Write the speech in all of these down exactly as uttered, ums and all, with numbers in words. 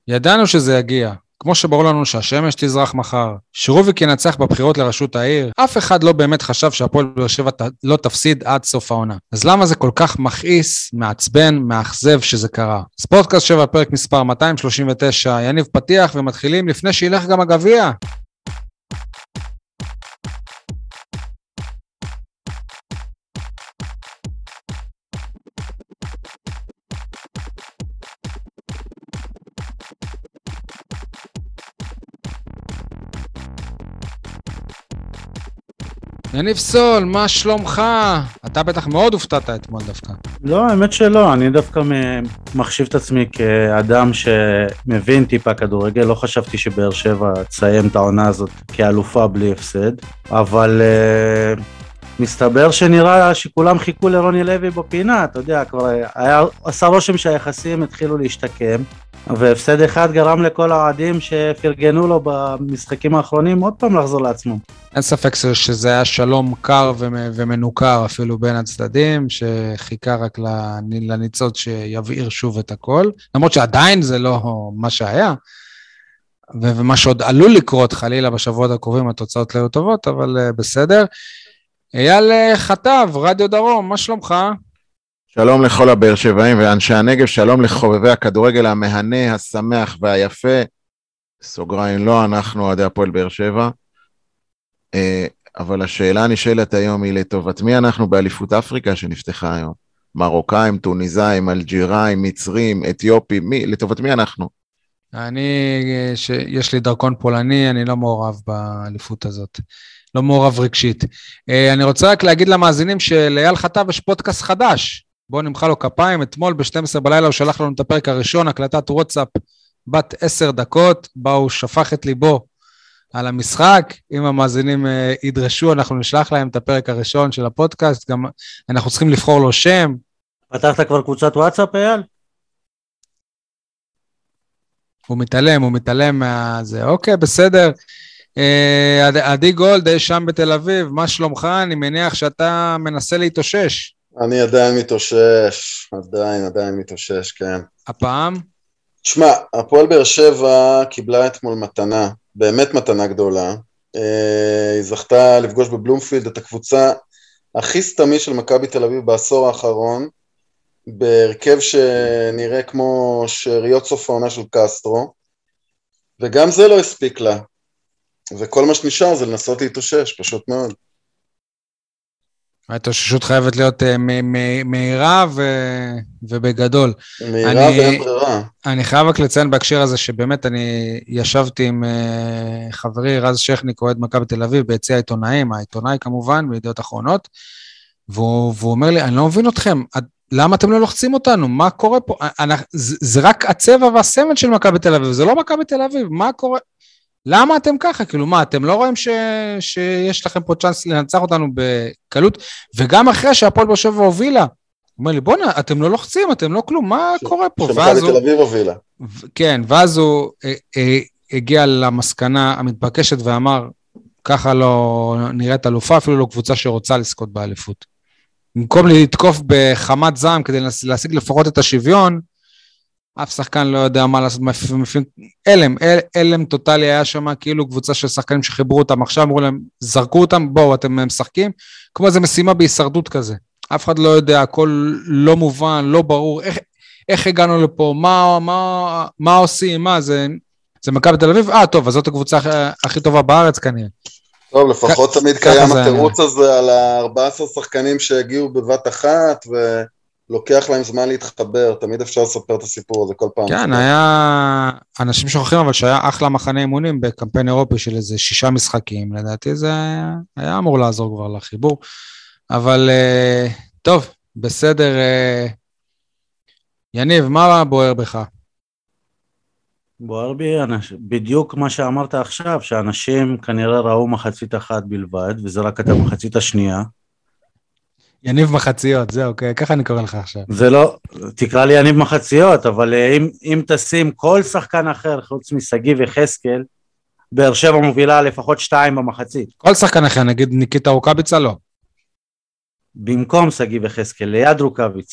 ידענו שזה יגיע, כמו שברור לנו שהשמש תזרח מחר, שרוביק ינצח בבחירות לראשות העיר, אף אחד לא באמת חשב שהפועל באר שבע לא תפסיד עד סוף העונה. אז למה זה כל כך מכעיס, מעצבן, מאכזב שזה קרה? ספורטקאסט שבע, פרק מספר מאתיים שלושים ותשע, יניב פתיח ומתחילים לפני שילך גם הגביע. יניב סול, מה שלומך? אתה בטח מאוד הופתעת אתמול דווקא. לא, האמת שלא, אני דווקא מחשיב את עצמי כאדם שמבין טיפה כדורגל, לא חשבתי שבאר שבע תסיים את העונה הזאת כאלופה בלי הפסד, אבל uh, מסתבר שנראה שכולם חיכו לרוני לוי בפינה, אתה יודע, כבר היה, עשה רושם שהיחסים התחילו להשתקם, והפסד אחד גרם לכל העדים שפרגנו לו במשחקים האחרונים עוד פעם לחזור לעצמו. אין ספק שזה היה שלום קר ומנוכר אפילו בין הצדדים, שחיכה רק לניצוץ שיבעיר שוב את הכל, למרות שעדיין זה לא מה שהיה, ומה שעוד עלול לקרות חלילה בשבועות הקרובים, התוצאות לא היו טובות, אבל בסדר. אייל חטב, רדיו דרום, מה שלומך? שלום לכל הבאר שבעים ואנשי הנגב, שלום לחובבי הכדורגל המהנה, השמח והיפה, סוגריים לא, אנחנו עדי הפועל באר שבע, אבל השאלה הנשאלת היום היא לטובת מי אנחנו באליפות אפריקה שנפתחה היום? מרוקאים, טוניסאים, אלג'יראים, מצרים, אתיופים, מי, לטובת מי אנחנו? אני, יש לי דרכון פולני, אני לא מעורב באליפות הזאת, לא מעורב רגשית. אני רוצה רק להגיד למאזינים שלאייל חטב יש פודקאסט חדש, בואו נמחא לו כפיים, אתמול ב-שתים עשרה בלילה הוא שלח לנו את הפרק הראשון, הקלטת וואטסאפ בת עשר דקות, בה הוא שפך את ליבו על המשחק, אם המאזינים אה, ידרשו, אנחנו נשלח להם את הפרק הראשון של הפודקאסט, גם אנחנו צריכים לבחור לו שם. פתחת כבר קבוצת וואטסאפ, אייל? הוא מתעלם, הוא מתעלם מהזה, אוקיי, בסדר. אה, עדי גולד, אי שם בתל אביב, מה שלומך? אני מניח שאתה מנסה להתאושש. אני עדיין מתאושש, עדיין, עדיין מתאושש, כן. הפעם? תשמע, הפועל באר שבע קיבלה אתמול מתנה, באמת מתנה גדולה. היא זכתה לפגוש בבלומפילד את הקבוצה הכי סתמי של מכבי תל אביב בעשור האחרון, בהרכב שנראה כמו שאריות סוף העונה של קסטרו, וגם זה לא הספיק לה. וכל מה שנשאר זה לנסות להתאושש, פשוט מאוד. ההתאוששות חייבת להיות מהירה ובגדול. מהירה ואין ברירה. אני חייב רק לציין בהקשר הזה שבאמת אני ישבתי עם חברי רז שכניק, אוהד מכבי תל אביב, ביציע העיתונאים, העיתונאי כמובן, בידיעות אחרונות, והוא אומר לי, אני לא מבין אתכם, למה אתם לא לוחצים אותנו? מה קורה פה? זה רק הצבע והסמל של מכבי תל אביב, זה לא מכבי תל אביב, מה קורה? למה אתם ככה? כאילו מה, אתם לא רואים ש... שיש לכם פה צ'אנס לנצח אותנו בקלות, וגם אחרי שהפועל באר שבע הובילה, הוא אומר לי, בוא'נה, אתם לא לוחצים, אתם לא כלום, מה ש... קורה פה? שמכבי תל אביב הובילה. כן, ואז הוא אה, אה, הגיע למסקנה המתבקשת ואמר, ככה לא נראית אלופה, אפילו לא קבוצה שרוצה לזכות באליפות. במקום לתקוף בחמת זעם כדי להשיג לפחות את השוויון, אף שחקן לא יודע מה לעשות, אלם, אל, אלם טוטלי היה שם, כאילו קבוצה של שחקנים שחיברו אותם, עכשיו אמרו להם, זרקו אותם, בואו, אתם משחקים, כמו איזו משימה בהישרדות כזה, אף אחד לא יודע, הכל לא מובן, לא ברור, איך, איך הגענו לפה, מה, מה, מה עושים, מה, זה, זה מכבי תל אביב? אה, טוב, אז זאת הקבוצה הכי טובה בארץ כנראה. טוב, לפחות תמיד קיים התירוץ הזה על ה-ארבעה עשר שחקנים שהגיעו בבת אחת, ו... לוקח להם זמן להתחבר, תמיד אפשר לספר את הסיפור הזה כל פעם. כן, היה, אנשים שוכחים, אבל שהיה אחלה מחנה אימונים בקמפיין אירופי של איזה שישה משחקים, לדעתי זה היה אמור לעזור כבר לחיבור, אבל טוב, בסדר, יניב, מה בוער בך? בוער בי, בדיוק מה שאמרת עכשיו, שאנשים כנראה ראו מחצית אחת בלבד, וזה רק את המחצית השנייה, יניב מחציות, זהו, ככה אני קורא לך עכשיו. זה לא, תקרא לי יניב מחציות, אבל אם, אם תשים כל שחקן אחר, חוץ מסגי וחסקל, באר שבע מובילה לפחות שתיים במחצית. כל שחקן אחר, נגיד ניקיטה רוקאביצה, לא. במקום סגי וחסקל, ליד רוקאביצה.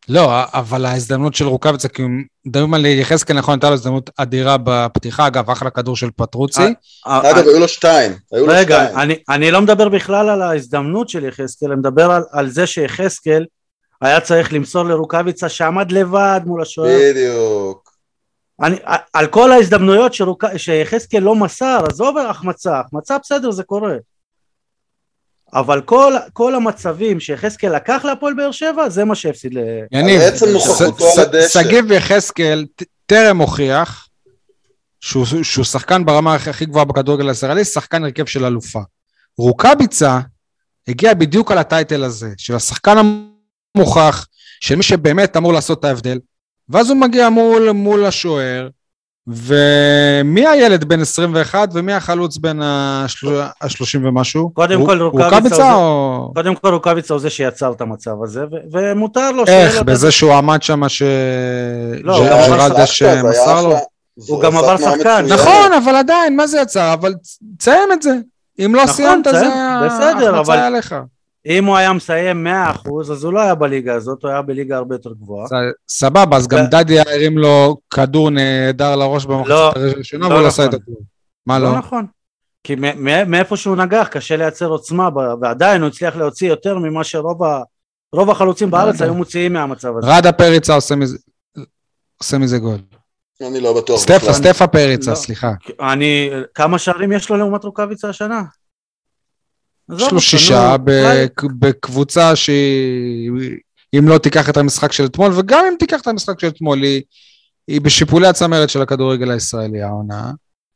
לא, אבל ההזדמנות של רוקאביצה, כי מדברים על יחזקאל, נכון, הייתה לו הזדמנות אדירה בפתיחה, אגב, אחלה כדור של פטרוצי. אגב, היו לו שתיים. רגע, אני לא מדבר בכלל על ההזדמנות של יחזקאל, אני מדבר על זה שיחזקאל היה צריך למסור לרוקאביצה שעמד לבד מול השוער. בדיוק. אני, על כל ההזדמנויות שיחזקאל לא מסר, אז עובר החמצה, החמצה בסדר, זה קורה. אבל כל, כל המצבים שיחזקאל לקח להפועל באר שבע, זה מה שהפסיד ל... יניב, ס, סגיב יחזקאל טרם הוכיח שהוא, שהוא שחקן ברמה הכי גבוהה בכדורגל הישראלי, שחקן הרכב של אלופה. רוקאביצה הגיע בדיוק על הטייטל הזה, של השחקן המוכח, של מי שבאמת אמור לעשות את ההבדל, ואז הוא מגיע מול, מול השוער, ומי הילד בין עשרים ואחת, ומי החלוץ בין ה-שלושים ומשהו? קודם כל רוקאביצה או... קודם כל רוקאביצה הוא זה שיצר את המצב הזה, ומותר לו... איך? בזה שהוא עמד שם ש... לא, ג'רלדש מסר לו? הוא גם עבר שחקן. נכון, אבל עדיין, מה זה יצר? אבל תסיים את זה. אם לא סיימת, זה החמצה עליך. אם הוא היה מסיים מאה אחוז, אז הוא לא היה בליגה הזאת, הוא היה בליגה הרבה יותר גבוהה. סבבה, אז גם דדי הרים לו כדור נהדר לראש במחצית הראשונה, והוא לא עשה את הכדור. מה לא? לא נכון. כי מאיפה שהוא נגח, קשה לייצר עוצמה, ועדיין הוא הצליח להוציא יותר ממה שרוב החלוצים בארץ היו מוציאים מהמצב הזה. רדה פריצה עושה מזה גול. אני לא בטוח. סטפה, סטפה פריצה, סליחה. אני, כמה שערים יש לו לעומת רוקאביצה השנה? יש לו שישה בקבוצה שאם לא תיקח את המשחק של אתמול, וגם אם תיקח את המשחק של אתמול, היא בשיפולי הצמרת של הכדורגל הישראלי, העונה.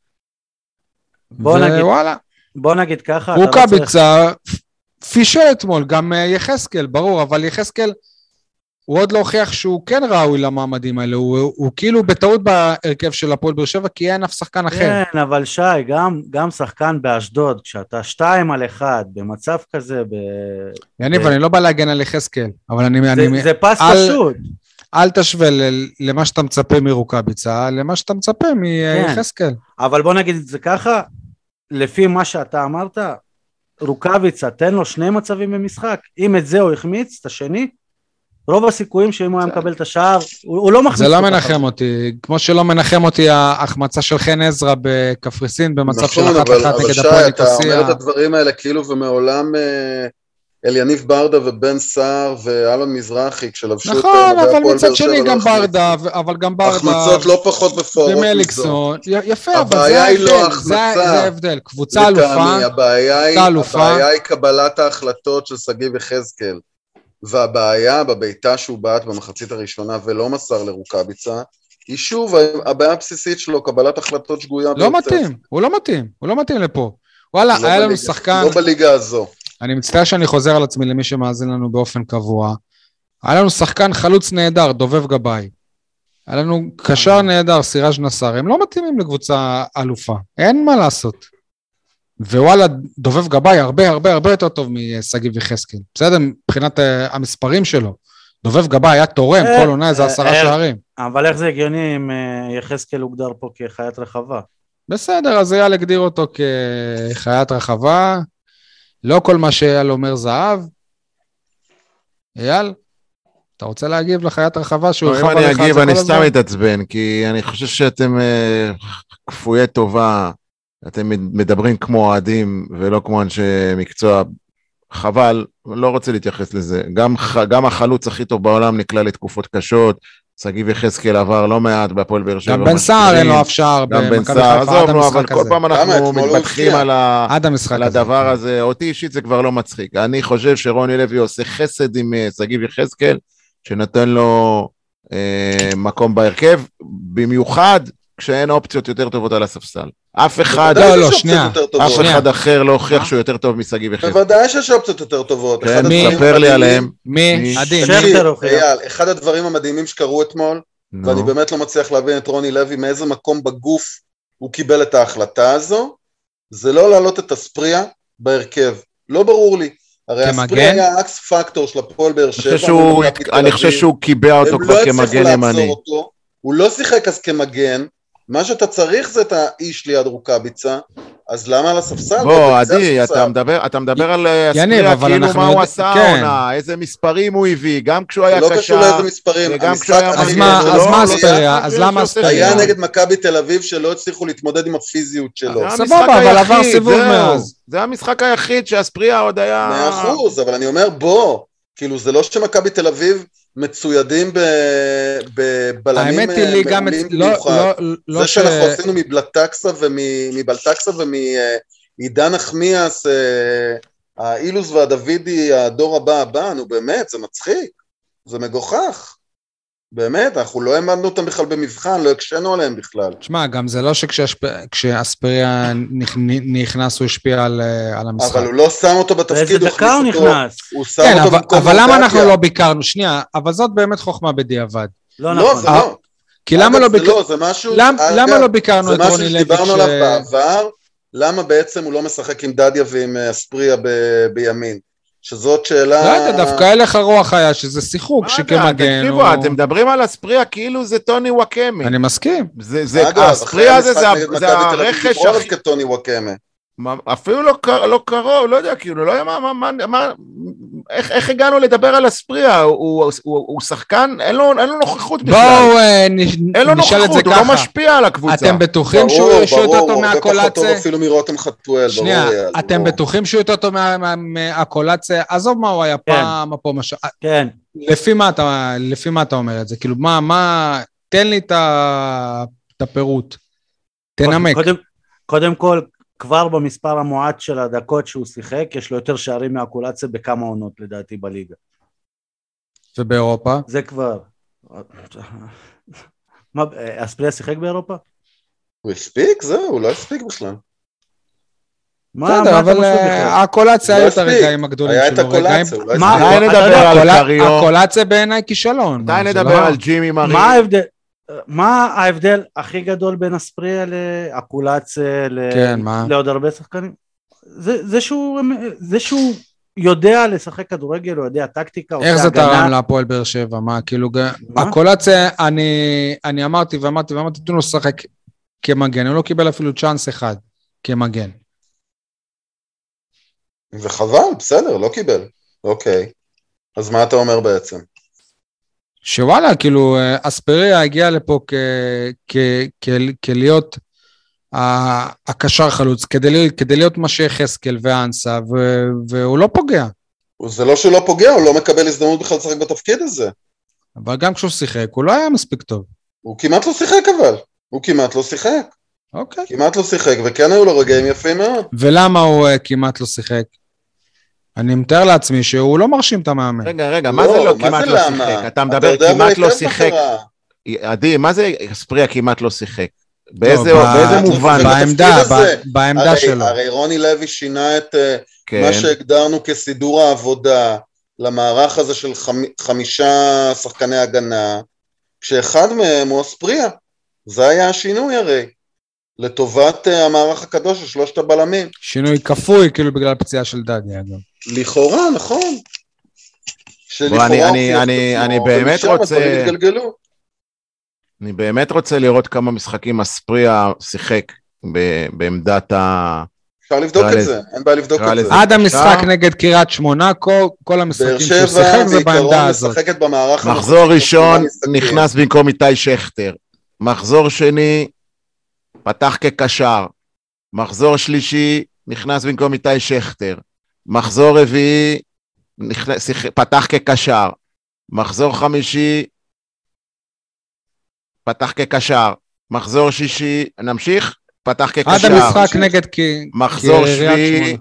בוא נגיד ככה. רוקאביצה פישל אתמול, גם יחזקאל, ברור, אבל יחזקאל, הוא עוד לא הוכיח שהוא כן ראוי למעמדים האלה, הוא, הוא כאילו בטעות בהרכב של הפועל באר שבע, כי אין אף שחקן אחר. כן, אבל שי, גם, גם שחקן באשדוד, כשאתה שתיים על אחד, במצב כזה, ב... יניב, ב... אני לא בא להגן על יחזקאל, אבל אני... זה, אני, זה פס אל, פשוט. אל תשווה למה שאתה מצפה מרוקאביצה, למה שאתה מצפה מיחזקאל. כן, אבל בוא נגיד את זה ככה, לפי מה שאתה אמרת, רוקאביצה, תן לו שני מצבים במשחק, אם את זה הוא החמיץ, את השני, רוב הסיכויים שאם הוא היה מקבל את השער, הוא לא מחמיץ. זה לא מנחם אותי, כמו שלא מנחם אותי ההחמצה של חן עזרא בקפריסין, במצב של אחת אחת נגד הפועל ניקוסיה. אתה אומר את הדברים האלה כאילו ומעולם אליניב ברדה ובן סער ואלון מזרחי, כשלבשו את נכון, אבל מצד שני גם ברדה, אבל גם ברדה. החמצות לא פחות בפורות מזאת. יפה, אבל זה ההבדל, זה ההבדל. קבוצה אלופה, הבעיה היא קבלת ההחלטות של סגיב יחזקאל. והבעיה בביתה שהוא בעט במחצית הראשונה ולא מסר לרוקאביצה, היא שוב, הבעיה הבסיסית שלו, קבלת החלטות שגויה. לא מתאים, הוא לא מתאים, הוא לא מתאים לפה. וואלה, היה לנו שחקן... לא בליגה הזו. אני מצטער שאני חוזר על עצמי למי שמאזין לנו באופן קבוע. היה לנו שחקן חלוץ נהדר, דובב גבאי. היה לנו קשר נהדר, סיראז' נסאר. הם לא מתאימים לקבוצה אלופה. אין מה לעשות. ווואלה, דובב גבאי הרבה הרבה הרבה יותר טוב מסגיב יחזקאל. בסדר, מבחינת המספרים שלו. דובב גבאי היה תורם, כל עונה איזה עשרה שערים. אבל איך זה הגיוני אם יחזקאל הוגדר פה כחיית רחבה? בסדר, אז אייל הגדיר אותו כחיית רחבה. לא כל מה שאייל אומר זהב. אייל, אתה רוצה להגיב לחיית רחבה שהוא אם אני אגיב, אני סתם מתעצבן, כי אני חושב שאתם כפויי טובה, אתם מדברים כמו אוהדים ולא כמו אנשי מקצוע, חבל, לא רוצה להתייחס לזה. גם, גם החלוץ הכי טוב בעולם נקלע לתקופות קשות, סגיב יחזקאל עבר לא מעט בהפועל באר שבע. גם בן סער אין לו אף שער. גם בן סער, עזוב, נו, אבל כל פעם אנחנו מתבטחים על, ה... על הדבר הזה. אותי אישית זה כבר לא מצחיק. אני חושב שרוני לוי עושה חסד עם סגיב יחזקאל, שנותן לו אה, מקום בהרכב, במיוחד כשאין אופציות יותר טובות על הספסל. אף אחד, לא, לא, שנייה. אף אחד אחר לא הוכיח שהוא יותר טוב מסגיב יחזקאל. בוודאי שיש אופציות יותר טובות. כן, ספר לי עליהם. מי? עדין. אייל, אחד הדברים המדהימים שקרו אתמול, ואני באמת לא מצליח להבין את רוני לוי, מאיזה מקום בגוף הוא קיבל את ההחלטה הזו, זה לא להעלות את הספריה בהרכב. לא ברור לי. הרי הספריה היה אקס פקטור של הפועל באר שבע. אני חושב שהוא קיבע אותו כבר כמגן ימני. הוא לא שיחק אז כמגן, מה שאתה צריך זה את האיש ליד רוקאביצה, אז למה על הספסל? בוא, עדי, אתה מדבר, אתה מדבר על אספריה, כאילו מה הוא עשה העונה, איזה מספרים הוא הביא, גם כשהוא היה קשה. לא קשור לאיזה מספרים. אז מה אספריה? אז למה אספריה? היה נגד מכבי תל אביב שלא הצליחו להתמודד עם הפיזיות שלו. סבבה, אבל עבר סיבוב מאז. זה המשחק היחיד שאספריה עוד היה... מאה אחוז, אבל אני אומר בוא, כאילו זה לא שמכבי תל אביב מצוידים בבלמים מעולים במיוחד. זה שאנחנו עשינו מבלטקסה ומבלטקסה ומעידן נחמיאס, האילוס והדוידי, הדור הבא הבא, נו באמת, זה מצחיק, זה מגוחך. באמת, אנחנו לא העמדנו אותם בכלל במבחן, לא הקשנו עליהם בכלל. תשמע, גם זה לא שכשאספריה נכנס הוא השפיע על המשחק. אבל הוא לא שם אותו בתפקיד, הוא דקה הוא נכנס. הוא שם אותו במקום. אבל למה אנחנו לא ביקרנו? שנייה, אבל זאת באמת חוכמה בדיעבד. לא, לא, זה לא. כי למה לא ביקרנו? זה משהו, למה לא ביקרנו את רוני לוי? זה משהו שדיברנו עליו בעבר, למה בעצם הוא לא משחק עם דדיה ועם אספריה בימין? שזאת שאלה... לא יודע, דווקא הלך הרוח היה, שזה שיחוק שכמגן. תקשיבו, אתם מדברים על אספריה כאילו זה טוני וואקמה. אני מסכים. אספריה זה הרכש... כטוני וואקמה. אפילו לא קרוב, לא יודע, כאילו, לא יודע מה... איך הגענו לדבר על אספריה? הוא שחקן, אין לו נוכחות בכלל. בואו נשאל את זה ככה. הוא לא משפיע על הקבוצה. אתם בטוחים שהוא יותר טוב מהקולציה? אפילו מרותם חתואל. שנייה, אתם בטוחים שהוא יותר טוב מהקולציה? עזוב מה הוא היה פעם, מה פה משהו. כן. לפי מה אתה אומר את זה? כאילו, מה... תן לי את הפירוט. תנמק. קודם כל, כבר במספר המועט של הדקות שהוא שיחק, יש לו יותר שערים מהקולציה בכמה עונות לדעתי בליגה. ובאירופה? זה כבר... מה, אספריה שיחק באירופה? הוא הספיק? זהו, הוא לא הספיק בכלל. בסדר, אבל הקולציה היה את הרגעים הגדולים שלו. היה את הקולציה, הוא לא הספיק. די נדבר על קריו. הקולציה בעיניי כישלון. די נדבר על ג'ימי מרי. מה ההבדל? מה ההבדל הכי גדול בין אספריה לאקולציה לעוד הרבה שחקנים? זה שהוא יודע לשחק כדורגל, הוא יודע טקטיקה. איך זה תרם להפועל באר שבע? מה, כאילו, הקולציה, אני אמרתי ואמרתי ואמרתי, תנו לו לשחק כמגן, הוא לא קיבל אפילו צ'אנס אחד כמגן. וחבל, בסדר, לא קיבל. אוקיי. אז מה אתה אומר בעצם? שוואלה, כאילו, אספריה הגיע לפה כלהיות הקשר חלוץ, כדי להיות מה שיחזקאל ואנסה, והוא לא פוגע. זה לא שהוא לא פוגע, הוא לא מקבל הזדמנות בכלל לשחק בתפקיד הזה. אבל גם כשהוא שיחק, הוא לא היה מספיק טוב. הוא כמעט לא שיחק אבל, הוא כמעט לא שיחק. אוקיי. כמעט לא שיחק, וכן היו לו רגעים יפים מאוד. ולמה הוא כמעט לא שיחק? אני מתאר לעצמי שהוא לא מרשים את המאמן. רגע, רגע, מה זה לא כמעט לא שיחק? אתה מדבר כמעט לא שיחק. עדי, מה זה אספריה כמעט לא שיחק? באיזה מובן? בעמדה שלו. הרי רוני לוי שינה את מה שהגדרנו כסידור העבודה למערך הזה של חמישה שחקני הגנה, כשאחד מהם הוא אספריה. זה היה השינוי הרי. לטובת המערך הקדוש של שלושת הבלמים. שינוי כפוי, כאילו בגלל הפציעה של דדיה, אגב. לכאורה, נכון. אני באמת רוצה... אני באמת רוצה לראות כמה משחקים אספריה שיחק בעמדת ה... אפשר לבדוק את זה, אין בעיה לבדוק את זה. עד המשחק נגד קריית שמונה, כל המשחקים שהוא שיחק זה בעמדה הזאת. מחזור ראשון נכנס במקום איתי שכטר. מחזור שני... פתח כקשר, מחזור שלישי נכנס במקום איתי שכטר, מחזור רביעי נכנס, פתח כקשר, מחזור חמישי פתח כקשר, מחזור שישי, נמשיך? פתח כקשר. עד המשחק נגד כי... מחזור שביעי,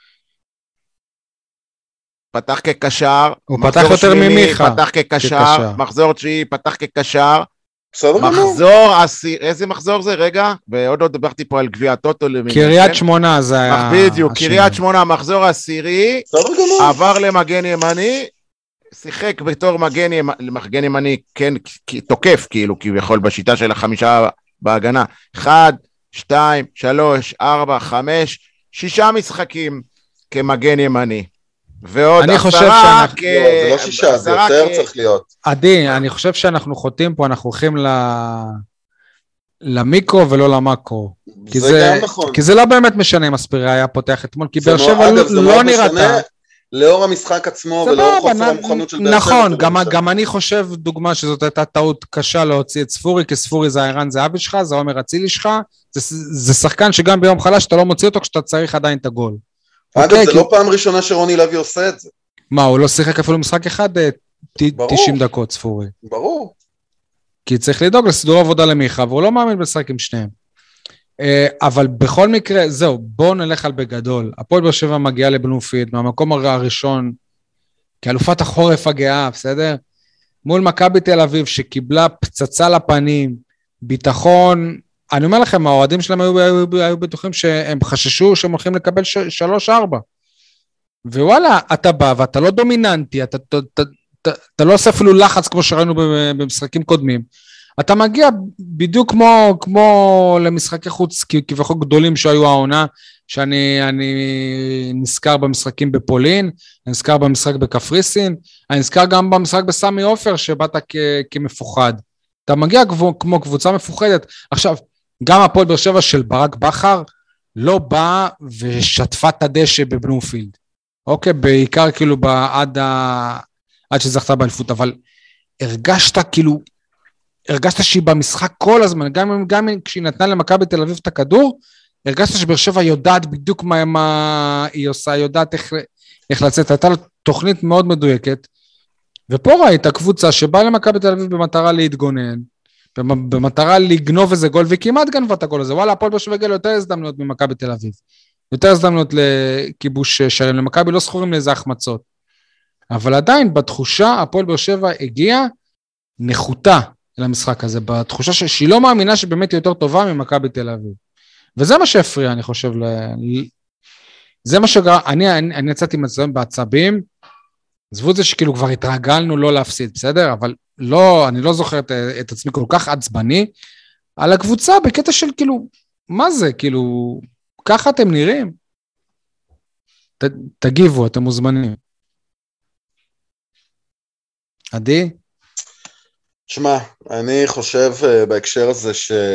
פתח כקשר, הוא פתח יותר ממיכה. פתח כקשר, מחזור תשיעי פתח כקשר, מחזור, איזה מחזור זה? רגע, ועוד לא דברתי פה על גביע הטוטו. קריית שמונה זה היה... בדיוק, קריית שמונה, מחזור עשירי, עבר למגן ימני, שיחק בתור מגן ימני, כן, תוקף כאילו, כביכול בשיטה של החמישה בהגנה. אחד, שתיים, שלוש, ארבע, חמש, שישה משחקים כמגן ימני. ועוד עשרה כ... זה לא שישה, זה יותר צריך להיות. עדי, אני חושב שאנחנו חוטאים פה, אנחנו הולכים למיקרו ולא למקרו. כי זה זה, גם נכון. כי זה לא באמת משנה אם אספיריה היה פותח אתמול, כי באר זה שבע מאוד- אגב, זה לא מאוד נראתה. משנה, לאור המשחק עצמו סבבה, ולאור חוסר נ- המוכנות של באר שבע. נכון, זה לא גם, משנה. גם אני חושב, דוגמה שזאת הייתה טעות קשה להוציא את ספורי, כי ספורי זה הערן זהבי שלך, זה עומר אצילי שלך, זה, זה שחקן שגם ביום חלש אתה לא מוציא אותו כשאתה צריך עדיין את הגול. אגב, אוקיי, זה כי... לא פעם ראשונה שרוני לוי עושה את זה. מה, הוא לא שיחק אפילו משחק אחד, אה, ת- ברור. תשעים דקות ספורי. ברור. כי צריך לדאוג לסידור עבודה למיכה, והוא לא מאמין לשחק עם שניהם. אה, אבל בכל מקרה, זהו, בואו נלך על בגדול. הפועל באר שבע מגיעה לבלומפילד, מהמקום הראשון, כאלופת החורף הגאה, בסדר? מול מכבי תל אביב, שקיבלה פצצה לפנים, ביטחון, אני אומר לכם, האוהדים שלהם היו, היו, היו בטוחים שהם חששו שהם הולכים לקבל שלוש ארבע. ווואלה, אתה בא ואתה לא דומיננטי, אתה, אתה, אתה, אתה, אתה לא עושה אפילו לחץ כמו שראינו במשחקים קודמים. אתה מגיע בדיוק כמו, כמו למשחקי חוץ כביכול גדולים שהיו העונה, שאני אני נזכר במשחקים בפולין, אני נזכר במשחק בקפריסין, אני נזכר גם במשחק בסמי עופר שבאת כ, כמפוחד. אתה מגיע כמו, כמו קבוצה מפוחדת. עכשיו, גם הפועל באר שבע של ברק בכר לא באה ושטפה את הדשא בבלומפילד. אוקיי, בעיקר כאילו עד, ה... עד שזכתה באליפות, אבל הרגשת כאילו, הרגשת שהיא במשחק כל הזמן, גם, גם כשהיא נתנה למכבי תל אביב את הכדור, הרגשת שבאר שבע יודעת בדיוק מה, מה היא עושה, יודעת איך, איך לצאת, הייתה לה תוכנית מאוד מדויקת, ופה ראית קבוצה שבאה למכבי תל אביב במטרה להתגונן, במטרה לגנוב איזה גול, וכמעט גנבה את הגול הזה, וואלה, הפועל באר שבע הגיע ליותר הזדמנויות ממכבי תל אביב, יותר הזדמנויות לכיבוש שערים, למכבי לא זכורים לאיזה החמצות, אבל עדיין בתחושה הפועל באר שבע הגיעה נחותה למשחק הזה, בתחושה שהיא לא מאמינה שבאמת היא יותר טובה ממכבי תל אביב, וזה מה שהפריע, אני חושב, ל... זה מה שגרם, אני, אני, אני יצאתי מצבים בעצבים, עזבו את זה שכאילו כבר התרגלנו לא להפסיד, בסדר? אבל לא, אני לא זוכר את, את עצמי כל כך עצבני, על הקבוצה בקטע של כאילו, מה זה? כאילו, ככה אתם נראים? ת, תגיבו, אתם מוזמנים. עדי? תשמע, אני חושב בהקשר הזה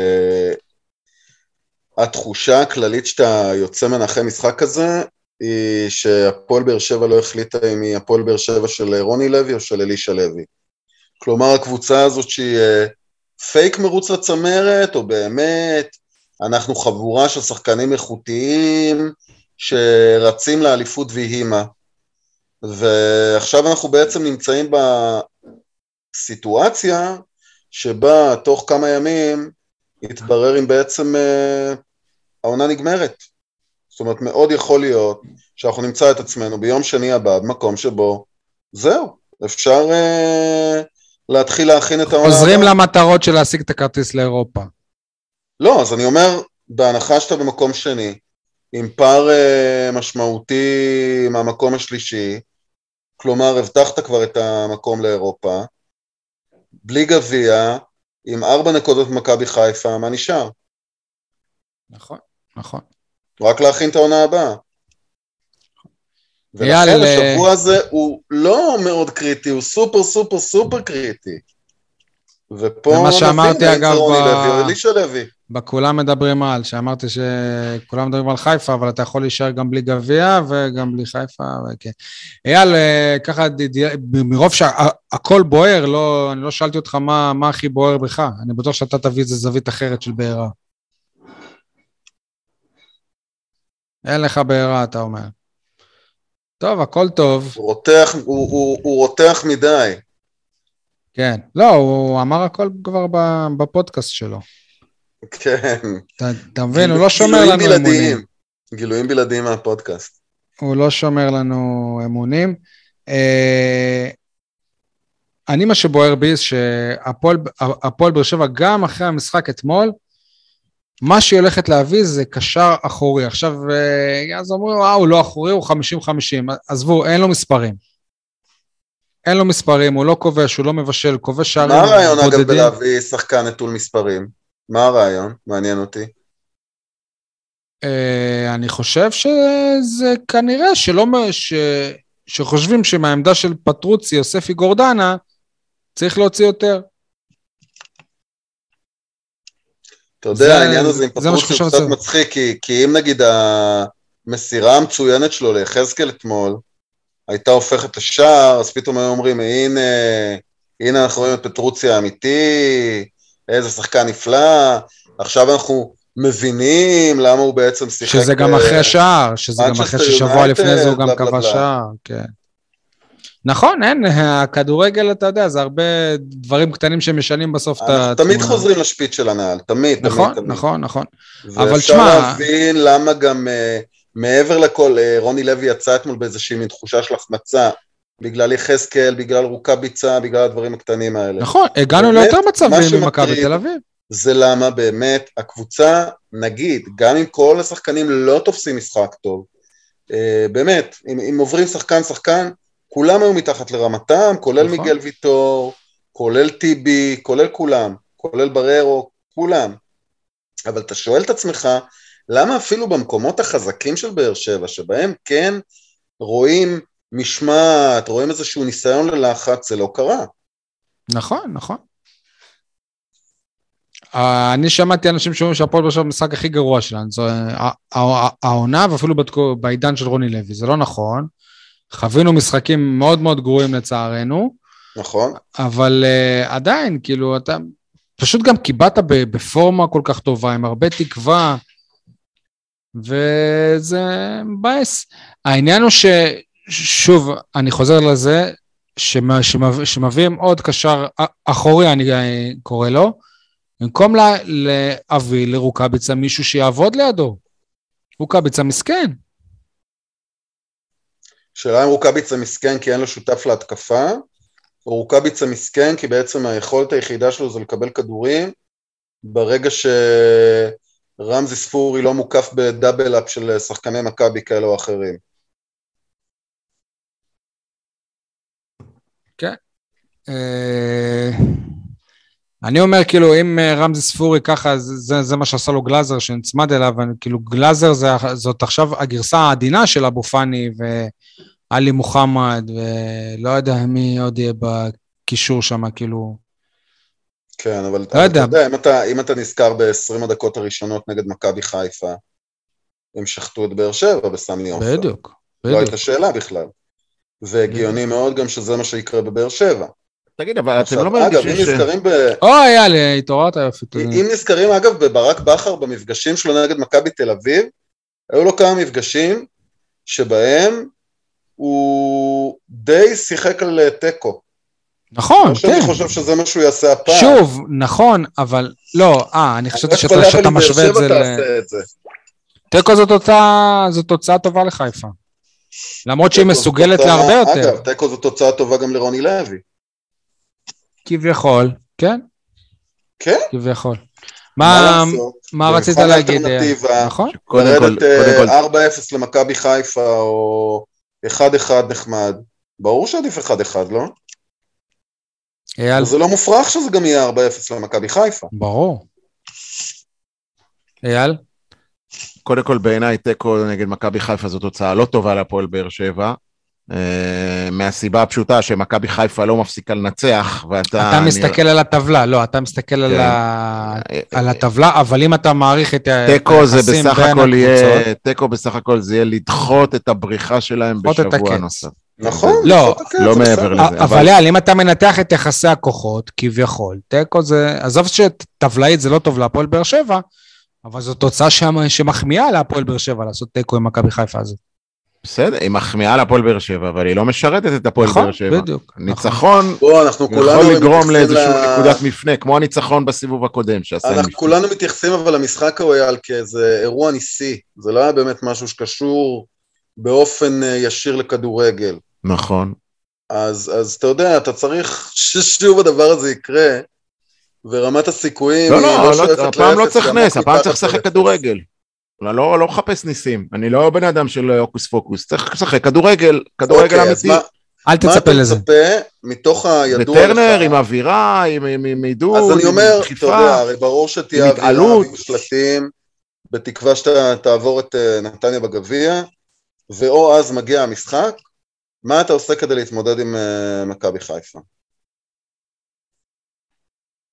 שהתחושה הכללית שאתה יוצא מנחי משחק כזה, היא שהפועל באר שבע לא החליטה אם היא הפועל באר שבע של רוני לוי או של אלישע לוי. כלומר, הקבוצה הזאת שהיא פייק מרוץ לצמרת, או באמת, אנחנו חבורה של שחקנים איכותיים שרצים לאליפות ויהימה. ועכשיו אנחנו בעצם נמצאים בסיטואציה שבה תוך כמה ימים יתברר אם בעצם אה, העונה נגמרת. זאת אומרת, מאוד יכול להיות שאנחנו נמצא את עצמנו ביום שני הבא במקום שבו זהו, אפשר אה, להתחיל להכין את העונה הבאה. עוזרים למטרות של להשיג את הכרטיס לאירופה. לא, אז אני אומר, בהנחה שאתה במקום שני, עם פער אה, משמעותי מהמקום השלישי, כלומר, הבטחת כבר את המקום לאירופה, בלי גביע, עם ארבע נקודות מכבי חיפה, מה נשאר? נכון, נכון. רק להכין את העונה הבאה. ולכן יאללה. השבוע הזה הוא לא מאוד קריטי, הוא סופר סופר סופר קריטי. ופה נבין האם זה רוני לוי או אלישע לוי. בכולם מדברים על, שאמרתי שכולם מדברים על חיפה, אבל אתה יכול להישאר גם בלי גביע וגם בלי חיפה, וכן. אייל, ככה, מרוב שהכל בוער, לא, אני לא שאלתי אותך מה, מה הכי בוער בך, אני בטוח שאתה תביא איזה זווית אחרת של בעירה. אין לך בעירה, אתה אומר. טוב, הכל טוב. הוא רותח, הוא, הוא, הוא רותח מדי. כן, לא, הוא אמר הכל כבר בפודקאסט שלו. כן. אתה מבין, הוא לא שומר לנו אמונים. גילויים בלעדיים מהפודקאסט. הוא לא שומר לנו אמונים. אני מה שבוער בי, שהפועל באר שבע גם אחרי המשחק אתמול, מה שהיא הולכת להביא זה קשר אחורי. עכשיו, אז אומרים, אה, הוא לא אחורי, הוא חמישים חמישים. עזבו, אין לו מספרים. אין לו מספרים, הוא לא כובש, הוא לא מבשל, כובש שערים בודדים. מה הרעיון אגב בלהביא שחקן נטול מספרים? מה הרעיון? מעניין אותי. אני חושב שזה כנראה שלא, ש, שחושבים שמהעמדה של פטרוצי, יוספי גורדנה, צריך להוציא יותר. אתה יודע, העניין הזה עם פטרוצי הוא קצת מצחיק, כי, כי אם נגיד המסירה המצוינת שלו ליחזקאל אתמול, הייתה הופכת לשער, אז פתאום היו אומרים, הנה, הנה אנחנו רואים את פטרוצי האמיתי, איזה שחקן נפלא, עכשיו אנחנו מבינים למה הוא בעצם שיחק... שזה גם אחרי השער, שזה גם אחרי ששבוע לפני זה הוא גם קבע שער, כן. נכון, אין, הכדורגל, אתה יודע, זה הרבה דברים קטנים שמשנים בסוף את התמונה. תמיד חוזרים לשפיץ של הנעל, תמיד, נכון, תמיד. נכון, נכון. ואפשר להבין למה גם מעבר לכל, רוני לוי יצא אתמול באיזושהי מין תחושה של החמצה, בגלל יחזקאל, בגלל רוקאביצה, בגלל הדברים הקטנים האלה. נכון, הגענו ליותר מצבים ממכבי תל אביב. זה למה באמת הקבוצה, נגיד, גם אם כל השחקנים לא תופסים משחק טוב, באמת, אם, אם עוברים שחקן שחקן, כולם היו מתחת לרמתם, כולל נכון. מיגל ויטור, כולל טיבי, כולל כולם, כולל בררו, כולם. אבל אתה שואל את עצמך, למה אפילו במקומות החזקים של באר שבע, שבהם כן רואים משמעת, רואים איזשהו ניסיון ללחץ, זה לא קרה. נכון, נכון. אני שמעתי אנשים שאומרים שהפועל באר שבע המשחק הכי גרוע שלנו, זו העונה ואפילו בעידן של רוני לוי, זה לא נכון. חווינו משחקים מאוד מאוד גרועים לצערנו. נכון. אבל uh, עדיין, כאילו, אתה פשוט גם קיבלת בפורמה כל כך טובה, עם הרבה תקווה, וזה מבאס. העניין הוא ששוב, אני חוזר לזה, שמב, שמביאים עוד קשר אחורי, אני קורא לו, במקום לה, להביא לרוקאביצה מישהו שיעבוד לידו. רוקאביצה מסכן. שאלה אם רוקאביצה מסכן כי אין לו שותף להתקפה, או רוקאביצה מסכן כי בעצם היכולת היחידה שלו זה לקבל כדורים, ברגע שרמזי ספורי לא מוקף בדאבל אפ של שחקני מכבי כאלה או אחרים. כן. אני אומר כאילו אם רמזי ספורי ככה, זה, זה מה שעשה לו גלאזר שנצמד אליו, כאילו גלאזר זה, זאת עכשיו הגרסה העדינה של אבו פאני ואלי מוחמד, ולא יודע מי עוד יהיה בקישור שם, כאילו. כן, אבל אתה יודע, יודע אם, אתה, אם אתה נזכר ב-עשרים הדקות הראשונות נגד מכבי חיפה, הם שחטו את באר שבע בסמי עופר. בדיוק. לא הייתה שאלה בכלל. והגיוני מאוד גם שזה מה שיקרה בבאר שבע. תגיד, אבל אתם לא מרגישים ש... אגב, אם נזכרים ב... או, היה לי, התעוררת יופי. אם נזכרים, אגב, בברק בכר, במפגשים שלו נגד מכבי תל אביב, היו לו כמה מפגשים שבהם הוא די שיחק על טקו. נכון, כן. אני חושב שזה מה שהוא יעשה הפעם. שוב, נכון, אבל לא, אה, אני חשבתי שאתה משווה את זה ל... טקו זו תוצאה טובה לחיפה. למרות שהיא מסוגלת להרבה יותר. אגב, טקו זו תוצאה טובה גם לרוני לוי. כביכול, כן? כן? כביכול. מה, מה רצית להגיד? נכון? לרדת ארבע אפס למכבי חיפה, או אחד אחד נחמד. ברור שעדיף אחד אחד, לא? אייל. זה לא מופרך שזה גם יהיה ארבע אפס למכבי חיפה. ברור. אייל? קודם כל בעיניי טקו נגד מכבי חיפה זו תוצאה לא טובה להפועל באר שבע, מהסיבה הפשוטה שמכבי חיפה לא מפסיקה לנצח, ואתה... אתה מסתכל על הטבלה, לא, אתה מסתכל על הטבלה, אבל אם אתה מעריך את היחסים בין הקבוצות... טקו בסך הכל זה יהיה לדחות את הבריחה שלהם בשבוע נוסף. נכון. לא, לא מעבר לזה. אבל יאל, אם אתה מנתח את יחסי הכוחות, כביכול, טקו זה... עזוב שטבלאית זה לא טוב להפועל באר שבע, אבל זו תוצאה שמחמיאה להפועל באר שבע לעשות טקו עם מכבי חיפה הזאת. בסדר, היא מחמיאה להפועל באר שבע, אבל היא לא משרתת את הפועל באר שבע. נכון, בדיוק. ניצחון יכול לגרום לאיזשהו נקודת מפנה, כמו הניצחון בסיבוב הקודם. אנחנו כולנו מתייחסים אבל למשחק הרויאל כאיזה אירוע ניסי, זה לא היה באמת משהו שקשור באופן ישיר לכדורגל. נכון. אז, אז אתה יודע, אתה צריך ששוב הדבר הזה יקרה, ורמת הסיכויים... לא, לא, לא, הפעם לא צריך נס, הפעם צריך לשחק כדורגל. אני לא, לא מחפש ניסים, אני לא בן אדם של אוקוס פוקוס, צריך לשחק כדורגל, כדורגל אמיתי. אל תצפה לזה. מה אתה מצפה מתוך הידוע לך? וטרנר עם אווירה, עם עידוד, אז אני אומר, אתה יודע, הרי ברור שתהיה אווירה, עם שלטים, בתקווה שאתה תעבור את נתניה בגביע, ואו אז מגיע המשחק, מה אתה עושה כדי להתמודד עם מכבי חיפה?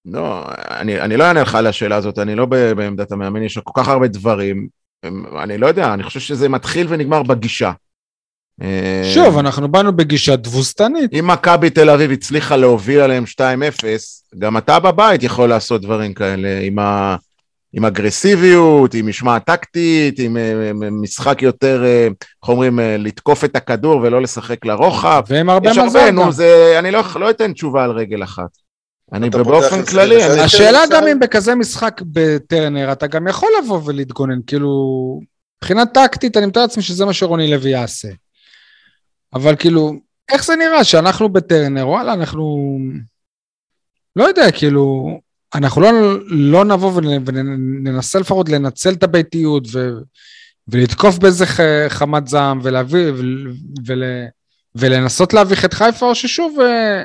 לא, אני, אני לא אענה לך על השאלה הזאת, אני לא בעמדת המאמן, יש כל כך הרבה דברים, אני לא יודע, אני חושב שזה מתחיל ונגמר בגישה. שוב, אנחנו באנו בגישה דבוסתנית. אם מכבי תל אביב הצליחה להוביל עליהם שתיים אפס, גם אתה בבית יכול לעשות דברים כאלה, עם, ה, עם אגרסיביות, עם משמעת טקטית, עם משחק יותר, איך אומרים, לתקוף את הכדור ולא לשחק לרוחב. ועם הרבה מזל הרבה, גם. נו, זה, אני לא, לא אתן תשובה על רגל אחת. אני באופן כללי. אני... השאלה גם אם בכזה משחק בטרנר, אתה גם יכול לבוא ולהתגונן, כאילו, מבחינת טקטית, אני מתאר לעצמי שזה מה שרוני לוי יעשה. אבל כאילו, איך זה נראה שאנחנו בטרנר, וואלה, אנחנו, לא יודע, כאילו, אנחנו לא, לא נבוא וננסה לפחות לנצל את הביתיות, ו, ולתקוף באיזה חמת זעם, ולהביא, ול, ול, ולנסות להביך את חיפה, או ששוב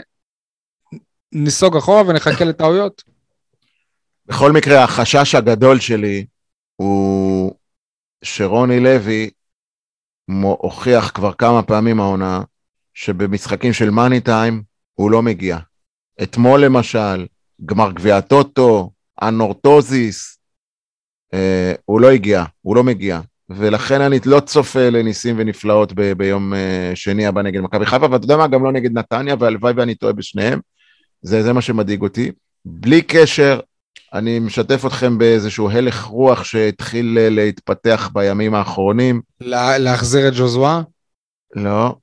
ניסוג אחורה ונחכה לטעויות. בכל מקרה, החשש הגדול שלי, הוא שרוני לוי, הוכיח כבר כמה פעמים העונה, שבמשחקים של מאני טיים, הוא לא מגיע. אתמול למשל, גמר גביע טוטו, אנורטוזיס, אה, הוא לא הגיע, הוא לא מגיע. ולכן אני לא צופה לניסים ונפלאות ב- ביום אה, שני הבא נגד מכבי חיפה, ואתה יודע מה, גם לא נגד נתניה, והלוואי ואני טועה בשניהם. זה, זה מה שמדאיג אותי. בלי קשר, אני משתף אתכם באיזשהו הלך רוח שהתחיל להתפתח בימים האחרונים. לה, להחזיר את ג'וזווה? לא.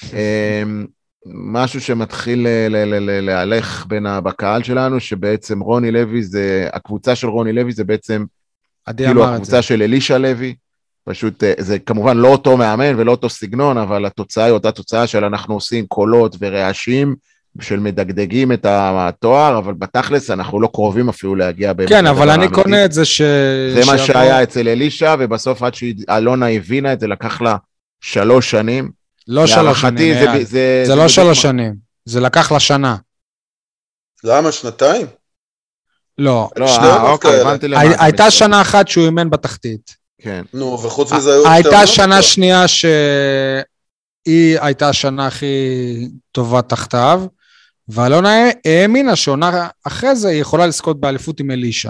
משהו שמתחיל להלך בין בקהל שלנו, שבעצם רוני לוי זה, הקבוצה של רוני לוי זה בעצם, כאילו הקבוצה של אלישע לוי, פשוט זה כמובן לא אותו מאמן ולא אותו סגנון, אבל התוצאה היא אותה תוצאה של אנחנו עושים קולות ורעשים, של מדגדגים את התואר, אבל בתכלס אנחנו לא קרובים אפילו להגיע. כן, אבל אני קונה את זה ש... זה מה שהיה אצל אלישע, ובסוף עד שאלונה הבינה את זה, לקח לה שלוש שנים. לא שלוש שנים, זה לא שלוש שנים, זה לקח לה שנה. למה, שנתיים? לא. אוקיי, הבנתי למה. הייתה שנה אחת שהוא אימן בתחתית. כן. נו, וחוץ מזה... הייתה שנה שנייה שהיא הייתה השנה הכי טובה תחתיו, ואלונה האמינה שעונה אחרי זה היא יכולה לזכות באליפות עם אלישע.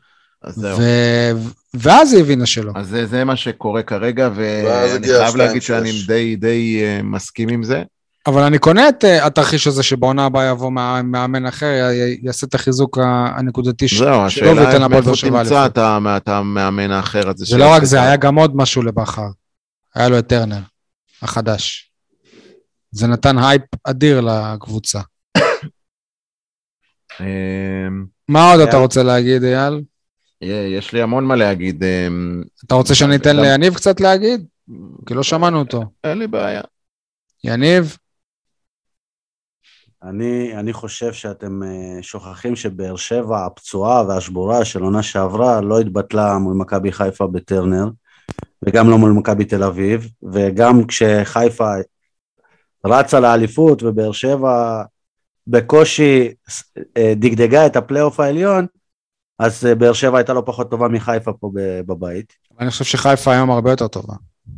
ואז היא הבינה שלא. אז זה מה שקורה כרגע, ואני חייב להגיד שאני די מסכים עם זה. אבל אני קונה את התרחיש הזה שבעונה הבאה יבוא מאמן אחר, יעשה את החיזוק הנקודתי שלו. זהו, השאלה מאיפה תמצא את המאמן האחר הזה. זה לא רק זה, היה גם עוד משהו לבחר. היה לו את טרנר, החדש. זה נתן הייפ אדיר לקבוצה. מה עוד אתה רוצה להגיד, אייל? יש לי המון מה להגיד. אתה רוצה שאני אתן ליניב קצת להגיד? כי לא שמענו אותו. אין לי בעיה. יניב? אני, אני חושב שאתם שוכחים שבאר שבע הפצועה והשבורה של עונה שעברה לא התבטלה מול מכבי חיפה בטרנר, וגם לא מול מכבי תל אביב, וגם כשחיפה רצה לאליפות ובאר שבע בקושי דגדגה את הפלייאוף העליון, אז באר שבע הייתה לא פחות טובה מחיפה פה בבית. אני חושב שחיפה היום הרבה יותר טובה.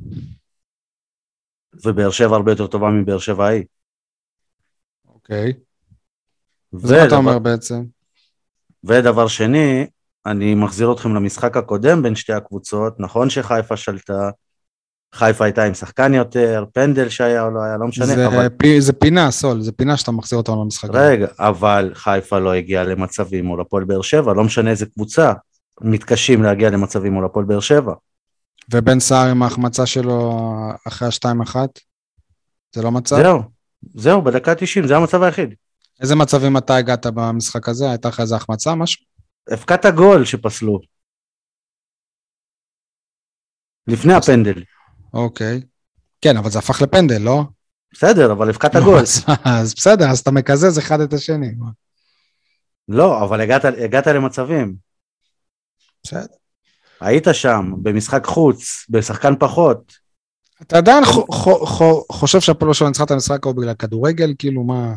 ובאר שבע הרבה יותר טובה מבאר שבע ההיא. אוקיי. אז מה אתה אומר בעצם? ודבר שני, אני מחזיר אתכם למשחק הקודם בין שתי הקבוצות, נכון שחיפה שלטה, חיפה הייתה עם שחקן יותר, פנדל שהיה או לא היה, לא משנה. זה, אבל... פי, זה פינה, סול, זה פינה שאתה מחזיר אותנו למשחק. רגע, אבל חיפה לא הגיעה למצבים מול הפועל באר שבע, לא משנה איזה קבוצה, מתקשים להגיע למצבים מול הפועל באר שבע. ובן סער עם ההחמצה שלו אחרי ה-שתיים אחת? זה לא מצב? זהו, זהו, בדקה תשעים, זה המצב היחיד. איזה מצבים אתה הגעת במשחק הזה? הייתה לך איזה החמצה, משהו? הפקת הגול שפסלו. לפני הפנדל. אוקיי. כן, אבל זה הפך לפנדל, לא? בסדר, אבל הפקת הגול. אז בסדר, אז אתה מקזז אחד את השני. לא, אבל הגעת, הגעת למצבים. בסדר. היית שם, במשחק חוץ, בשחקן פחות. אתה עדיין חושב שהפועל שלו ניצחה את המשחק או בגלל כדורגל, כאילו מה?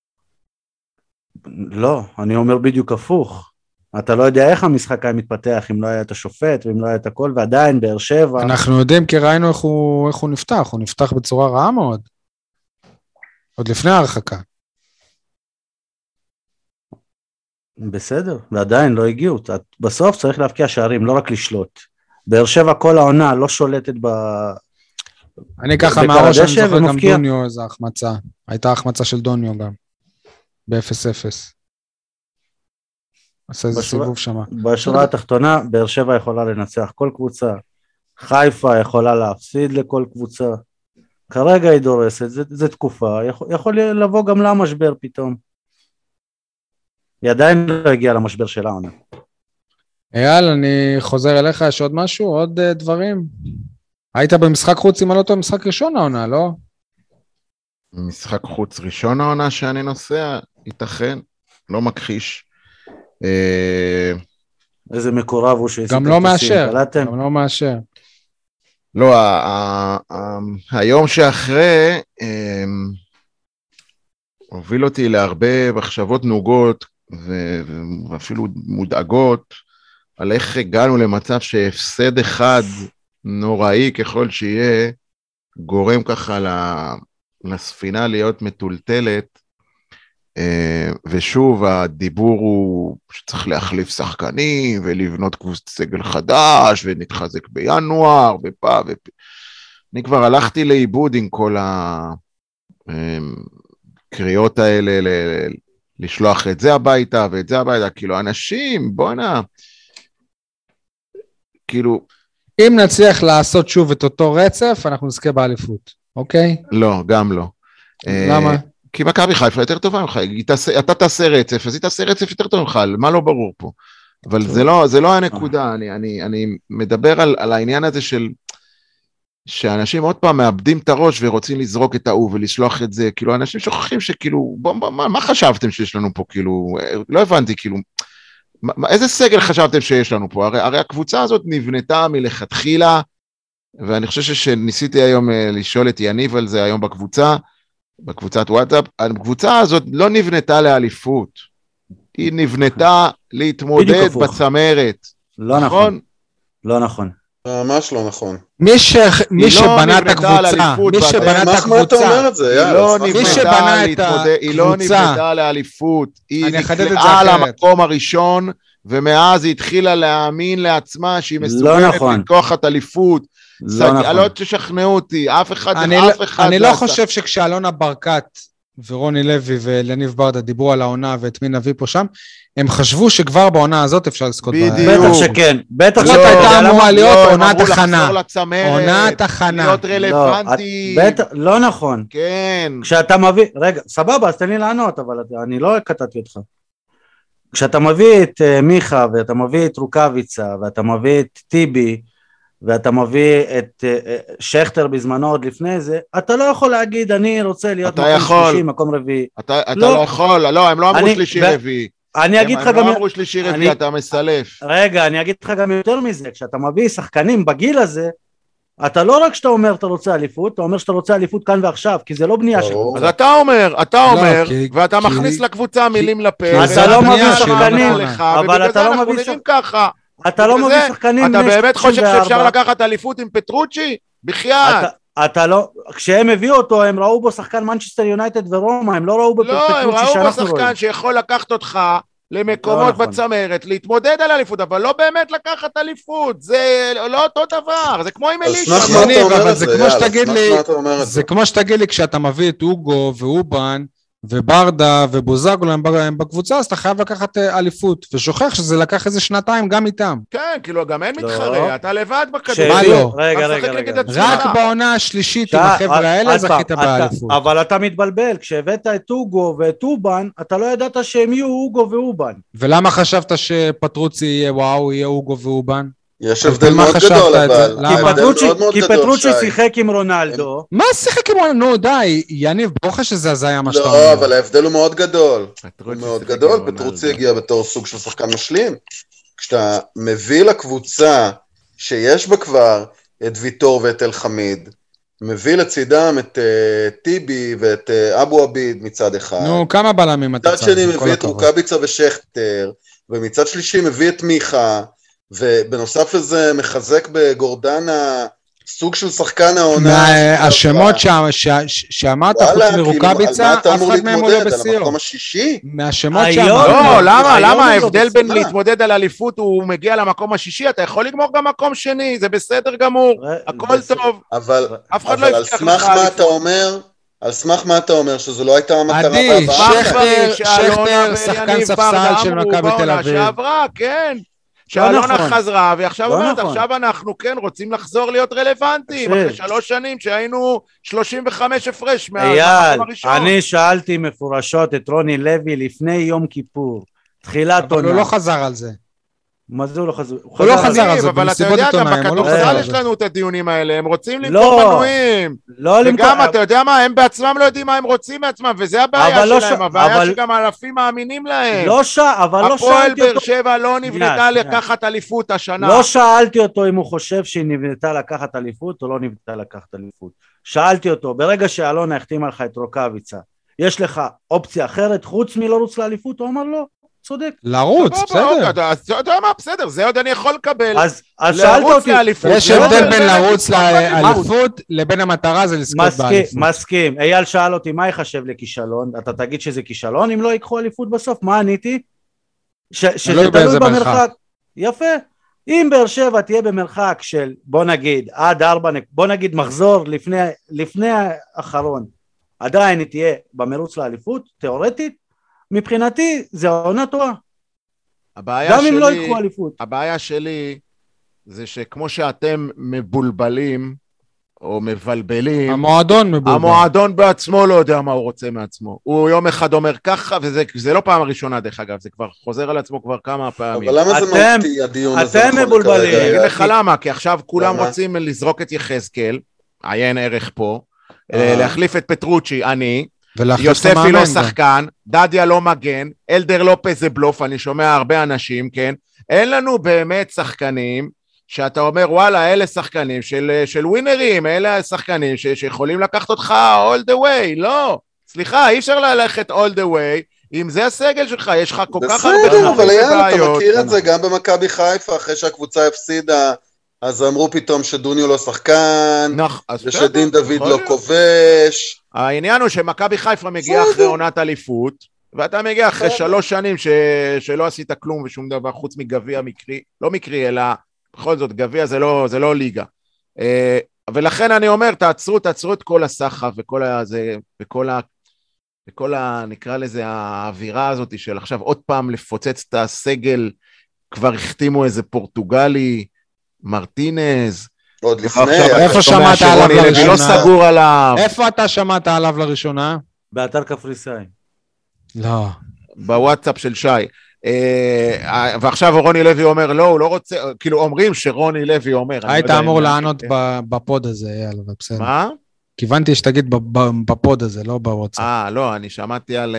לא, אני אומר בדיוק הפוך. אתה לא יודע איך המשחק היה מתפתח, אם לא היה את השופט, ואם לא היה את הכל, ועדיין באר שבע. אנחנו יודעים כי ראינו איך הוא, איך הוא נפתח, הוא נפתח בצורה רעה מאוד. עוד לפני ההרחקה. בסדר, ועדיין לא הגיעו. בסוף צריך להבקיע שערים, לא רק לשלוט. באר שבע כל העונה לא שולטת ב... אני ככה מהראש, אני זוכר גם דוניו איזו החמצה. הייתה החמצה של דוניו גם. ב-אפס אפס. עשה איזה סיבוב שמה. בשורה התחתונה, באר שבע יכולה לנצח כל קבוצה. חיפה יכולה להפסיד לכל קבוצה. כרגע היא דורסת, זה, זה תקופה. יכול, יכול לבוא גם לה משבר פתאום. היא עדיין לא הגיעה למשבר של העונה. אייל, אני חוזר אליך, יש עוד משהו? עוד uh, דברים? היית במשחק חוץ עם הלוטו, משחק ראשון העונה, לא? משחק חוץ ראשון העונה שאני נוסע, ייתכן, לא מכחיש. איזה מקורב הוא שהסיק גם לא מאשר, גם לא מאשר. לא, היום שאחרי הוביל אותי להרבה מחשבות נוגות ואפילו מודאגות על איך הגענו למצב שהפסד אחד נוראי ככל שיהיה גורם ככה לספינה להיות מטולטלת, ושוב הדיבור הוא שצריך להחליף שחקנים ולבנות קבוצת סגל חדש ונתחזק בינואר ופה ופה. אני כבר הלכתי לאיבוד עם כל הקריאות האלה ל- לשלוח את זה הביתה ואת זה הביתה, כאילו אנשים בוא נע כאילו אם נצליח לעשות שוב את אותו רצף אנחנו נזכה באליפות, אוקיי? לא, גם לא. למה? כי מכבי חיפה יותר טובה ממך, אתה תעשה רצף, אז היא תעשה רצף יותר טוב ממך, מה לא ברור פה? אבל זה לא, זה לא הנקודה, אני, אני, אני מדבר על, על העניין הזה של, שאנשים עוד פעם מאבדים את הראש ורוצים לזרוק את ההוא ולשלוח את זה, כאילו אנשים שוכחים שכאילו, בוא, מה, מה חשבתם שיש לנו פה, כאילו, לא הבנתי, כאילו, מה, איזה סגל חשבתם שיש לנו פה? הרי, הרי הקבוצה הזאת נבנתה מלכתחילה, ואני חושב שניסיתי היום לשאול את יניב על זה היום בקבוצה, בקבוצת וואטסאפ, הקבוצה הזאת לא נבנתה לאליפות, היא נבנתה להתמודד בצמרת. לא נכון. לא נכון. ממש לא נכון. מי שבנה את הקבוצה, מי שבנה את הקבוצה, מי שבנה את הקבוצה, היא לא נבנתה לאליפות, היא נקלעה למקום הראשון, ומאז היא התחילה להאמין לעצמה שהיא מסוגלת לקחת אליפות, לא תשכנעו אותי, אף אחד, אף אחד. אני לא חושב שכשאלונה ברקת ורוני לוי ולניב ברדה דיברו על העונה ואת מי נביא פה שם, הם חשבו שכבר בעונה הזאת אפשר לזכות. בטח שכן, בטח זאת הייתה אמורה להיות עונת הכנה. עונת הכנה. להיות רלוונטי. לא נכון. כן. כשאתה מביא, רגע, סבבה, אז תן לי לענות, אבל אני לא קטעתי אותך. כשאתה מביא את מיכה ואתה מביא את רוקביצה ואתה מביא את טיבי ואתה מביא את שכטר בזמנו עוד לפני זה, אתה לא יכול להגיד אני רוצה להיות מקום שלישי, מקום רביעי. אתה לא יכול, לא, הם לא אמרו שלישי רביעי. אני אגיד לך גם... הם לא אמרו שלישי רביעי, אתה מסלף. רגע, אני אגיד לך גם יותר מזה, כשאתה מביא שחקנים בגיל הזה, אתה לא רק שאתה אומר אתה רוצה אליפות, אתה אומר שאתה רוצה אליפות כאן ועכשיו, כי זה לא בנייה של קבוצה. אז אתה אומר, אתה אומר, ואתה מכניס לקבוצה מילים לפה. אתה לא מביא שחקנים, אבל אתה לא מביא שחקנים ככה. אתה לא מביא שחקנים... אתה באמת חושב שאפשר לקחת אליפות עם פטרוצ'י? בחייאת. אתה לא... כשהם הביאו אותו, הם ראו בו שחקן מנצ'סטר יונייטד ורומא, הם לא ראו בו פטרוצ'י שאנחנו רואים. לא, הם ראו בו שחקן שיכול לקחת אותך למקומות בצמרת, להתמודד על אליפות, אבל לא באמת לקחת אליפות, זה לא אותו דבר, זה כמו עם אלישע. אבל זה כמו שתגיד לי, כשאתה מביא את אוגו ואובן, וברדה ובוזגלו הם בקבוצה, אז אתה חייב לקחת אליפות, ושוכח שזה לקח איזה שנתיים גם איתם. כן, כאילו גם אין מתחרה, אתה לבד בכדור. מה לא? רגע, רגע, רגע. רק בעונה השלישית עם החבר'ה האלה זכית באליפות. אבל אתה מתבלבל, כשהבאת את אוגו ואת אובן, אתה לא ידעת שהם יהיו אוגו ואובן. ולמה חשבת שפטרוצי יהיה וואו, יהיה אוגו ואובן? יש הבדל מאוד גדול, אבל... כי פטרוצ'י שיחק עם רונלדו. מה שיחק עם רונלדו? נו, די, יניב, ברוך שזה הזיה מה שאתה אומר. לא, אבל ההבדל הוא מאוד גדול. הוא מאוד גדול, פטרוצ'י הגיע בתור סוג של שחקן משלים. כשאתה מביא לקבוצה שיש בה כבר את ויטור ואת אל חמיד, מביא לצידם את טיבי ואת אבו עביד מצד אחד. נו, כמה בלמים אתה מצד שני מביא את רוקביצה ושכטר, ומצד שלישי מביא את מיכה, ובנוסף לזה מחזק בגורדנה סוג של שחקן העונה. השמות שאמרת, חוץ מרוקביצה, אף אחד מהם עולה בשיאו. על המקום השישי? מהשמות שאמרת. לא, למה? למה ההבדל בין להתמודד על אליפות הוא מגיע למקום השישי? אתה יכול לגמור גם מקום שני, זה בסדר גמור, הכל טוב. אבל על סמך מה אתה אומר... על סמך מה אתה אומר שזו לא הייתה המטרה? עדי, שכטר, שכטר, שחקן ספסל של מכבי תל אביב. שעברה, כן. שאלונה חזרה, ועכשיו אומרת, עכשיו אנחנו כן רוצים לחזור להיות רלוונטיים, אחרי שלוש שנים שהיינו שלושים וחמש הפרש מהמקום הראשון. אני שאלתי מפורשות את רוני לוי לפני יום כיפור, תחילת עונה. אבל הוא לא חזר על זה. מה זה הוא לא חזר? הוא לא חזר על זה, בנסיבות עיתונאים, הוא לא חזר על זה. יש לנו את הדיונים האלה, הם רוצים למכור מנויים. וגם, אתה יודע מה, הם בעצמם לא יודעים מה הם רוצים מעצמם, וזה הבעיה שלהם, הבעיה שגם אלפים מאמינים להם. לא ש... אבל לא שאלתי אותו... הפועל באר שבע לא נבנתה לקחת אליפות השנה. לא שאלתי אותו אם הוא חושב שהיא נבנתה לקחת אליפות, או לא נבנתה לקחת אליפות. שאלתי אותו, ברגע שאלונה החתימה לך את רוקביצה, יש לך אופציה אחרת חוץ מלרוץ לאליפות? הוא אמר לא. צודק. לרוץ, בסדר. אתה יודע מה, בסדר, זה עוד אני יכול לקבל. אז שאלת אותי. יש הבדל בין לרוץ לאליפות לבין המטרה זה לזכות באליפות. מסכים. אייל שאל אותי מה יחשב לכישלון, אתה תגיד שזה כישלון אם לא ייקחו אליפות בסוף, מה עניתי? שזה תלוי במרחק. יפה. אם באר שבע תהיה במרחק של בוא נגיד עד ארבע, בוא נגיד מחזור לפני האחרון, עדיין היא תהיה במרוץ לאליפות, תיאורטית, מבחינתי זה עונה טובה. גם אם לא יקחו אליפות. הבעיה שלי זה שכמו שאתם מבולבלים או מבלבלים, המועדון מבולבל. המועדון בעצמו לא יודע מה הוא רוצה מעצמו. הוא יום אחד אומר ככה, וזה לא פעם הראשונה דרך אגב, זה כבר חוזר על עצמו כבר כמה פעמים. אבל למה זה מהותי הדיון הזה? אתם מבולבלים. אני אגיד לך למה, כי עכשיו כולם רוצים לזרוק את יחזקאל, עיין ערך פה, להחליף את פטרוצ'י, אני, יוספי לא שחקן, דדיה לא מגן, אלדר לופס זה בלוף, אני שומע הרבה אנשים, כן? אין לנו באמת שחקנים, שאתה אומר, וואלה, אלה שחקנים של, של ווינרים, אלה שחקנים ש, שיכולים לקחת אותך all the way, לא. סליחה, אי אפשר ללכת all the way, אם זה הסגל שלך, יש לך כל כך הרבה... בסדר, אבל יאללה, אתה מכיר את זה גם במכבי חיפה, אחרי שהקבוצה הפסידה, אז אמרו פתאום שדוניו לא שחקן, ושדין דוד לא כובש. העניין הוא שמכבי חיפה מגיע אחרי עונת אליפות, ואתה מגיע אחרי שלוש שנים שלא עשית כלום ושום דבר, חוץ מגביע מקרי, לא מקרי, אלא בכל זאת, גביע זה לא ליגה. ולכן אני אומר, תעצרו, תעצרו את כל הסחף וכל הזה, וכל ה... וכל ה... נקרא לזה, האווירה הזאת של עכשיו עוד פעם לפוצץ את הסגל, כבר החתימו איזה פורטוגלי, מרטינז, עוד לפני, איפה שמעת עליו לראשונה? לא סגור עליו. איפה אתה שמעת עליו לראשונה? באתר קפריסאי. לא. בוואטסאפ של שי. ועכשיו רוני לוי אומר, לא, הוא לא רוצה, כאילו אומרים שרוני לוי אומר. היית אמור לענות בפוד הזה, יאללה, בסדר. מה? כיוונתי שתגיד בפוד הזה, לא בוואטסאפ. אה, לא, אני שמעתי על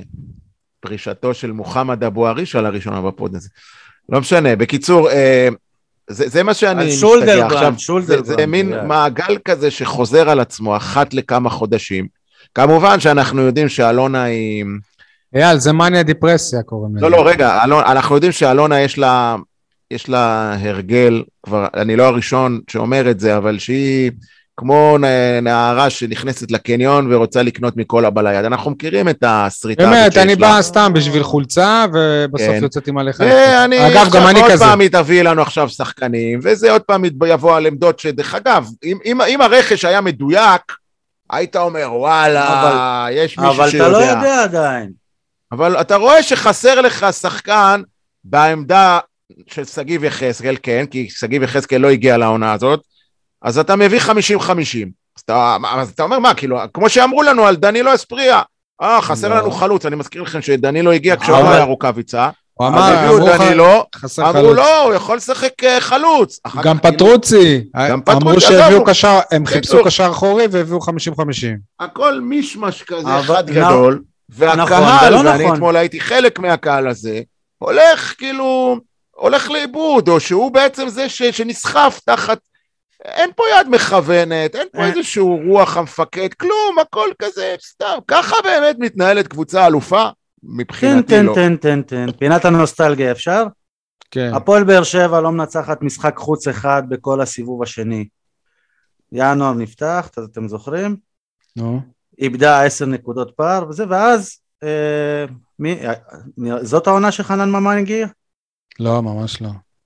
פרישתו של מוחמד אבו אריש על הראשונה בפוד הזה. לא משנה, בקיצור, זה, זה מה שאני משתגע עכשיו, זה, זה מין מעגל כזה שחוזר על עצמו אחת לכמה חודשים, כמובן שאנחנו יודעים שאלונה היא... אייל, זה מניה דיפרסיה קוראים לזה. לא, לא, רגע, אלונה, אנחנו יודעים שאלונה יש לה, יש לה הרגל, כבר, אני לא הראשון שאומר את זה, אבל שהיא כמו נערה שנכנסת לקניון ורוצה לקנות מכל הבא ליד, אנחנו מכירים את הסריטה. באמת, אני בא סתם בשביל חולצה, ובסוף יוצאת עם עליך. אגב, גם אני כזה. עוד פעם תביא לנו עכשיו שחקנים, וזה עוד פעם יבוא על עמדות שדרך אגב, אם הרכש היה מדויק, היית אומר, וואלה, יש מישהו שיודע. אבל אתה לא יודע עדיין. אבל אתה רואה שחסר לך שחקן בעמדה של סגיב יחזקאל, כן, כי סגיב יחזקאל לא הגיע לעונה הזאת, אז אתה מביא חמישים חמישים, אז אתה, אז אתה אומר מה, כאילו, כמו שאמרו לנו על דנילו אספריה, אה, חסר לא. לנו חלוץ, אני מזכיר לכם שדנילו הגיע כשהוא היה רוקביצה, הוא אמר, אמרו דנילו, אמרו לא, הוא יכול לשחק חלוץ. גם פטרוצי, אמרו שהביאו קשר, הם חיפשו קשר אחורי והביאו חמישים חמישים. הכל מישמש כזה אחד גדול, והקהל, ואני אתמול הייתי חלק מהקהל הזה, הולך כאילו, הולך לאיבוד, או שהוא בעצם זה שנסחף תחת, אין פה יד מכוונת, אין פה איזשהו רוח המפקד, כלום, הכל כזה, סתם, ככה באמת מתנהלת קבוצה אלופה, מבחינתי לא. תן, תן, תן, תן, פינת הנוסטלגיה אפשר? כן. הפועל באר שבע לא מנצחת משחק חוץ אחד בכל הסיבוב השני. ינואר נפתח, אתם זוכרים? נו. איבדה עשר נקודות פער, וזה, ואז, אה, מי, זאת העונה שחנן ממן הגיע? לא, ממש לא.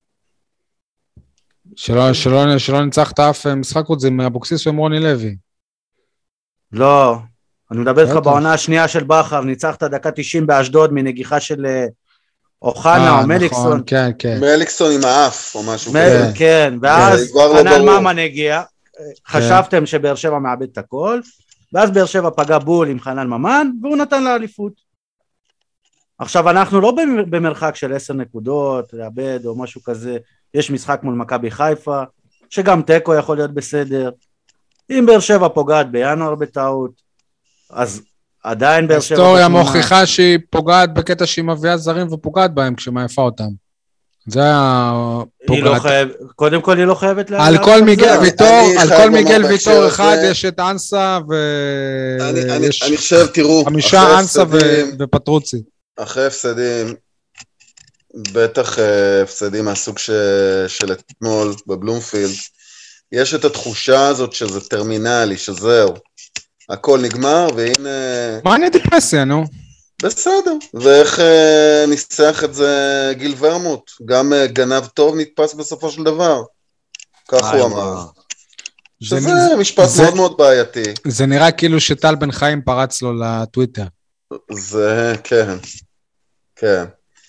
שלא, שלא, שלא ניצחת אף משחק חוץ עם אבוקסיס ועם רוני לוי. לא, אני מדבר איתך בעונה השנייה של בכר, ניצחת דקה תשעים באשדוד מנגיחה של אוחנה או מליקסון. נכון, כן, כן. מליקסון עם האף או משהו כזה. כן, ואז חנן ממן הגיע, חשבתם שבאר שבע מאבד את הכל, ואז באר שבע פגע בול עם חנן ממן, והוא נתן לה אליפות. עכשיו אנחנו לא במרחק של עשר נקודות, לאבד או משהו כזה, יש משחק מול מכבי חיפה, שגם טקו יכול להיות בסדר, אם באר שבע פוגעת בינואר בטעות, אז עדיין באר שבע... ההיסטוריה מוכיחה שהיא פוגעת בקטע שהיא מביאה זרים ופוגעת בהם כשמעיפה אותם. זה הפוגעת. קודם כל היא לא חייבת... על כל מיגל ויטור, על כל מיגל ויטור אחד יש את אנסה ויש חמישה אנסה ופטרוצי. אחרי הפסדים, בטח הפסדים מהסוג של אתמול בבלומפילד, יש את התחושה הזאת שזה טרמינלי, שזהו, הכל נגמר, והנה... מה אני דיפרסיה, נו? בסדר, ואיך ניסח את זה גיל ורמוט, גם גנב טוב נתפס בסופו של דבר, כך הוא אמר. שזה משפט מאוד מאוד בעייתי. זה נראה כאילו שטל בן חיים פרץ לו לטוויטר. זה, כן, כן.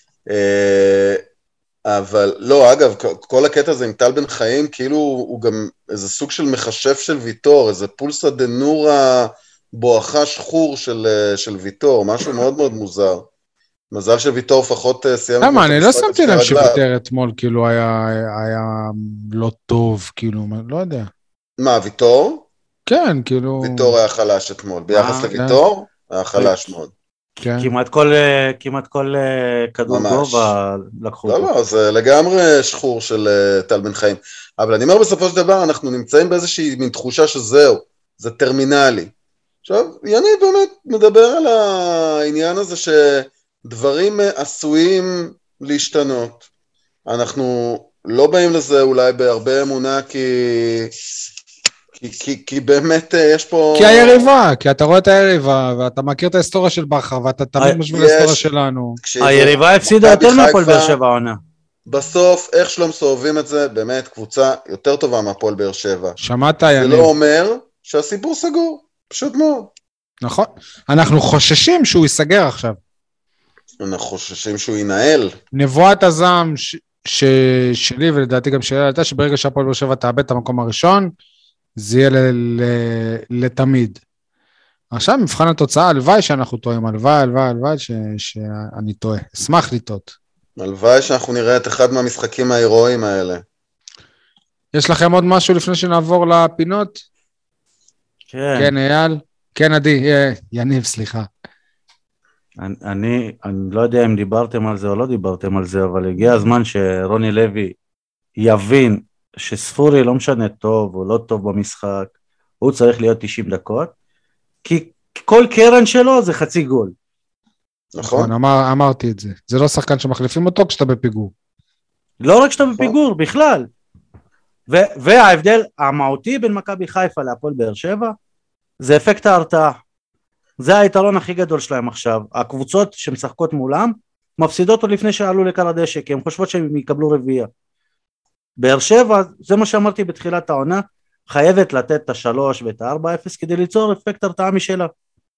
אבל לא, אגב, כל הקטע הזה עם טל בן חיים, כאילו הוא גם איזה סוג של מחשף של ויטור, איזה פולסה דנורה בואכה שחור של, של ויטור, משהו מאוד מאוד מוזר. מזל שוויטור לפחות סיים... למה, אני לא שמתי לב שוויטר אתמול, כאילו היה, היה לא טוב, כאילו, לא יודע. מה, ויטור? כן, כאילו... ויטור היה חלש אתמול, ביחס לוויטור, היה חלש מאוד. כמעט כל, כמעט כל כדור גובה לקחו. לא, לא, זה לגמרי שחור של טל בן חיים. אבל אני אומר בסופו של דבר, אנחנו נמצאים באיזושהי מין תחושה שזהו, זה טרמינלי. עכשיו, יניב באמת מדבר על העניין הזה שדברים עשויים להשתנות. אנחנו לא באים לזה אולי בהרבה אמונה כי... כי, כי, כי באמת יש פה... כי היריבה, כי אתה רואה את היריבה, ואתה מכיר את ההיסטוריה של בכר, ואתה תמיד משווה להיסטוריה שלנו. היריבה הפסידה יותר מהפועל באר שבע עונה. בסוף, איך שלום סובבים את זה, באמת קבוצה יותר טובה מהפועל באר שבע. שמעת, יניב. זה לא אומר שהסיפור סגור, פשוט מאוד. נכון. אנחנו חוששים שהוא ייסגר עכשיו. אנחנו חוששים שהוא ינהל. נבואת הזעם ש... ש... שלי, ולדעתי גם שלי, הייתה שברגע שהפועל באר שבע תאבד את המקום הראשון, זה יהיה ל- ל- לתמיד. עכשיו מבחן התוצאה, הלוואי שאנחנו טועים, הלוואי, הלוואי, הלוואי ש- שאני טועה. אשמח לטעות. הלוואי שאנחנו נראה את אחד מהמשחקים ההירואיים האלה. יש לכם עוד משהו לפני שנעבור לפינות? כן. כן, אייל? כן, עדי, יניב, סליחה. אני, אני, אני לא יודע אם דיברתם על זה או לא דיברתם על זה, אבל הגיע הזמן שרוני לוי יבין שספורי לא משנה טוב או לא טוב במשחק, הוא צריך להיות תשעים דקות, כי כל קרן שלו זה חצי גול. נכון. אמר, אמרתי את זה. זה לא שחקן שמחליפים אותו כשאתה בפיגור. לא רק כשאתה בפיגור, בכלל. ו- וההבדל המהותי בין מכבי חיפה להפועל באר שבע, זה אפקט ההרתעה. זה היתרון הכי גדול שלהם עכשיו. הקבוצות שמשחקות מולם, מפסידות עוד לפני שעלו לקר הדשא, כי הן חושבות שהם יקבלו רביעייה. באר שבע, זה מה שאמרתי בתחילת העונה, חייבת לתת את השלוש ואת הארבע אפס כדי ליצור אפקט הרתעה משלה.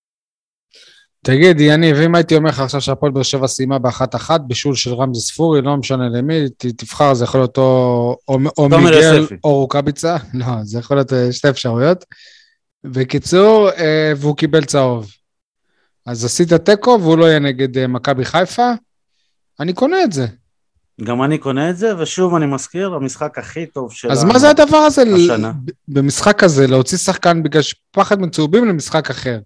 תגיד, יניב, אם הייתי אומר לך עכשיו שהפועל באר שבע סיימה באחת אחת, בשול של רמזי ספורי, לא משנה למי, תבחר, זה יכול להיות או, או, או מיגל או רוקביצה, לא, זה יכול להיות שתי אפשרויות. בקיצור, והוא קיבל צהוב. אז עשית טקו, והוא לא יהיה נגד מכבי חיפה, אני קונה את זה. גם אני קונה את זה, ושוב אני מזכיר, המשחק הכי טוב של אז מה זה הדבר הזה, במשחק הזה, להוציא שחקן בגלל פחד מצהובים למשחק אחר?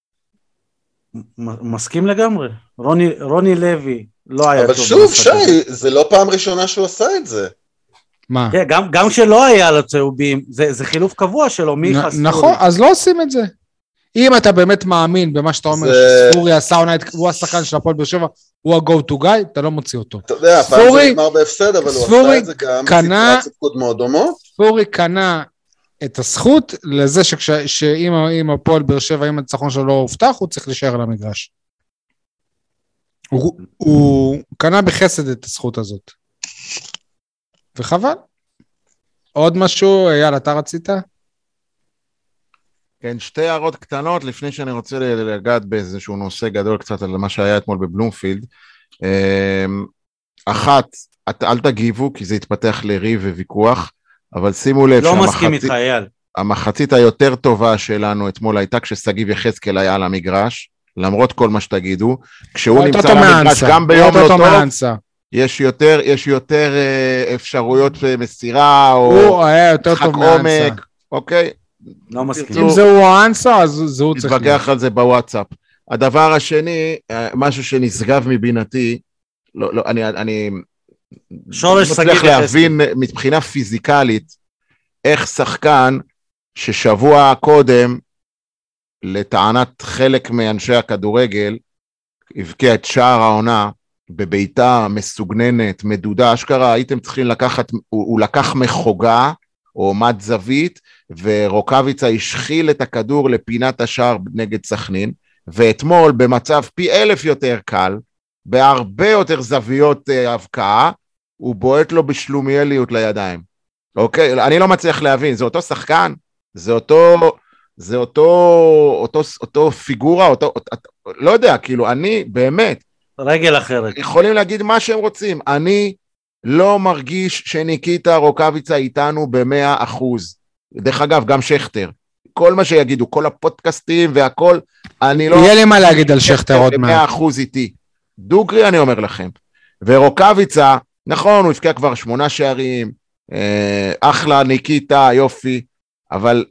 מסכים לגמרי. רוני, רוני לוי לא היה אבל טוב. אבל שוב, שי, זה לא פעם ראשונה שהוא עשה את זה. מה? כן, גם, גם כשלא היה לו צהובים, זה, זה חילוף קבוע שלו, מי חספורי. נכון, אז לא עושים את זה. אם אתה באמת מאמין במה שאתה אומר, זה... שספורי עשה עונה, הוא השחקן של הפועל באר שבע, הוא ה-go to guy, אתה לא מוציא אותו. אתה יודע, פעם זה נגמר בהפסד, אבל הוא עשה את זה גם קנה, בסיטואציות מאוד דומות. ספורי קנה את הזכות לזה שאם הפועל באר שבע, אם הניצחון שלו לא הובטח, הוא צריך להישאר על המגרש. הוא, הוא קנה בחסד את הזכות הזאת. וחבל. עוד משהו, יאללה, אתה רצית? כן, שתי הערות קטנות, לפני שאני רוצה לגעת באיזשהו נושא גדול קצת על מה שהיה אתמול בבלומפילד. אחת, אל תגיבו, כי זה התפתח לריב וויכוח, אבל שימו לב לא מסכים איתך, אייל. המחצית היותר טובה שלנו אתמול הייתה כשסגיב יחזקאל היה על המגרש, למרות כל מה שתגידו, כשהוא נמצא על המגרש גם ביום לא טוב, יש יותר, יש יותר אפשרויות מסירה, או משחק עומק, אוקיי? לא מסכים. אם זהו האנסה, אז זהו צריך... נתווכח על זה בוואטסאפ. הדבר השני, משהו שנשגב מבינתי, לא, לא, אני, אני... שורש סגיב צריך להבין מבחינה פיזיקלית, איך שחקן ששבוע קודם, לטענת חלק מאנשי הכדורגל, הבקיע את שער העונה, בביתה מסוגננת, מדודה, אשכרה, הייתם צריכים לקחת, הוא, הוא לקח מחוגה, או מד זווית, ורוקביצה השחיל את הכדור לפינת השער נגד סכנין, ואתמול במצב פי אלף יותר קל, בהרבה יותר זוויות הבקעה, הוא בועט לו בשלומיאליות לידיים. אוקיי? אני לא מצליח להבין, זה אותו שחקן, זה אותו, זה אותו, אותו, אותו פיגורה, אותו, לא יודע, כאילו, אני באמת, רגל אחרת. יכולים להגיד מה שהם רוצים, אני לא מרגיש שניקיטה רוקביצה איתנו במאה אחוז. דרך אגב, גם שכתר. כל מה שיגידו, כל הפודקאסטים והכל, אני לא... יהיה לי מה להגיד על שכתר עוד מעט. במאה אחוז איתי. דוגרי אני אומר לכם. ורוקביצה, נכון, הוא הפקיע כבר שמונה שערים, אחלה, ניקיטה, יופי, אבל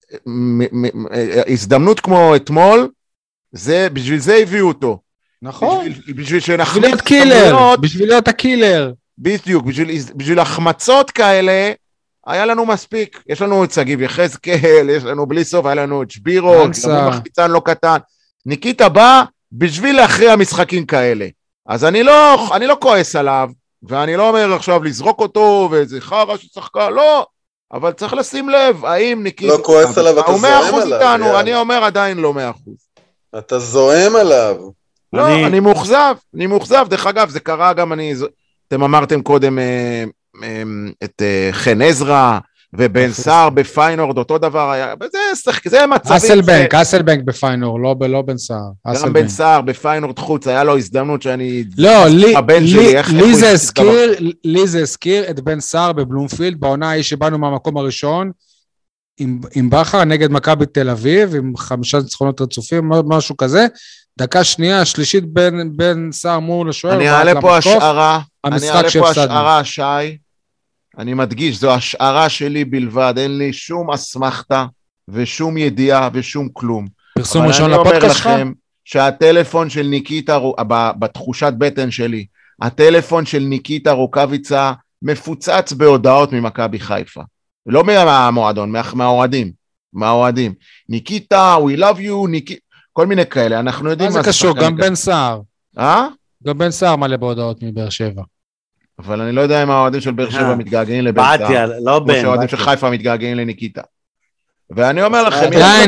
הזדמנות כמו אתמול, זה, בשביל זה הביאו אותו. נכון. בשביל, בשביל שנחמיץ... בשביל להיות קילר, בשביל להיות הקילר. בדיוק, בשביל, בשביל החמצות כאלה, היה לנו מספיק. יש לנו את סגיב יחזקאל, יש לנו בלי סוף, היה לנו את שבירו, גם מחפיצן לא קטן. ניקיטה בא בשביל להכריע משחקים כאלה. אז אני לא, אני לא כועס עליו, ואני לא אומר עכשיו לזרוק אותו, ואיזה חרא ששחקה, לא. אבל צריך לשים לב, האם ניקיטה... לא כועס עליו, אתה זוהם עליו. איתנו, אני אומר עדיין לא מאה אחוז. אתה זוהם עליו. לא, אני, אני מוחזב, אני מוחזב. דרך אגב, זה קרה גם, אני... אתם אמרתם קודם אה, אה, את אה, חן עזרא ובן סער בפיינורד, אותו דבר היה, זה, זה מצבים... אסלבנק, אסלבנק בפיינורד, לא, לא בן סער. גם בן סער בפיינורד חוץ, היה לו הזדמנות שאני... לא, לי, לי, איך, לי, איך זה הזכיר, לי זה הזכיר את בן סער בבלומפילד, בעונה ההיא שבאנו מהמקום הראשון, עם, עם בחר נגד מכבי תל אביב, עם חמישה ניצחונות רצופים, משהו כזה, דקה שנייה, שלישית בין, בין סער מול השוער. אני אעלה פה השערה, אני אעלה פה השערה, שי, אני מדגיש, זו השערה שלי בלבד, אין לי שום אסמכתה, ושום ידיעה, ושום כלום. פרסום ראשון לפודקאסט שלך? לכם, שהטלפון של ניקיטה, בתחושת בטן שלי, הטלפון של ניקיטה רוקביצה, מפוצץ בהודעות ממכבי חיפה. לא מהמועדון, מהאוהדים, מהאוהדים. ניקיטה, we love you, ניקיטה, כל מיני כאלה, אנחנו יודעים מה זה קשור, גם בן סער. אה? גם בן סער מלא בהודעות מבאר שבע. אבל אני לא יודע אם האוהדים של באר שבע מתגעגעים לבן סער. לא בן. כמו שהאוהדים של חיפה מתגעגעים לניקיטה. ואני אומר לכם...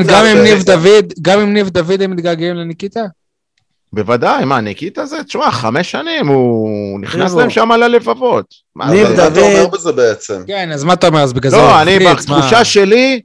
גם עם ניב דוד הם מתגעגעים לניקיטה? בוודאי, מה, ניקיטה זה, תשמע, חמש שנים, הוא נכנס להם שם על הלבבות. ניב דוד... מה אתה אומר בזה בעצם? כן, אז מה אתה אומר? אז בגלל זה... לא, אני, בתחושה שלי...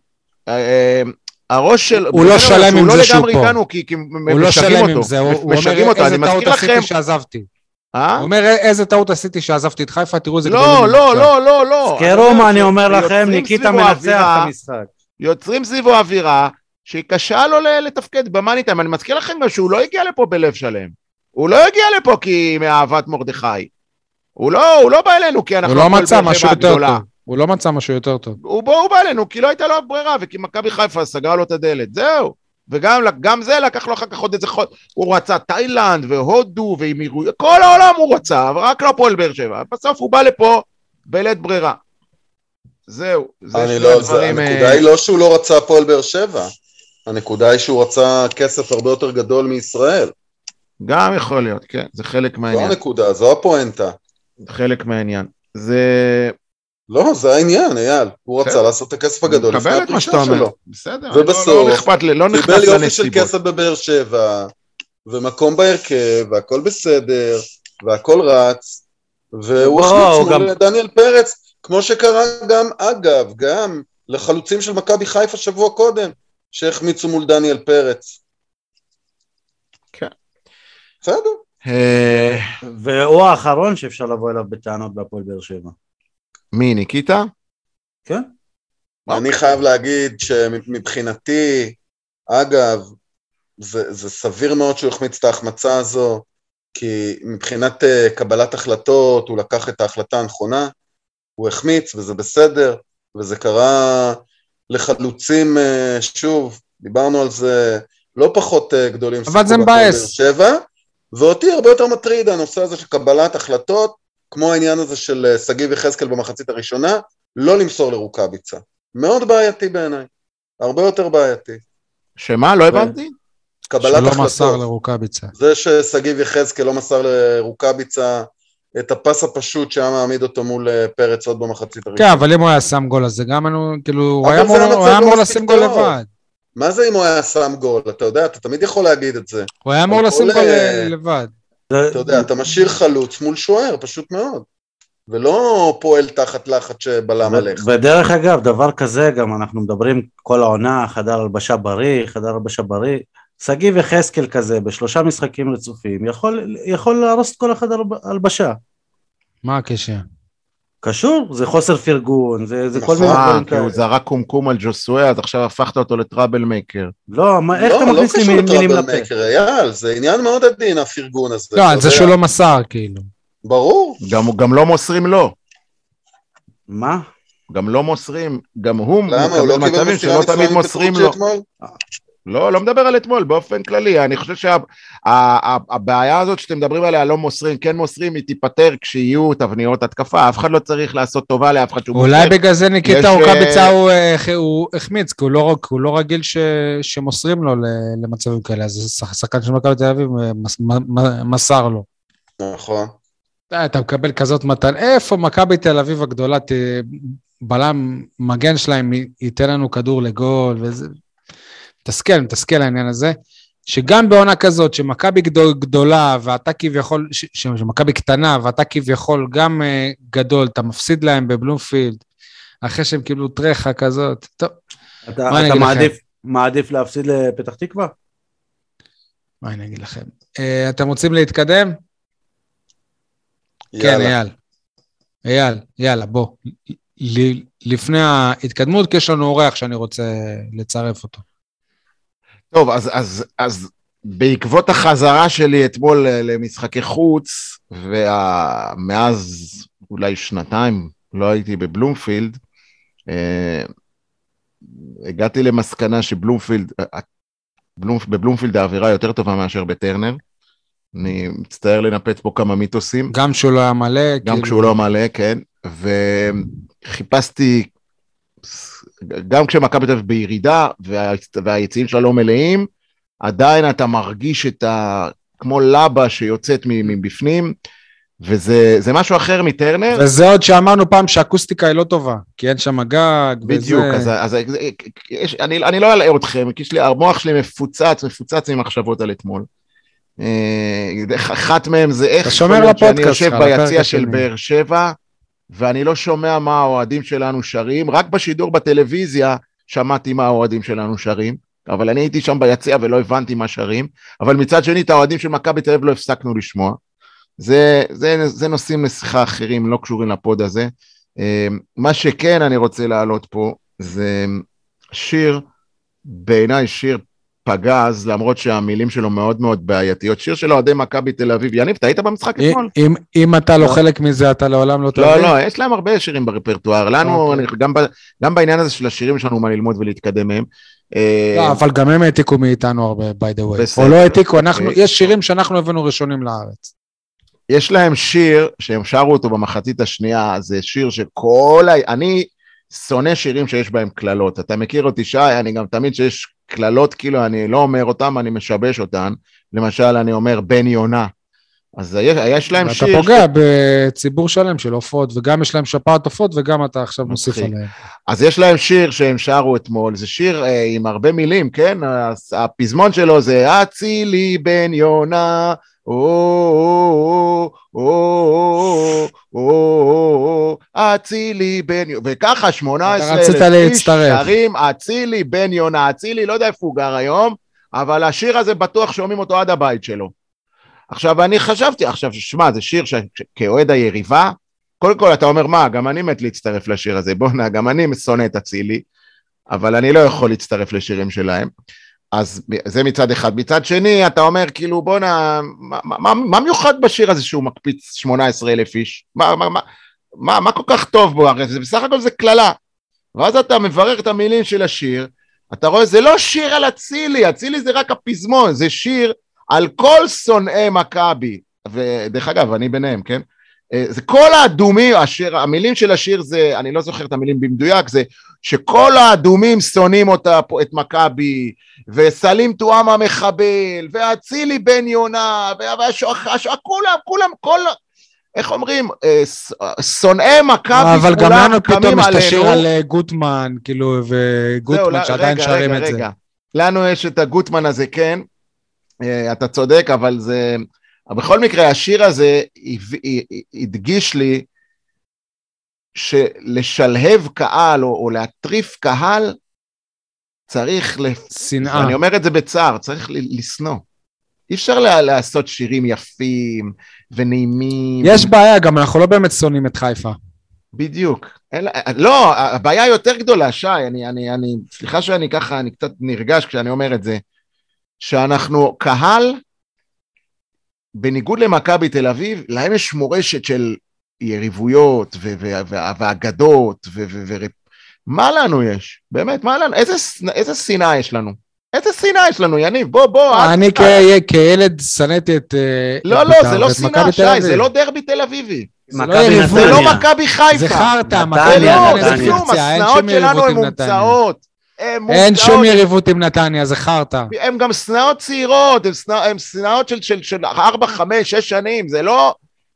הראש של... הוא לא שלם עם זה שהוא פה. הוא לא שלם עם זה, הוא אומר איזה טעות עשיתי שעזבתי. הוא אומר איזה טעות עשיתי שעזבתי את חיפה, תראו איזה... לא, לא, לא, לא, לא. זכרו מה אני אומר לכם, ניקיטה מנצח את המשחק. יוצרים סביבו אווירה שהיא קשה לו לתפקד במאניטיים. אני מזכיר לכם גם שהוא לא הגיע לפה בלב שלם. הוא לא הגיע לפה כי מאהבת מרדכי. הוא לא בא אלינו כי אנחנו... הוא לא מצא משהו יותר טוב. הוא לא מצא משהו יותר טוב. הוא בא, הוא בא אלינו, כי לא הייתה לו ברירה, וכי מכבי חיפה סגרה לו את הדלת, זהו. וגם גם זה לקח לו אחר כך עוד איזה חוד, הוא רצה תאילנד והודו ואמירויות, כל העולם הוא רצה, אבל רק לא פועל באר שבע. בסוף הוא בא לפה בלית ברירה. זהו. אני לא, זה, הנקודה היא לא שהוא לא רצה פועל באר שבע, הנקודה היא שהוא רצה כסף הרבה יותר גדול מישראל. גם יכול להיות, כן, זה חלק מהעניין. זו הנקודה, זו הפואנטה. חלק מהעניין. זה... לא, זה העניין, אייל. הוא רצה לעשות את הכסף הגדול לפני הפרישה שלו. בסדר, ובסוף, קיבל יופי של כסף לנסיבות. בבאר שבע, ומקום בהרכב, והכל בסדר, והכל רץ, והוא החמיץ מול דניאל פרץ, כמו שקרה גם, אגב, גם לחלוצים של מכבי חיפה שבוע קודם, שהחמיצו מול דניאל פרץ. כן. בסדר. והוא האחרון שאפשר לבוא אליו בטענות בהפועל באר שבע. מי, ניקיטה? כן. אני חייב להגיד שמבחינתי, אגב, זה, זה סביר מאוד שהוא החמיץ את ההחמצה הזו, כי מבחינת uh, קבלת החלטות, הוא לקח את ההחלטה הנכונה, הוא החמיץ וזה בסדר, וזה קרה לחלוצים, uh, שוב, דיברנו על זה, לא פחות uh, גדולים. אבל זה מבאס. ואותי הרבה יותר מטריד הנושא הזה של קבלת החלטות, כמו העניין הזה של uh, סגיב יחזקאל במחצית הראשונה, לא למסור לרוקאביצה. מאוד בעייתי בעיניי, הרבה יותר בעייתי. שמה? לא הבנתי? קבלת החלטות. שלא מסר לרוקאביצה. זה שסגיב יחזקאל לא מסר לרוקאביצה את הפס הפשוט שהיה מעמיד אותו מול פרץ עוד במחצית הראשונה. כן, אבל אם הוא היה שם גול, אז זה גם, כאילו, הוא היה אמור לשים גול לבד. מה זה אם הוא היה שם גול? אתה יודע, אתה תמיד יכול להגיד את זה. הוא היה אמור לשים גול לבד. אתה יודע, אתה משאיר חלוץ מול שוער, פשוט מאוד. ולא פועל תחת לחץ שבלם עליך. ודרך אגב, דבר כזה, גם אנחנו מדברים כל העונה, חדר הלבשה בריא, חדר הלבשה בריא, סגיב יחזקאל כזה, בשלושה משחקים רצופים, יכול, יכול להרוס את כל החדר הלבשה. מה הקשר? קשור, זה חוסר פרגון, זה, זה כל מיני דברים כאלה. הוא זרק קומקום על ג'וסווה, אז עכשיו הפכת אותו לטראבל מייקר. לא, מה, איך אתה מכניס לי מילים לפה? אייל, זה עניין מאוד עדין, הפרגון הזה. לא, זה שהוא לא מסר, כאילו. ברור. גם, גם לא מוסרים לו. מה? גם לא מוסרים, גם הוא מקבל מצבים שלא תמיד מוסרים לו. לא, לא מדבר על אתמול, באופן כללי, אני חושב שהבעיה הזאת שאתם מדברים עליה, לא מוסרים, כן מוסרים, היא תיפטר כשיהיו תבניות התקפה, אף אחד לא צריך לעשות טובה לאף אחד שהוא מוסר. אולי בגלל זה ניקיטה רוקאביצה הוא החמיץ, כי הוא לא רגיל שמוסרים לו למצבים כאלה, אז שחקן של מכבי תל אביב מסר לו. נכון. אתה מקבל כזאת מתן, איפה מכבי תל אביב הגדולה, בלם מגן שלהם ייתן לנו כדור לגול, וזה... תסכל, תסכל העניין הזה, שגם בעונה כזאת, שמכבי גדולה, ואתה כביכול, שמכבי קטנה, ואתה כביכול גם גדול, אתה מפסיד להם בבלומפילד, אחרי שהם קיבלו טרחה כזאת, טוב. אתה, אתה מעדיף, מעדיף להפסיד לפתח תקווה? מה אני אגיד לכם? אתם רוצים להתקדם? יאללה. כן, אייל. אייל, יאללה, בוא. לפני ההתקדמות, כי יש לנו אורח שאני רוצה לצרף אותו. טוב, אז, אז, אז בעקבות החזרה שלי אתמול למשחקי חוץ, ומאז אולי שנתיים לא הייתי בבלומפילד, אה, הגעתי למסקנה שבלומפילד, בלומפ, בבלומפילד האווירה יותר טובה מאשר בטרנר, אני מצטער לנפץ פה כמה מיתוסים. גם כשהוא לא היה מלא. גם כאילו... כשהוא לא מלא, כן, וחיפשתי, גם כשמכבי תל אביב בירידה, וה... והיציעים שלה לא מלאים, עדיין אתה מרגיש את ה... כמו לבה שיוצאת מבפנים, וזה משהו אחר מטרנר. וזה עוד שאמרנו פעם שהאקוסטיקה היא לא טובה, כי אין שם גג. בדיוק, וזה... אז, אז יש... אני, אני לא אלאה אתכם, כי יש לי, המוח שלי מפוצץ, מפוצץ עם מחשבות על אתמול. אחת מהם זה איך שאני יושב ביציע של באר שבע, ואני לא שומע מה האוהדים שלנו שרים, רק בשידור בטלוויזיה שמעתי מה האוהדים שלנו שרים, אבל אני הייתי שם ביציע ולא הבנתי מה שרים, אבל מצד שני את האוהדים של מכבי תל אביב לא הפסקנו לשמוע. זה, זה, זה נושאים לשיחה אחרים, לא קשורים לפוד הזה. מה שכן אני רוצה להעלות פה, זה שיר, בעיניי שיר פגז, למרות שהמילים שלו מאוד מאוד בעייתיות, שיר של אוהדי מכבי תל אביב. יניב, אתה היית במשחק אתמול? אם, אם אתה לא חלק מזה, אתה לעולם לא תבין? לא, לא, יש להם הרבה שירים ברפרטואר, לנו, גם, גם בעניין הזה של השירים שלנו, מה ללמוד ולהתקדם מהם. לא, אבל גם הם העתיקו מאיתנו הרבה, by the way. או לא העתיקו, יש שירים שאנחנו הבאנו ראשונים לארץ. יש להם שיר, שהם שרו אותו במחצית השנייה, זה שיר שכל, אני שונא שירים שיש בהם כללות, אתה מכיר אותי שי, אני גם תמיד שיש כללות, כאילו אני לא אומר אותם, אני משבש אותן, למשל אני אומר בן יונה, אז יש להם שיר... אתה פוגע בציבור שלם של עופות, וגם יש להם שפעת עופות, וגם אתה עכשיו מוסיף עליהם. אז יש להם שיר שהם שרו אתמול, זה שיר עם הרבה מילים, כן? הפזמון שלו זה, אצילי בן יונה, אצילי בן יונה, וככה שמונה עשרה אלף איש שרים, אצילי בן יונה, אצילי, לא יודע איפה הוא גר היום, אבל השיר הזה בטוח שומעים אותו עד הבית שלו. עכשיו אני חשבתי, עכשיו שמע, זה שיר שכאוהד היריבה, קודם כל אתה אומר מה, גם אני מת להצטרף לשיר הזה, בוא נה, גם אני שונא את אצילי, אבל אני לא יכול להצטרף לשירים שלהם, אז זה מצד אחד, מצד שני אתה אומר כאילו בוא נה, מה, מה, מה מיוחד בשיר הזה שהוא מקפיץ שמונה עשרה אלף איש, מה, מה, מה, מה, מה כל כך טוב בו, הרי זה בסך הכל זה כללה, ואז אתה מברר את המילים של השיר, אתה רואה זה לא שיר על אצילי, אצילי זה רק הפזמון, זה שיר על כל שונאי מכבי, ודרך אגב, אני ביניהם, כן? זה כל האדומים, השיר, המילים של השיר זה, אני לא זוכר את המילים במדויק, זה שכל האדומים שונאים אותה, את מכבי, וסלים תואם המחבל, ואצילי בן יונה, וכולם, כולם, כל, איך אומרים, שונאי מכבי, אבל גם לנו פתאום יש את השיר על גוטמן, כאילו, וגוטמן שעדיין שרים את זה. לנו יש את הגוטמן הזה, כן? אתה צודק, אבל זה, בכל מקרה, השיר הזה הדגיש לי שלשלהב קהל או, או להטריף קהל, צריך, שנאה. אני אומר את זה בצער, צריך לשנוא. אי אפשר לעשות שירים יפים ונעימים. יש בעיה, גם אנחנו לא באמת שונאים את חיפה. בדיוק. אלא, לא, הבעיה יותר גדולה, שי, אני, אני, אני, סליחה שאני ככה, אני קצת נרגש כשאני אומר את זה, שאנחנו קהל, בניגוד למכבי תל אביב, להם יש מורשת של יריבויות ואגדות, מה לנו יש? באמת, מה לנו? איזה שנאה יש לנו? איזה שנאה יש לנו, יניב? בוא, בוא. אני כילד שנאתי את... לא, לא, זה לא שנאה, שי, זה לא דרבי תל אביבי. זה לא מכבי חיפה. זה חרטה, זה כלום, הסנאות שלנו הן מומצאות. אין שום יריבות עם נתניה, זה חרטה. הם גם סנאות צעירות, הם סנאות של ארבע, חמש, שש שנים, זה לא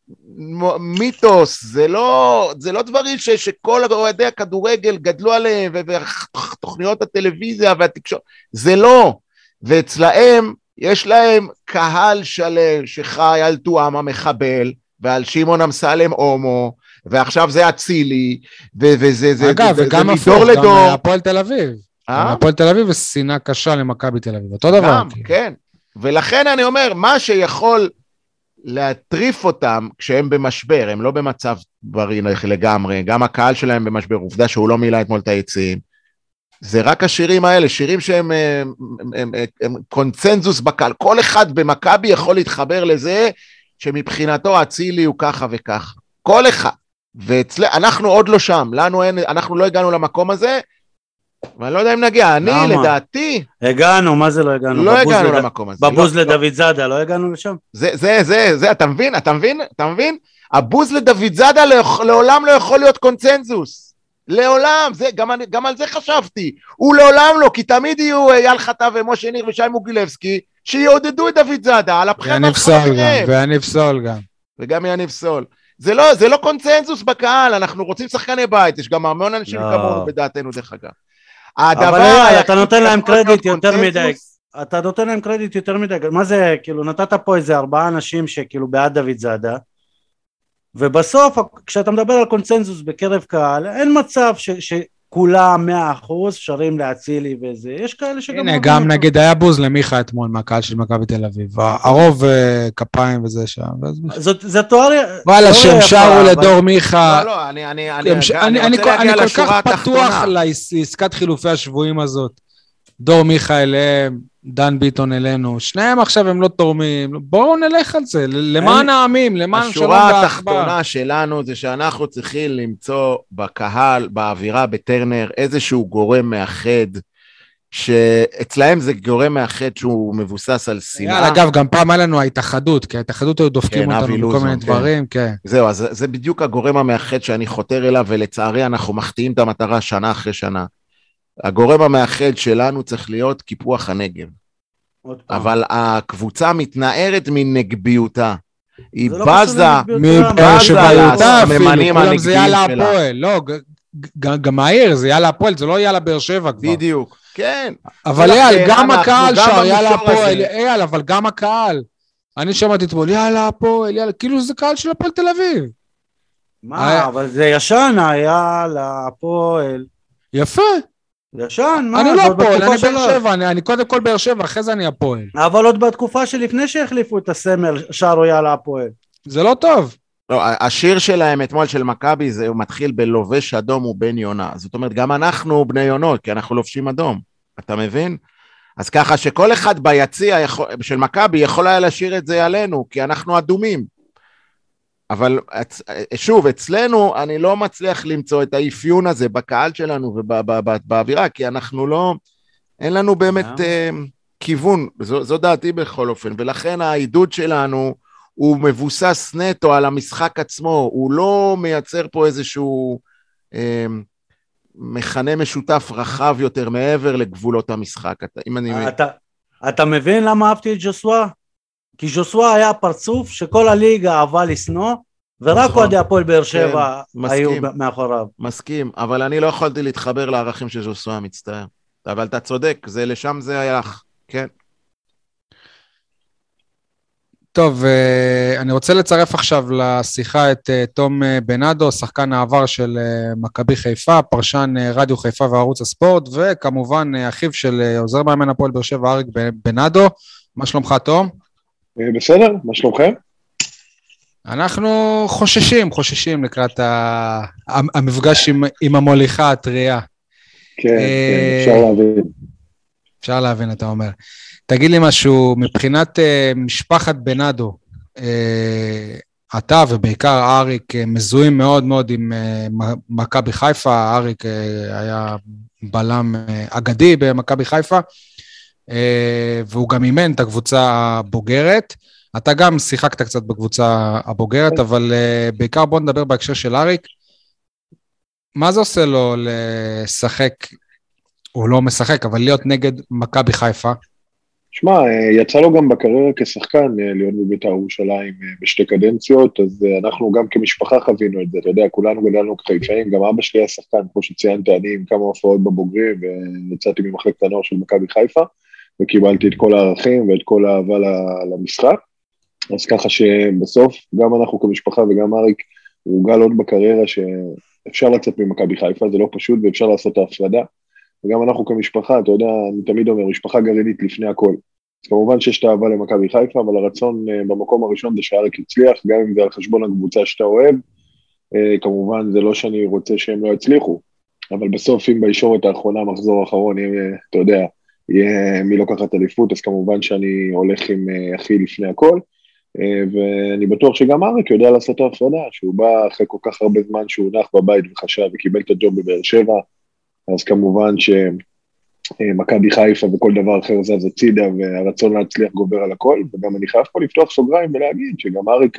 מיתוס, זה לא דברים שכל אוהדי הכדורגל גדלו עליהם, ותוכניות הטלוויזיה והתקשורת, זה לא, ואצלהם יש להם קהל שלם שחי על תואם המחבל, ועל שמעון אמסלם הומו, ועכשיו זה אצילי, וזה אגב, וגם הפוך, גם הפועל תל אביב. הפועל תל אביב ושנאה קשה למכבי תל אביב, אותו דבר. כן, ולכן אני אומר, מה שיכול להטריף אותם כשהם במשבר, הם לא במצב בריא לגמרי, גם הקהל שלהם במשבר, עובדה שהוא לא מילא אתמול את היציעים, זה רק השירים האלה, שירים שהם הם, הם, הם, הם קונצנזוס בקהל, כל אחד במכבי יכול להתחבר לזה, שמבחינתו אצילי הוא ככה וככה, כל אחד, ואנחנו עוד לא שם, לנו אין, אנחנו לא הגענו למקום הזה, ואני לא יודע אם נגיע, אני לדעתי... הגענו, מה זה לא הגענו? לא הגענו למקום הזה. בבוז לדוד זאדה, לא הגענו לשם? זה, זה, זה, זה, אתה מבין? אתה מבין? אתה מבין? הבוז לדוד זאדה לעולם לא יכול להיות קונצנזוס. לעולם, זה, גם, גם על זה חשבתי. הוא לעולם לא, כי תמיד יהיו אייל חטא ומשה ניר ושי מוגילבסקי, שיעודדו את דוד זאדה על הבחירה. ויניב סול גם, ויניב סול גם. וגם יניב סול. זה לא, זה לא קונצנזוס בקהל, אנחנו רוצים שחקני בית, יש גם המון אנשים כמונו בדעתנו דרך אגב. אבל אתה נותן להם קרדיט יותר מדי, אתה נותן להם קרדיט יותר מדי, מה זה, כאילו נתת פה איזה ארבעה אנשים שכאילו בעד דוד זאדה, ובסוף כשאתה מדבר על קונצנזוס בקרב קהל, אין מצב שכולם מאה אחוז שרים להצילי וזה, יש כאלה שגם... הנה, גם נגיד היה בוז למיכה אתמול מהקהל של מכבי תל אביב, הרוב כפיים וזה שם. זה תיאוריה... וואלה, שהם שרו לדור מיכה. לא, לא, אני, אני, אני, אני רוצה להגיע לשורה התחתונה. אני כל כך פתוח לעסקת חילופי השבועים הזאת. דור מיכה אליהם, דן ביטון אלינו, שניהם עכשיו הם לא תורמים, בואו נלך על זה, למען העמים, למען שלום והאחווה. השורה התחתונה שלנו זה שאנחנו צריכים למצוא בקהל, באווירה, בטרנר, איזשהו גורם מאחד, שאצלהם זה גורם מאחד שהוא מבוסס על שנאה. אגב, גם פעם היה לנו ההתאחדות, כי ההתאחדות היו דופקים אותנו בכל מיני דברים, כן. זהו, אז זה בדיוק הגורם המאחד שאני חותר אליו, ולצערי אנחנו מחטיאים את המטרה שנה אחרי שנה. הגורם המאחד שלנו צריך להיות קיפוח הנגב. אבל הקבוצה מתנערת מנגביותה. היא זה לא בזה, קשור למגביות מבאר בזה שבעיותה אפילו, לסממנים כולם זה הנגדיים יאללה שלה. הפועל, לא, ג- ג- גם העיר זה יאללה הפועל, זה לא יאללה באר שבע כבר. בדיוק, כן. אבל ולכן אייל, גם אנחנו, הקהל גם שר, יאללה במישור הפועל, הזה- אייל, אבל גם הקהל. אני שמעתי אתמול, יאללה הפועל, יאללה, כאילו זה קהל של הפועל תל אביב. מה, אבל זה ישן, היה להפועל. יפה. ישן, מה? אני זה לא עוד הפועל, בתקופה אני באר שלו. שבע, אני אני קודם כל באר שבע, אחרי זה אני הפועל. אבל עוד בתקופה שלפני שהחליפו את הסמל, שרו יאללה הפועל. זה לא טוב. לא, השיר שלהם אתמול של מכבי, זה הוא מתחיל בלובש אדום ובן יונה. זאת אומרת, גם אנחנו בני יונות, כי אנחנו לובשים אדום. אתה מבין? אז ככה שכל אחד ביציע יכול, של מכבי יכול היה לשיר את זה עלינו, כי אנחנו אדומים. אבל שוב, אצלנו אני לא מצליח למצוא את האפיון הזה בקהל שלנו ובאווירה, כי אנחנו לא, אין לנו באמת אה, כיוון, זו, זו דעתי בכל אופן, ולכן העידוד שלנו הוא מבוסס נטו על המשחק עצמו, הוא לא מייצר פה איזשהו אה, מכנה משותף רחב יותר מעבר לגבולות המשחק. אתה, אם אני... אתה, אתה מבין למה אהבתי את ג'וסווה? כי ג'וסווה היה פרצוף שכל הליגה אהבה לשנוא, ורק נכון. אוהדי הפועל באר שבע כן, היו מסכים. מאחוריו. מסכים, אבל אני לא יכולתי להתחבר לערכים של ז'וסווה, מצטער. אבל אתה צודק, זה לשם זה הלך, כן. טוב, אני רוצה לצרף עכשיו לשיחה את תום בנאדו, שחקן העבר של מכבי חיפה, פרשן רדיו חיפה וערוץ הספורט, וכמובן אחיו של עוזר מאמן הפועל באר שבע אריק בנאדו. מה שלומך, תום? בסדר, מה שלומכם? אנחנו חוששים, חוששים לקראת המפגש עם, עם המוליכה הטריה. כן, כן, אפשר להבין. אפשר להבין, אתה אומר. תגיד לי משהו, מבחינת uh, משפחת בנאדו, uh, אתה ובעיקר אריק uh, מזוהים מאוד מאוד עם uh, מכבי חיפה, אריק uh, היה בלם uh, אגדי במכבי חיפה, uh, והוא גם אימן את הקבוצה הבוגרת, אתה גם שיחקת קצת בקבוצה הבוגרת, אבל uh, בעיקר בוא נדבר בהקשר של אריק, מה זה עושה לו לשחק, הוא לא משחק, אבל להיות נגד מכבי חיפה? שמע, יצא לו גם בקריירה כשחקן להיות בבית"ר ירושלים בשתי קדנציות, אז אנחנו גם כמשפחה חווינו את זה, אתה יודע, כולנו גדלנו כחיפאים, גם אבא שלי היה שחקן, כמו שציינתי, אני עם כמה הופעות בבוגרים, ויצאתי ממחלקת הנוער של מכבי חיפה, וקיבלתי את כל הערכים ואת כל האהבה למשחק, אז ככה שבסוף, גם אנחנו כמשפחה וגם אריק, הוא גל עוד בקריירה שאפשר לצאת ממכבי חיפה, זה לא פשוט ואפשר לעשות את ההפרדה, וגם אנחנו כמשפחה, אתה יודע, אני תמיד אומר, משפחה גרעינית לפני הכל. אז כמובן שיש את האהבה למכבי חיפה, אבל הרצון במקום הראשון זה שאריק יצליח, גם אם זה על חשבון הקבוצה שאתה אוהב, כמובן זה לא שאני רוצה שהם לא יצליחו, אבל בסוף אם בישורת האחרונה, מחזור האחרון, יהיה, אתה יודע, יהיה מי לוקחת אליפות, אז כמובן שאני הולך עם אחי לפני הכל, ואני בטוח שגם אריק יודע לעשות את ההפרדה, שהוא בא אחרי כל כך הרבה זמן שהוא נח בבית וחשב וקיבל את הג'וב בבאר שבע, אז כמובן שמכבי חיפה וכל דבר אחר זז הצידה, והרצון להצליח גובר על הכל, וגם אני חייב פה לפתוח סוגריים ולהגיד שגם אריק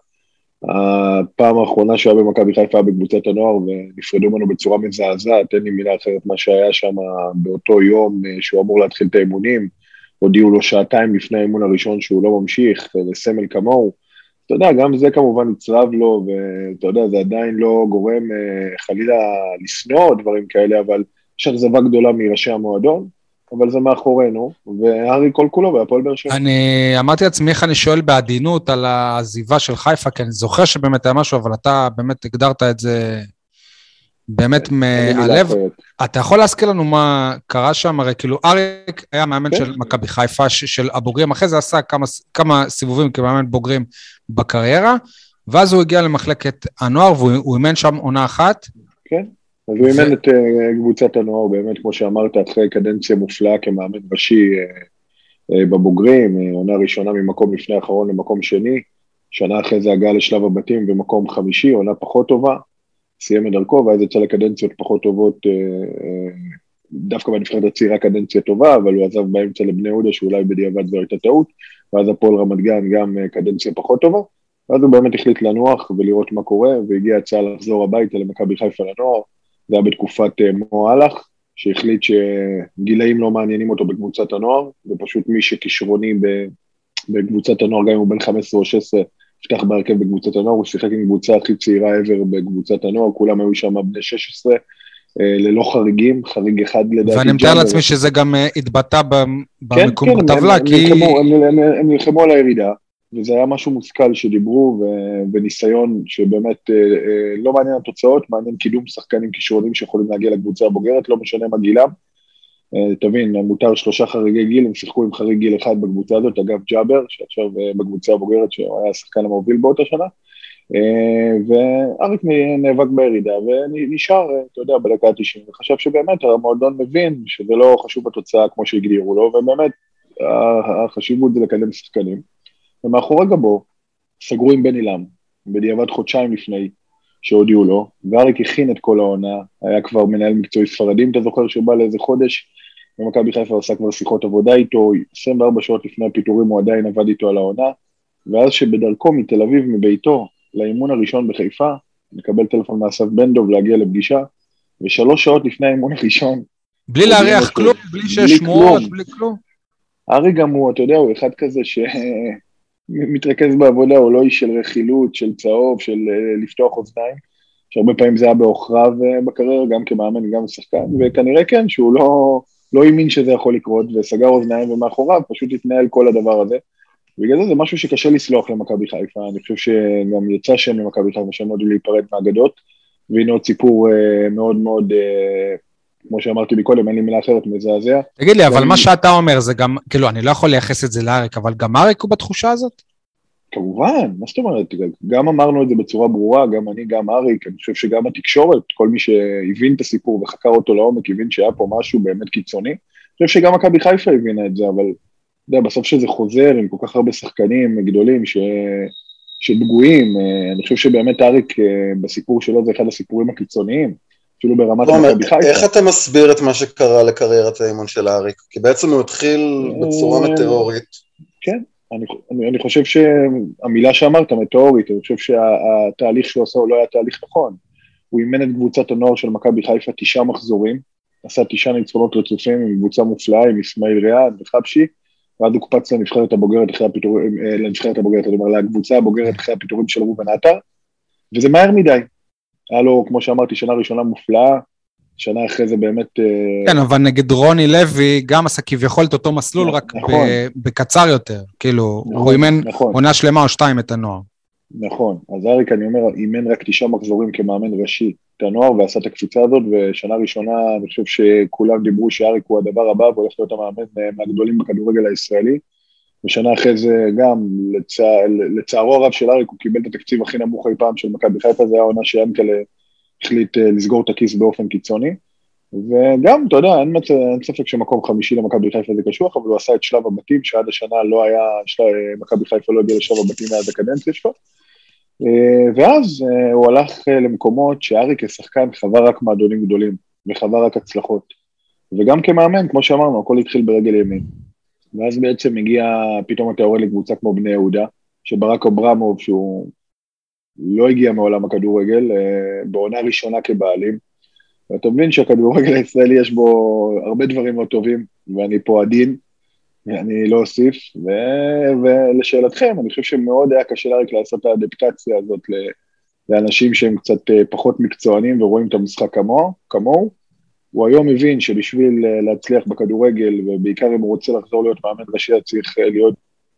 הפעם האחרונה שהיה במכבי חיפה היה בקבוצת הנוער, ונפרדו ממנו בצורה מזעזעת, אין לי מילה אחרת מה שהיה שם באותו יום שהוא אמור להתחיל את האימונים, הודיעו לו שעתיים לפני האימון הראשון שהוא לא ממשיך, לסמל כמוהו, אתה יודע, גם זה כמובן יצרב לו, ואתה יודע, זה עדיין לא גורם חלילה לשנוא דברים כאלה, אבל יש אכזבה גדולה מראשי המועדון, אבל זה מאחורינו, והארי כל כולו והפועל באר שבע. אני אמרתי לעצמי איך אני שואל בעדינות על העזיבה של חיפה, כי אני זוכר שבאמת היה משהו, אבל אתה באמת הגדרת את זה באמת מהלב. אתה יכול להזכיר לנו מה קרה שם? הרי כאילו אריק היה מאמן של מכבי חיפה, של הבוגרים, אחרי זה עשה כמה, כמה סיבובים כמאמן בוגרים בקריירה, ואז הוא הגיע למחלקת הנוער, והוא אימן שם עונה אחת. כן, אז הוא אימן את קבוצת הנוער, באמת כמו שאמרת, אחרי קדנציה מופלאה כמאמן ראשי בבוגרים, עונה ראשונה ממקום לפני האחרון למקום שני, שנה אחרי זה הגעה לשלב הבתים במקום חמישי, עונה פחות טובה, סיים את דרכו, ואז יצא לקדנציות פחות טובות, דווקא בנבחרת הצעירה קדנציה טובה, אבל הוא עזב באמצע לבני יהודה, שאולי בדיעבד זו הייתה טעות, ואז הפועל רמת גן גם קדנציה פחות טובה, ואז הוא באמת החליט לנוח ולראות מה קורה, והגיע הצעה לחזור הביתה למכבי חיפה לנוער, זה היה בתקופת מו הלך, שהחליט שגילאים לא מעניינים אותו בקבוצת הנוער, ופשוט מי שכישרוני בקבוצת הנוער, גם אם הוא בן חמש עשרה או שש עשרה, פתח בהרכב בקבוצת הנוער, הוא שיחק עם קבוצה הכי צעירה ever בקבוצת הנוער, כולם היו שם בני שש עשרה, ללא חריגים, חריג אחד לדעתי. ואני מתאר לעצמי שזה גם התבטא במקום כן, בטבלה, הם, כי... הם, הם, הם, הם נלחמו על הירידה, וזה היה משהו מושכל שדיברו, וניסיון שבאמת לא מעניין התוצאות, מעניין קידום שחקנים כישרונים שיכולים להגיע לקבוצה הבוגרת, לא משנה מה גילם. תבין, מותר שלושה חריגי גיל, הם שיחקו עם חריג גיל אחד בקבוצה הזאת, אגב ג'אבר, שעכשיו בקבוצה הבוגרת, שהוא היה השחקן המוביל באותה שנה, ואריק נאבק בירידה, ונשאר, אתה יודע, בדקה ה-תשעים, וחשב שבאמת המועדון מבין, שזה לא חשוב בתוצאה כמו שהגדירו לו, ובאמת החשיבות זה לקדם שחקנים, ומאחורי גבו, סגרו עם בן אילם, בדיעבד חודשיים לפני שהודיעו לו, ואריק הכין את כל העונה, היה כבר מנהל מקצועי ספרדים, אתה זוכר שבא לאיזה חודש, ומכבי חיפה עושה כבר שיחות עבודה איתו, עשרים וארבע שעות לפני הפיטורים הוא עדיין עבד איתו על העונה, ואז שבדרכו מתל אביב מביתו, לאימון הראשון בחיפה, מקבל טלפון מאסף בן דוב להגיע לפגישה, ושלוש שעות לפני האימון הראשון, בלי להריח כלום, בלי שיש שמועות, בלי כלום. ארי גם הוא, אתה יודע, הוא אחד כזה שמתרכז בעבודה, הוא לא איש של רכילות, של צהוב, של לפתוח אוזניים, שהרבה פעמים זה היה באוכריו בקריירה, גם כמאמן, גם כשחקן, וכנראה כן, שהוא לא, לא האמין שזה יכול לקרות, וסגר אוזניים, ומאחוריו פשוט התנהל כל הדבר הזה, בגלל זה זה משהו שקשה לסלוח למכבי חיפה, אני חושב שגם יצא שם למכבי חיפה, שהם יודעים להיפרד מהאגדות, והנה עוד סיפור מאוד מאוד, כמו שאמרתי מקודם, אין לי מילה אחרת מזעזע. תגיד לי, אבל מה שאתה אומר זה גם, כאילו, אני לא יכול לייחס את זה לאריק, אבל גם אריק הוא בתחושה הזאת? כמובן, מה זאת אומרת? גם אמרנו את זה בצורה ברורה, גם אני, גם אריק, אני חושב שגם התקשורת, כל מי שהבין את הסיפור וחקר אותו לעומק, הבין שהיה פה משהו באמת קיצוני. אני חושב שגם מכבי חיפה הבינה את זה, אבל אתה יודע, בסוף שזה חוזר עם כל כך הרבה שחקנים גדולים ש... שפגועים, אני חושב שבאמת אריק בסיפור שלו זה אחד הסיפורים הקיצוניים, אפילו ברמת מכבי חיפה. איך אתה מסביר את מה שקרה לקריירת האימון של אריק? כי בעצם הוא התחיל בצורה מטאורית. כן, אני, אני, אני חושב שהמילה שאמרת, מטאורית, אני חושב שהתהליך שהוא עשה הוא לא היה תהליך נכון. הוא אימן את קבוצת הנוער של מכבי חיפה תשעה מחזורים, עשה תשעה ניצחונות רצופים עם קבוצה מופלאה, עם אסמאעיל ריאד וחבשי, ועד הוא קפץ לנבחרת הבוגרת אחרי הפיטורים, לנבחרת הבוגרת, אני אומר, לקבוצה הבוגרת אחרי הפיטורים של רובן עטר, וזה מהר מדי. היה לו, כמו שאמרתי, שנה ראשונה מופלאה, שנה אחרי זה באמת... כן, אבל נגד רוני לוי גם עשה כביכול את אותו מסלול, רק בקצר יותר, כאילו, הוא אימן עונה שלמה או שתיים את הנוער. נכון, אז אריק, אני אומר, אימן רק תשעה מחזורים כמאמן ראשי את הנוער, ועשה את הקפיצה הזאת, ושנה ראשונה, אני חושב שכולם דיברו שאריק הוא הדבר הבא, והולך להיות המאמן מהגדולים בכדורגל הישראלי, ושנה אחרי זה גם, לצע... לצערו הרב של אריק, הוא קיבל את התקציב הכי נמוך אי פעם של מכבי חיפה, זה היה העונה שיאנקל'ה החליט לסגור את הכיס באופן קיצוני, וגם, אתה יודע, אין, מצ... אין ספק שמקום חמישי למכבי חיפה זה קשוח, אבל הוא עשה את שלב הבתים, שעד השנה לא היה, של... מכבי חיפה לא הגיע לשלב הבתים מאז הקדנציה שלו, ואז הוא הלך למקומות שאריק כשחקן חווה רק מועדונים גדולים, וחווה רק הצלחות, וגם כמאמן, כמו שאמרנו, הכל התחיל ברגל ימין, ואז בעצם הגיע פתאום אתה יורד לקבוצה כמו בני יהודה, שברק אברמוב, שהוא לא הגיע מעולם הכדורגל, בעונה ראשונה כבעלים, ואתה מבין שהכדורגל הישראלי יש בו הרבה דברים לא טובים, ואני פה עדין, אני לא אוסיף, ו- ולשאלתכם, אני חושב שמאוד היה קשה להריק לעשות את האדפטציה הזאת לאנשים שהם קצת פחות מקצוענים ורואים את המשחק כמוהו, כמוהו. הוא היום מבין שבשביל להצליח בכדורגל, ובעיקר אם הוא רוצה לחזור להיות מאמן ראשי, צריך להיות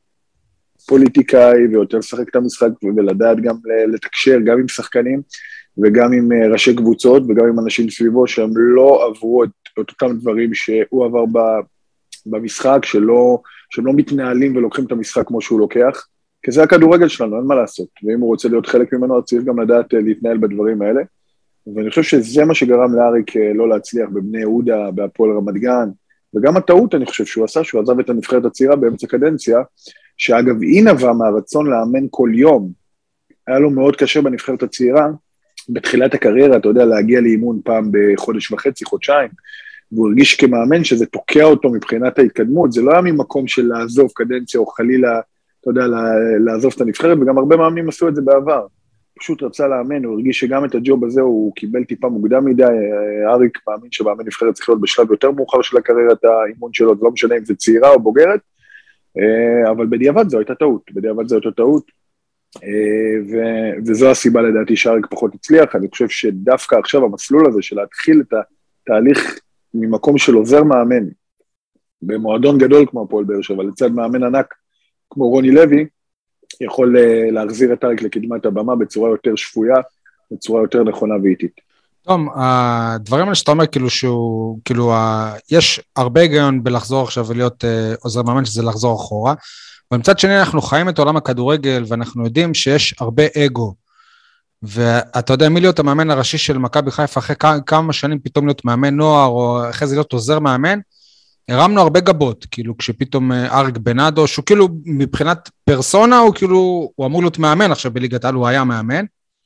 פוליטיקאי ויותר לשחק את המשחק, ולדעת גם לתקשר, גם עם שחקנים, וגם עם ראשי קבוצות, וגם עם אנשים סביבו, שהם לא עברו את, את אותם דברים שהוא עבר ב... במשחק, שלא, שהם לא מתנהלים ולוקחים את המשחק כמו שהוא לוקח, כי זה הכדורגל שלנו, אין מה לעשות, ואם הוא רוצה להיות חלק ממנו, צריך גם לדעת להתנהל בדברים האלה, ואני חושב שזה מה שגרם לאריק לא להצליח בבני יהודה, בהפועל רמת גן, וגם הטעות אני חושב שהוא עשה, שהוא עזב את הנבחרת הצעירה באמצע קדנציה, שאגב היא נבע מהרצון לאמן כל יום, היה לו מאוד קשה בנבחרת הצעירה, בתחילת הקריירה, אתה יודע, להגיע לאימון פעם בחודש וחצי, חודשיים, והוא הרגיש כמאמן שזה תוקע אותו מבחינת ההתקדמות, זה לא היה ממקום של לעזוב קדנציה או חלילה, אתה יודע, לעזוב את הנבחרת, וגם הרבה מאמנים עשו את זה בעבר. פשוט רצה לאמן, הוא הרגיש שגם את הג'וב הזה הוא קיבל טיפה מוקדם מדי, אריק מאמין שמאמן נבחרת צריך להיות בשלב יותר מאוחר של הקריירת האימון שלו, זה לא משנה אם זה צעירה או בוגרת, אבל בדיעבד זו הייתה טעות, בדיעבד זו הייתה טעות, ו- וזו הסיבה לדעתי שאריק פחות הצליח. אני חושב שדווקא עכשיו המסלול הזה של להתחיל את התהליך ממקום של עוזר מאמן, במועדון גדול כמו הפועל באר שבע, לצד מאמן ענק כמו רוני לוי, יכול להחזיר את אריק לקדמת הבמה בצורה יותר שפויה, בצורה יותר נכונה ואיטית. טוב, הדברים האלה שאתה אומר, כאילו שהוא, כאילו, יש הרבה היגיון בלחזור עכשיו ולהיות עוזר מאמן, שזה לחזור אחורה, ומצד שני אנחנו חיים את עולם הכדורגל, ואנחנו יודעים שיש הרבה אגו, ואתה יודע, מי להיות המאמן הראשי של מכבי חיפה, אחרי כמה שנים פתאום להיות מאמן נוער, או אחרי זה להיות עוזר מאמן, הרמנו הרבה גבות, כאילו, כשפתאום אריק בנאדו, שהוא כאילו, מבחינת פרסונה, הוא כאילו, הוא אמור להיות מאמן, עכשיו בליגת העל הוא היה מאמן,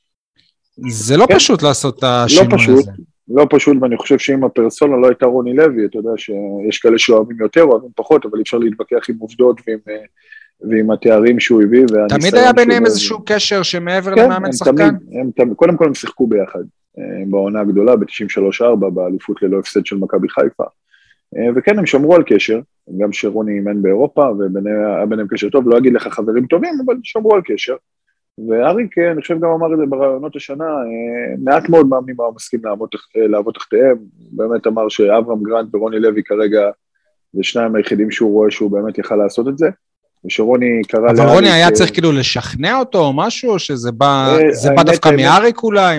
זה לא פשוט לעשות את השינוי הזה. לא פשוט, ואני חושב שאם הפרסונה לא הייתה רוני לוי, אתה יודע שיש כאלה שאוהבים יותר, אוהבים פחות, אבל אפשר להתווכח עם עובדות ועם, ועם התארים שהוא הביא. תמיד היה ביניהם איזשהו קשר שמעבר למאמן שחקן? קודם כל הם שיחקו ביחד, בעונה הגדולה, ב-תשעים ושלוש ארבע, באליפות ללא הפסד של מכבי חיפה. וכן, הם שמרו על קשר, גם שרוני אימן באירופה, והיה ביניהם קשר טוב, לא אגיד לך חברים טובים, אבל שמרו על קשר. ואריק, אני חושב גם אמר את זה ברעיונות השנה, מעט מאוד מאמנים מה מסכים לעבוד תחתיהם, באמת אמר שאברהם גרנט ורוני לוי כרגע, זה שניים היחידים שהוא רואה שהוא באמת יכל לעשות את זה, ושרוני קרא לאריק... אבל רוני היה צריך כאילו לשכנע אותו או משהו, או שזה בא דווקא מאריק אולי?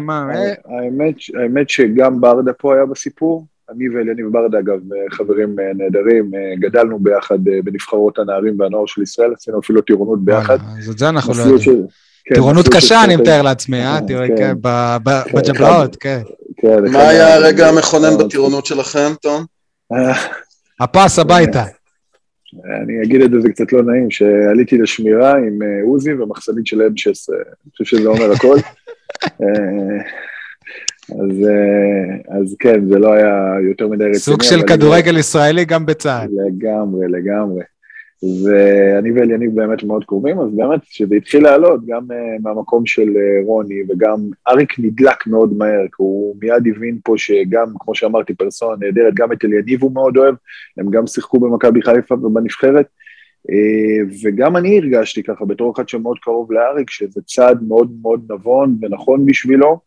האמת שגם ברדה פה היה בסיפור, אני ואליניב ברדה אגב, חברים נהדרים, גדלנו ביחד בנבחרות הנערים והנוער של ישראל, עשינו אפילו טירונות ביחד. אז את זה אנחנו לא יודעים. טירונות קשה, אני מתאר לעצמי, אה? תראה, כן, בג'בלאות, כן. מה היה הרגע המכונן בטירונות שלכם, תום? הפס הביתה. אני אגיד את זה, זה קצת לא נעים, שעליתי לשמירה עם עוזי ומחסנית של אם שש עשרה, אני חושב שזה אומר הכל. אז כן, זה לא היה יותר מדי רציני. סוג של כדורגל ישראלי גם בצה"ל. לגמרי, לגמרי. ואני ואליניב באמת מאוד קרובים, אז באמת שזה התחיל לעלות, גם מהמקום של רוני, וגם אריק נדלק מאוד מהר, כי הוא מיד הבין פה שגם, כמו שאמרתי, פרסונה נהדרת, גם את אליניב הוא מאוד אוהב, הם גם שיחקו במכבי חיפה ובנבחרת, וגם אני הרגשתי ככה, בתור אחד שמאוד קרוב לאריק, שזה צעד מאוד מאוד נבון ונכון בשבילו,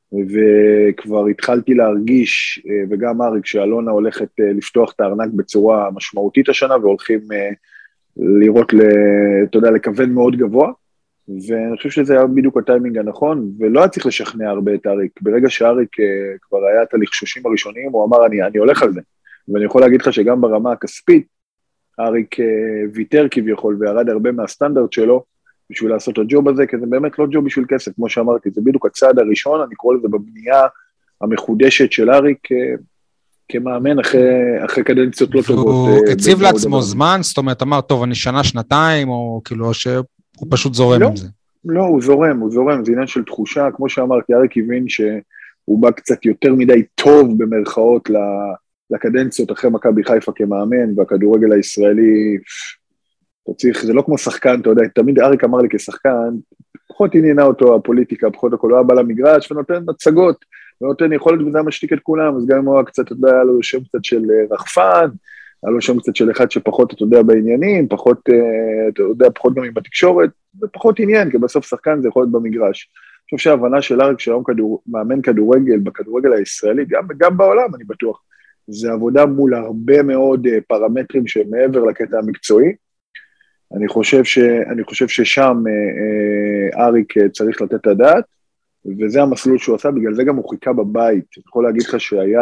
וכבר התחלתי להרגיש, וגם אריק, שאלונה הולכת לפתוח את הארנק בצורה משמעותית השנה, והולכים לראות, אתה יודע, לכוון מאוד גבוה, ואני חושב שזה היה בדיוק הטיימינג הנכון, ולא היה צריך לשכנע הרבה את אריק. ברגע שאריק כבר היה את הלחשושים הראשונים, הוא אמר, אני, אני הולך על זה. ואני יכול להגיד לך שגם ברמה הכספית, אריק ויתר כביכול, וירד הרבה מהסטנדרט שלו, בשביל לעשות את הג'וב הזה, כי זה באמת לא ג'וב בשביל כסף, כמו שאמרתי, זה בדיוק הצעד הראשון, אני קורא לזה בבנייה המחודשת של אריק, כמאמן אחרי, אחרי קדנציות לא טובות. הוא הציב לעצמו זמן, זאת אומרת, אמר, טוב, אני שנה, שנתיים, או כאילו, שהוא פשוט זורם לא, עם זה. לא, הוא זורם, הוא זורם, זה עניין של תחושה, כמו שאמרתי, אריק הבין שהוא בא קצת יותר מדי טוב במרכאות לקדנציות אחרי מכבי חיפה כמאמן, והכדורגל הישראלי, אתה צריך, זה לא כמו שחקן, אתה יודע, תמיד אריק אמר לי כשחקן, פחות עניינה אותו הפוליטיקה, פחות הכל, הוא היה בא למגרש ונותן מצגות, ונותן יכולת וזה משתיק את כולם, אז גם אם הוא היה קצת, אתה יודע, היה לו שם קצת של רחפן, היה לו שם קצת של אחד שפחות, אתה יודע, בעניינים, פחות, אתה יודע, פחות גם עם התקשורת, זה פחות עניין, כי בסוף שחקן זה יכול להיות במגרש. אני חושב שההבנה של אריק שהיום כדור, מאמן כדורגל, בכדורגל הישראלי, גם, גם בעולם, אני בטוח, זה עבודה מול הרבה מאוד פרמטרים שמעבר לקטע המקצועי. אני חושב ש, אני חושב ששם אריק צריך לתת את הדעת, וזה המסלול שהוא עשה, בגלל זה גם הוא חיכה בבית. אני יכול להגיד לך שהיה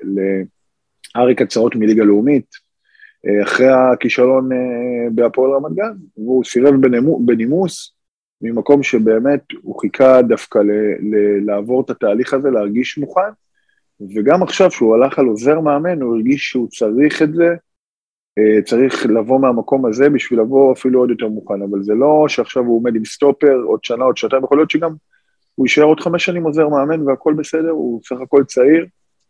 לאריק הצעות מליגה לאומית, אחרי הכישלון בהפועל רמת גן, והוא סירב בנימוס, ממקום שבאמת הוא חיכה דווקא ל, ל, לעבור את התהליך הזה, להרגיש מוכן, וגם עכשיו שהוא הלך על עוזר מאמן, הוא הרגיש שהוא צריך את זה, צריך לבוא מהמקום הזה בשביל לבוא אפילו עוד יותר מוכן, אבל זה לא שעכשיו הוא עומד עם סטופר, עוד שנה, עוד שנתיים, יכול להיות שגם הוא יישאר עוד חמש שנים עוזר מאמן והכל בסדר, הוא סך הכל צעיר,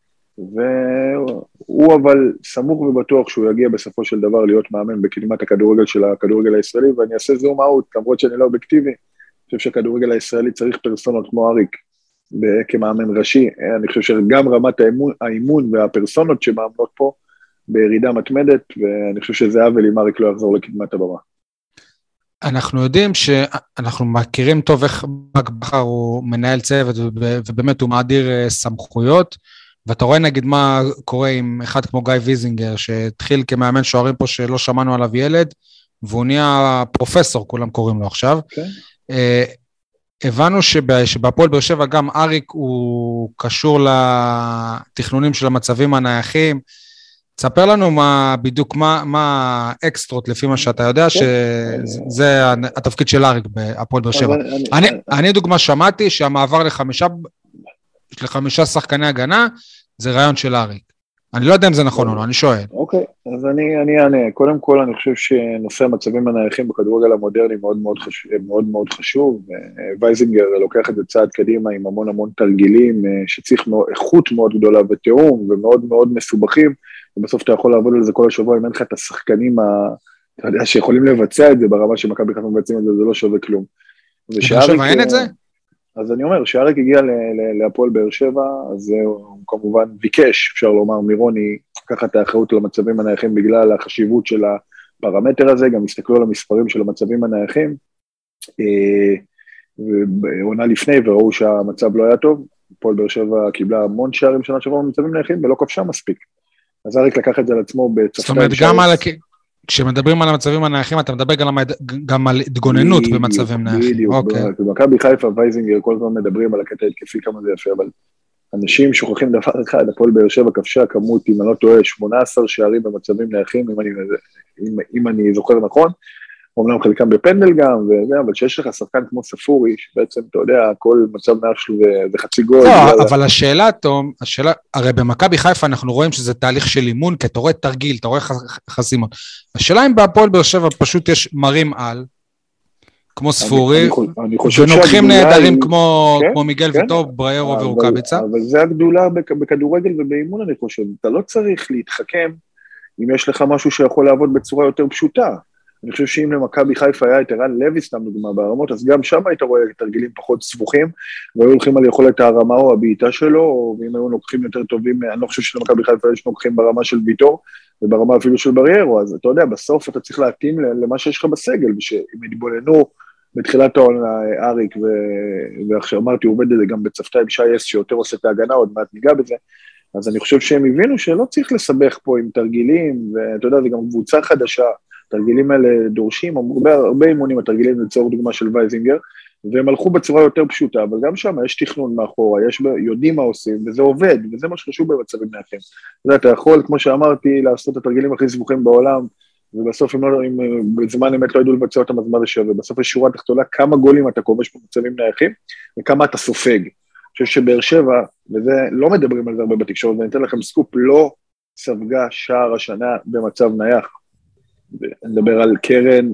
והוא אבל סמוך ובטוח שהוא יגיע בסופו של דבר להיות מאמן בקדמת הכדורגל של הכדורגל הישראלי, ואני אעשה זום אאוט, למרות שאני לא אובייקטיבי, אני חושב שהכדורגל הישראלי צריך פרסונות כמו אריק, כמאמן ראשי, אני חושב שגם רמת האימון, האימון והפרסונות שמאמנות פה, בירידה מתמדת, ואני חושב שזה עוול אם אריק לא יחזור לקדמת הבמה. אנחנו יודעים שאנחנו מכירים טוב איך ברק בכר הוא מנהל צוות, ובאמת הוא מאדיר סמכויות, ואתה רואה נגיד מה קורה עם אחד כמו גיא ויזינגר, שהתחיל כמאמן שוערים פה שלא שמענו עליו ילד, והוא נהיה פרופסור, כולם קוראים לו עכשיו. Okay. הבנו שבהפועל באר שבע גם אריק הוא קשור לתכנונים של המצבים הנייחים, תספר לנו מה בדיוק, מה, מה האקסטרות לפי מה שאתה יודע, שזה התפקיד של אריק בהפועל באר שבע. אני, אני דוגמה שמעתי שהמעבר לחמישה, לחמישה שחקני הגנה, זה רעיון של אריק. אני לא יודע אם זה נכון או לא, אני שואל. אוקיי, אז אני, אני אענה. קודם כל, אני חושב שנושא המצבים הנייחים בכדורגל המודרני מאוד מאוד חשוב, מאוד מאוד חשוב. וייזינגר לוקח את זה צעד קדימה עם המון המון תרגילים, שצריך איכות מאוד גדולה ותיאום, ומאוד מאוד מסובכים, ובסוף אתה יכול לעבוד על זה כל השבוע, אם אין לך את השחקנים, אתה יודע, שיכולים לבצע את זה ברמה שמכבי חיפה מבצעים את זה, זה לא שווה כלום. ושאריק, אין את זה? אז אני אומר, שאריק הגיע להפועל באר שבע, אז הוא כמובן ביקש, אפשר לומר, מירוני, לקחת את האחריות למצבים הנייחים בגלל החשיבות של הפרמטר הזה, גם הסתכלו על המספרים של המצבים הנייחים, ועונה לפני וראו שהמצב לא היה טוב, הפועל באר שבע קיבלה המון שערים שנה שעברה במצבים נייחים, ולא כבשה מספיק. אז אריק לקח את זה על עצמו בצפתיים. זאת אומרת, גם על... כשמדברים על המצבים הנייחים, אתה מדבר גם, גם על התגוננות במצבים נייחים. בדיוק, בדיוק. במכבי חיפה וייזינגר כל הזמן מדברים על הקטע התקפי כמה זה יפה, אבל אנשים שוכחים דבר אחד, הפועל באר שבע כבשה כמות, אם אני לא טועה, שמונה עשר שערים במצבים נייחים, אם אני, אם, אם אני זוכר נכון, אומנם חלקם בפנדל גם, וזה, אבל שיש לך שחקן כמו ספורי, שבעצם, אתה יודע, כל מצב נייח שלו זה, זה חצי גול. לא, אבל השאלה, תום, השאלה, הרי במכבי חיפה אנחנו רואים שזה תהליך של אימון, כי אתה רואה תרגיל, אתה רואה חסימות. השאלה אם בהפועל באר שבע פשוט יש מרים על, כמו ספורי, ונוקחים נהדרים כמו, כן, כמו מיגל כן, וטוב, בריירו ורוקביצה. אבל זה הגדולה בכדורגל ובאימון, אני חושב. אתה לא צריך להתחכם אם יש לך משהו שיכול לעבוד בצורה יותר פשוטה. אני חושב שאם למכבי חיפה היה את ערן לוי, סתם דוגמה ברמות, אז גם שם היית רואה תרגילים פחות סבוכים, והיו הולכים על יכולת הרמה או הבעיטה שלו, ואם היו נוקחים יותר טובים, אני לא חושב שלמכבי חיפה יש נוקחים ברמה של ויטור, וברמה אפילו של בריירו, אז אתה יודע, בסוף אתה צריך להתאים למה שיש לך בסגל, ושאם יתבוננו בתחילת העונה אריק, ועכשיו אמרתי, הוא עובד את זה גם בצפתה עם שי אס, שיותר עושה את ההגנה, עוד מעט ניגע בזה, אז אני חושב שהם הבינו שלא צריך לסבך פה עם תרגילים, ואתה יודע, זה גם קבוצה חדשה, התרגילים האלה דורשים, הרבה, הרבה אימונים, התרגילים לצורך דוגמה של וייזינגר, והם הלכו בצורה יותר פשוטה, אבל גם שם יש תכנון מאחורה, יש, יודעים מה עושים, וזה עובד, וזה מה שחשוב במצבים נייחים. אתה יכול, כמו שאמרתי, לעשות את התרגילים הכי סבוכים בעולם, ובסוף אם, לא, אם בזמן אמת לא ידעו לבצע אותם, אז מה זה שווה? בסוף יש שורה תחתונה, כמה גולים אתה כובש במצבים נייחים, וכמה אתה סופג. אני חושב שבאר שבע, וזה לא מדברים על זה הרבה בתקשורת, ואני אתן לכם סקופ, לא ספגה שער השנה במצב נייח. נדבר על קרן,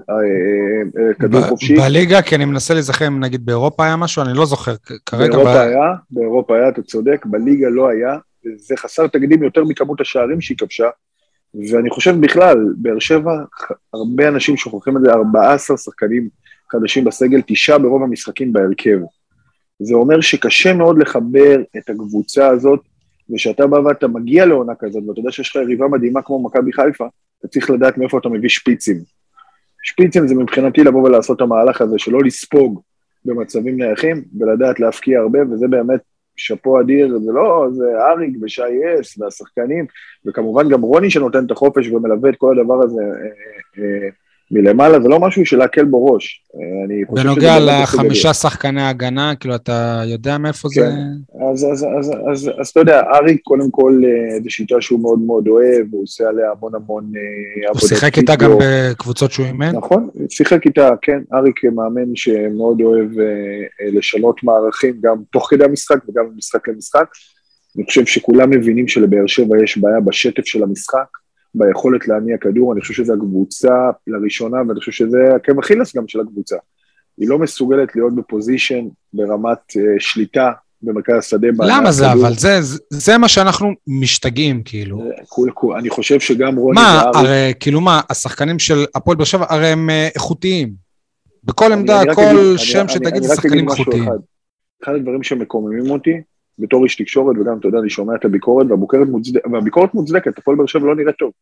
כדור חופשי. בליגה, כי אני מנסה לזכם, נגיד באירופה היה משהו, אני לא זוכר כרגע. באירופה היה, באירופה היה, אתה צודק, בליגה לא היה, וזה חסר תקדים יותר מכמות השערים שהיא כבשה, ואני חושב בכלל, באר שבע, הרבה אנשים שוכחים את זה, ארבעה עשר שחקנים חדשים בסגל, תשעה ברוב המשחקים בהרכב. זה אומר שקשה מאוד לחבר את הקבוצה הזאת, ושאתה בא ואתה מגיע לעונה כזאת, ואתה יודע שיש לך יריבה מדהימה כמו מכבי חיפה, אתה צריך לדעת מאיפה אתה מביא שפיצים. שפיצים זה מבחינתי לבוא ולעשות את המהלך הזה, שלא לספוג במצבים נייחים, ולדעת להפקיע הרבה, וזה באמת שפו אדיר, זה לא, זה אריק ושי אס, והשחקנים, וכמובן גם רוני שנותן את החופש, ומלווה את כל הדבר הזה אה, אה, מלמעלה, זה לא משהו שלהקל בו ראש. בנוגע לחמישה שחקני הגנה, כאילו אתה יודע מאיפה זה? אז, אז, אז, אז, אז אתה יודע, אריק קודם כל, זו שיטה שהוא מאוד מאוד אוהב, הוא עושה עליה המון המון הוא שיחק איתה גם בקבוצות שהוא אימן? נכון, שיחק איתה, כן, אריק מאמן שמאוד אוהב לשנות מערכים, גם תוך כדי המשחק וגם משחק למשחק. אני חושב שכולם מבינים שלבאר שבע יש בעיה בשטף של המשחק, ביכולת להניע כדור, אני חושב שזה הקבוצה לראשונה, ואני חושב שזה עקב אכילס גם של הקבוצה. היא לא מסוגלת להיות בפוזישן, ברמת uh, שליטה, במרכז השדה. למה זה אבל? זה, זה מה שאנחנו משתגעים, כאילו. כול, כול. אני חושב שגם רוני... מה, הרי, כאילו מה, השחקנים של הפועל באר שבע, הרי הם איכותיים. בכל עמדה, כל אגיד, שם אני, שתגיד, אני, זה שחקנים איכותיים. אחד. אחד הדברים שמקוממים אותי, בתור איש תקשורת, וגם, אתה יודע, אני שומע את הביקורת, והביקורת מוצדקת, הפועל באר שבע לא נראה טוב.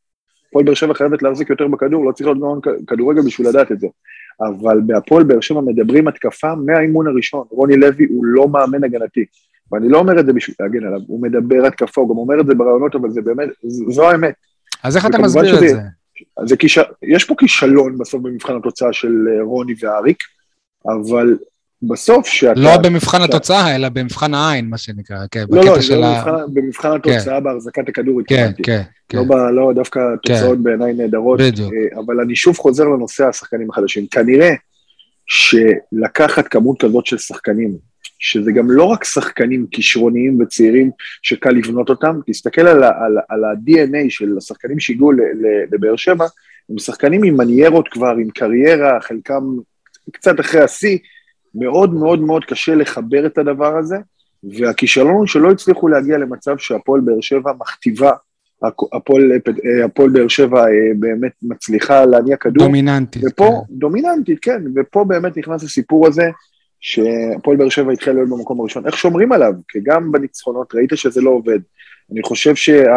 הפועל באר שבע חייבת להחזיק יותר בכדור, לא צריך להיות גאון כדורגל בשביל לדעת את זה. אבל בהפועל באר שבע מדברים התקפה מהאימון הראשון, רוני לוי הוא לא מאמן הגנתי, ואני לא אומר את זה בשביל להגן עליו, הוא מדבר התקפה, הוא גם אומר את זה ברעיונות, אבל זה באמת, זו האמת. אז איך אתה מסביר את זה? זה כיש... יש פה כישלון בסוף במבחן התוצאה של רוני ואריק, אבל בסוף שאתה... לא במבחן התוצאה, אלא במבחן העין, מה שנקרא, כן, לא, לא, זה במבחן התוצאה בהחזקת הכדור התכוונתי. כן, כן. לא דווקא תוצאות בעיניי נהדרות, אבל אני שוב חוזר לנושא השחקנים החדשים. כנראה שלקחת כמות כזאת של שחקנים, שזה גם לא רק שחקנים כישרוניים וצעירים שקל לבנות אותם, תסתכל על ה-די אן איי של השחקנים שהגיעו לבאר שבע, הם שחקנים עם מניירות כבר, עם קריירה, חלקם קצת אחרי השיא, מאוד מאוד מאוד קשה לחבר את הדבר הזה, והכישלון הוא שלא הצליחו להגיע למצב שהפועל באר שבע מכתיבה, הפועל, הפועל באר שבע באמת מצליחה להניע כדור. דומיננטית. ופה, כן. דומיננטית, כן, ופה באמת נכנס הסיפור הזה, שהפועל באר שבע התחיל להיות במקום הראשון. איך שומרים עליו? כי גם בניצחונות ראית שזה לא עובד. אני חושב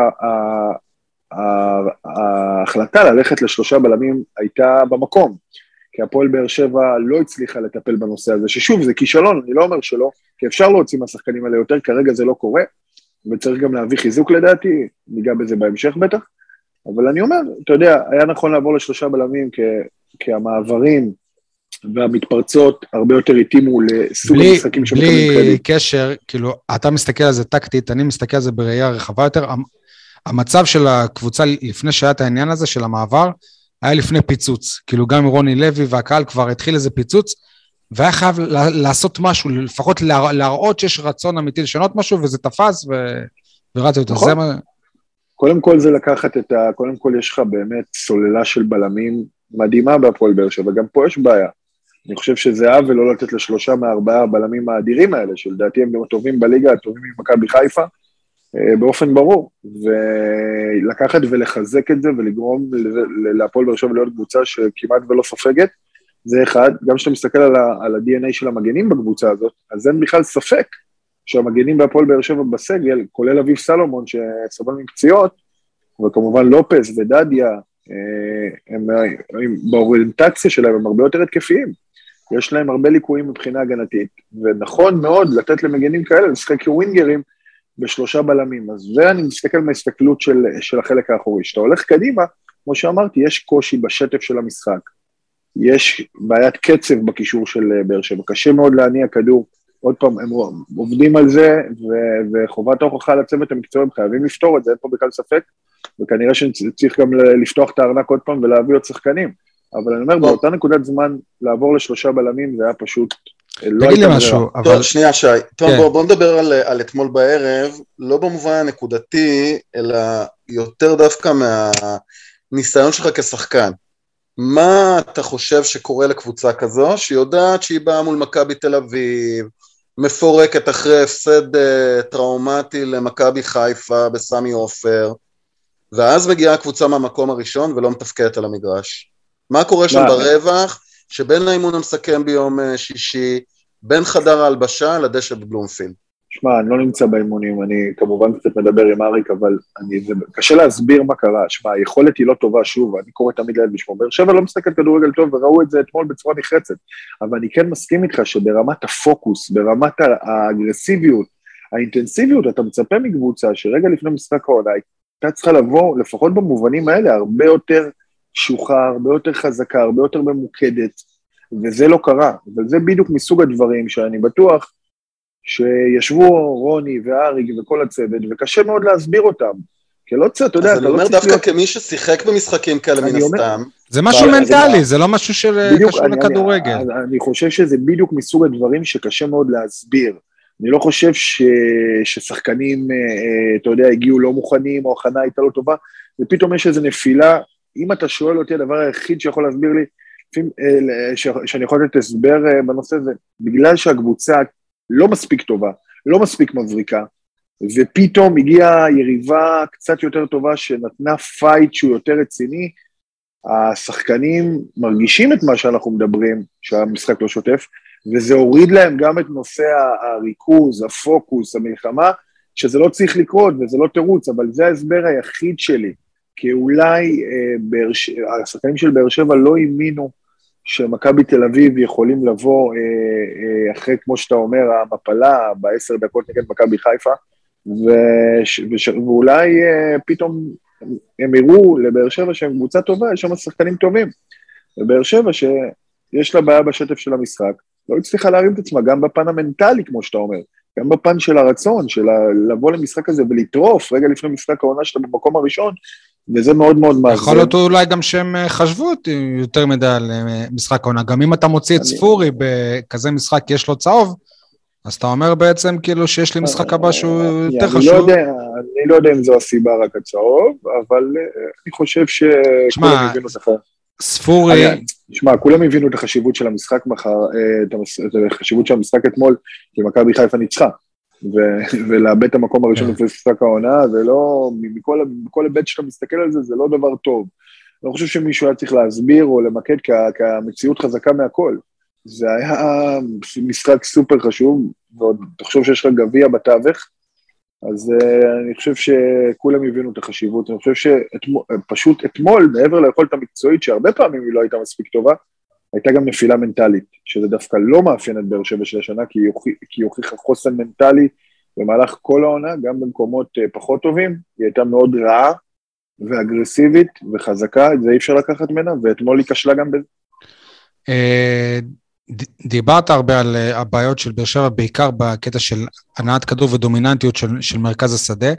שההחלטה ללכת לשלושה בלמים הייתה במקום. כי הפועל באר שבע לא הצליחה לטפל בנושא הזה, ששוב, זה כישלון, אני לא אומר שלא, כי אפשר להוציא מהשחקנים האלה יותר, כרגע זה לא קורה, וצריך גם להביא חיזוק לדעתי, ניגע בזה בהמשך בטח, אבל אני אומר, אתה יודע, היה נכון לעבור לשלושה בלמים, כי המעברים והמתפרצות הרבה יותר התאימו לסוג המשחקים שמקבלים קרדיט. בלי קשר, כאילו, אתה מסתכל על זה טקטית, אני מסתכל על זה בראייה רחבה יותר, המצב של הקבוצה לפני שהיה את העניין הזה של המעבר, היה לפני פיצוץ, כאילו גם רוני לוי והקהל כבר התחיל איזה פיצוץ, והיה חייב לעשות משהו, לפחות להראות שיש רצון אמיתי לשנות משהו, וזה תפס ורץ יותר. נכון. קודם כל זה לקחת את ה... קודם כל יש לך באמת סוללה של בלמים מדהימה בהפועל באר שבע, וגם פה יש בעיה. אני חושב שזה עוול לא לתת לשלושה מהארבעה הבלמים האדירים האלה, שלדעתי הם גם הטובים בליגה, הטובים ממכבי חיפה, באופן ברור, ולקחת ולחזק את זה, ולגרום להפועל באר שבע להיות קבוצה שכמעט ולא סופגת, זה אחד. גם כשאתה מסתכל על ה-די אן איי של המגנים בקבוצה הזאת, אז אין בכלל ספק שהמגנים בהפועל באר שבע בסגל, כולל אביב סלומון שסבל מפציעות, וכמובן לופס ודדיה, הם, הם, באוריינטציה שלהם הם הרבה יותר התקפיים, יש להם הרבה ליקויים מבחינה הגנתית, ונכון מאוד לתת למגנים כאלה, לשחק כווינגרים, בשלושה בלמים, אז זה אני מסתכל מההסתכלות של, של החלק האחורי, שאתה הולך קדימה, כמו שאמרתי, יש קושי בשטף של המשחק, יש בעיית קצב בקישור של באר שבע, קשה מאוד להניע כדור, עוד פעם, הם עובדים על זה, ו- וחובת ההוכחה לצוות המקצועי, הם חייבים לפתור את זה, אין פה בכלל ספק, וכנראה שצריך גם לפתוח את הארנק עוד פעם, ולהביא עוד שחקנים, אבל אני אומר, באותה נקודת זמן, לעבור לשלושה בלמים, זה היה פשוט, תגיד לי משהו, אבל... טוב, שנייה שי, טוב, בוא, בוא נדבר על, על אתמול בערב, לא במובן הנקודתי, אלא יותר דווקא מהניסיון שלך כשחקן. מה אתה חושב שקורה לקבוצה כזו, שיודעת שהיא באה מול מכבי תל אביב, מפורקת אחרי הפסד uh, טראומטי למכבי חיפה בסמי עופר, ואז מגיעה הקבוצה מהמקום הראשון ולא מתפקדת על המגרש. מה קורה שם ברווח, שבין האימון המסכם ביום שישי, בין חדר ההלבשה לדשא בבלומפילד? שמע, אני לא נמצא באימונים, אני כמובן קצת מדבר עם אריק, אבל אני, זה קשה להסביר מה קרה. שמע, היכולת היא לא טובה, שוב, אני קורא תמיד ליד בשמו, באר שבע לא מסתכל כדורגל טוב, וראו את זה אתמול בצורה נחרצת, אבל אני כן מסכים איתך שברמת הפוקוס, ברמת האגרסיביות, האינטנסיביות, אתה מצפה מקבוצה שרגע לפני משחק העונה, הייתה צריכה לבוא, לפחות במובנים האלה, הרבה יותר שוחה, הרבה יותר חזקה, הרבה יותר ממוקדת, וזה לא קרה, וזה בדיוק מסוג הדברים שאני בטוח שישבו רוני ואריק וכל הצוות, וקשה מאוד להסביר אותם, כי לא צריך, אתה יודע, אז אני אומר דווקא כמי ששיחק במשחקים כאלה מן הסתם, זה משהו מנטלי, זה לא משהו שקשור לכדורגל. אני חושב שזה בדיוק מסוג הדברים שקשה מאוד להסביר, אני לא חושב ששחקנים, אתה יודע, הגיעו לא מוכנים, או הכנה הייתה לא טובה, ופתאום יש איזו נפילה, אם אתה שואל אותי, הדבר היחיד שיכול להסביר לי, שאני יכול לתת הסבר בנושא הזה, בגלל שהקבוצה לא מספיק טובה, לא מספיק מבריקה, ופתאום הגיעה יריבה קצת יותר טובה, שנתנה פייט שהוא יותר רציני, השחקנים מרגישים את מה שאנחנו מדברים, שהמשחק לא שוטף, וזה הוריד להם גם את נושא הריכוז, הפוקוס, המלחמה, שזה לא צריך לקרות, וזה לא תירוץ, אבל זה ההסבר היחיד שלי, כי אולי אה, השחקנים של באר שבע לא האמינו שמכבי תל אביב יכולים לבוא אה, אה, אחרי, כמו שאתה אומר, המפלה בעשר דקות נגד מכבי חיפה, וש, וש, ואולי אה, פתאום הם יראו לבאר שבע שהם קבוצה טובה, יש שם שחקנים טובים. ובאר שבע שיש לה בעיה בשטף של המשחק, לא הצליחה להרים את עצמה, גם בפן המנטלי, כמו שאתה אומר, גם בפן של הרצון, של לבוא למשחק הזה ולטרוף, רגע לפני משחק העונה שאתה במקום הראשון, וזה מאוד מאוד מאזן. יכול להיות אולי גם שהם חשבו יותר מדי על משחק העונה, גם אם אתה מוציא את ספורי בכזה משחק, יש לו צהוב, אז אתה אומר בעצם כאילו שיש לי משחק הבא שהוא יותר חשוב. אני לא יודע אם זו הסיבה רק הצהוב, אבל אני חושב שכולם הבינו את זה. ספורי... תשמע, כולם הבינו את החשיבות של המשחק מחר, את החשיבות של המשחק אתמול, כי מכבי חיפה ניצחה, ולאבד את המקום הראשון לפני משחק העונה, זה לא, מכל היבט שאתה מסתכל על זה, זה לא דבר טוב. אני חושב שמישהו היה צריך להסביר או למקד, כי המציאות חזקה מהכל. זה היה משחק סופר חשוב, ועוד תחשוב שיש לך גביע בתווך, אז uh, אני חושב שכולם הבינו את החשיבות, אני חושב שפשוט אתמול, מעבר ליכולת המקצועית, שהרבה פעמים היא לא הייתה מספיק טובה, הייתה גם נפילה מנטלית, שזה דווקא לא מאפיין את באר שבע של השנה, כי היא הוכיחה חוסן מנטלי במהלך כל העונה, גם במקומות uh, פחות טובים, היא הייתה מאוד רעה ואגרסיבית וחזקה, את זה אי אפשר לקחת ממנה, ואתמול היא כשלה גם בזה. דיברת הרבה על הבעיות של באר שבע, בעיקר בקטע של הנעת כדור ודומיננטיות של, של מרכז השדה,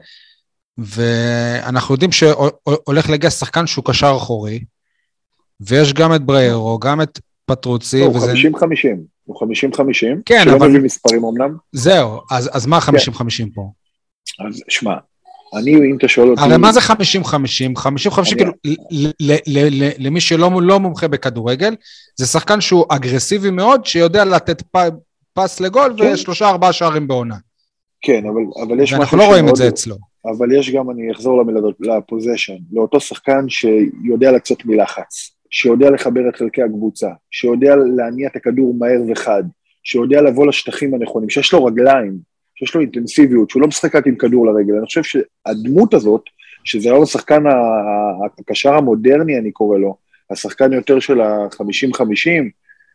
ואנחנו יודעים שהולך להגיע שחקן שהוא קשר אחורי, ויש גם את בריירו, גם את פטרוצי. הוא חמישים חמישים, הוא חמישים חמישים, כן, שלא אבל... מביא מספרים אמנם. זהו, אז, אז מה חמישים חמישים פה? אז שמע, אני, אם אתה שואל אותי... הרי מה זה חמישים חמישים? חמישים חמישים, כאילו, למי שלא מומחה בכדורגל, זה שחקן שהוא אגרסיבי מאוד, שיודע לתת פס לגול, ושלושה ארבעה שערים בעונה. כן, אבל יש... ואנחנו לא רואים את זה אצלו. אבל יש גם, אני אחזור לפוזיישן, לאותו שחקן שיודע לצאת מלחץ, שיודע לחבר את חלקי הקבוצה, שיודע להניע את הכדור מהר וחד, שיודע לבוא לשטחים הנכונים, שיש לו רגליים, שיש לו אינטנסיביות, שהוא לא משחק רק עם כדור לרגל. אני חושב שהדמות הזאת, שזה היום השחקן הקשר המודרני, אני קורא לו, השחקן יותר של ה-חמישים חמישים,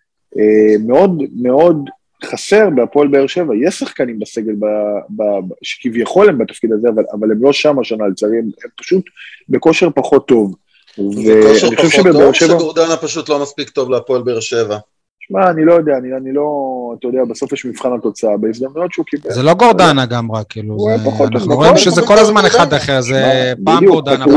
מאוד מאוד חסר בהפועל באר שבע. יש שחקנים בסגל, שכביכול הם בתפקיד הזה, אבל, אבל הם לא שם השנה לצערי, הם פשוט בכושר פחות טוב. זה כושר פחות טוב, שגורדנה פשוט לא מספיק טוב להפועל באר שבע. שמע, אני לא יודע, אני, אני לא, אתה יודע, בסוף יש מבחן התוצאה, בהזדמנויות שהוא קיבל. זה לא גורדנה גם רק, כאילו, אנחנו רואים שזה כל הזמן אחד אחר, זה פעם גורדנה,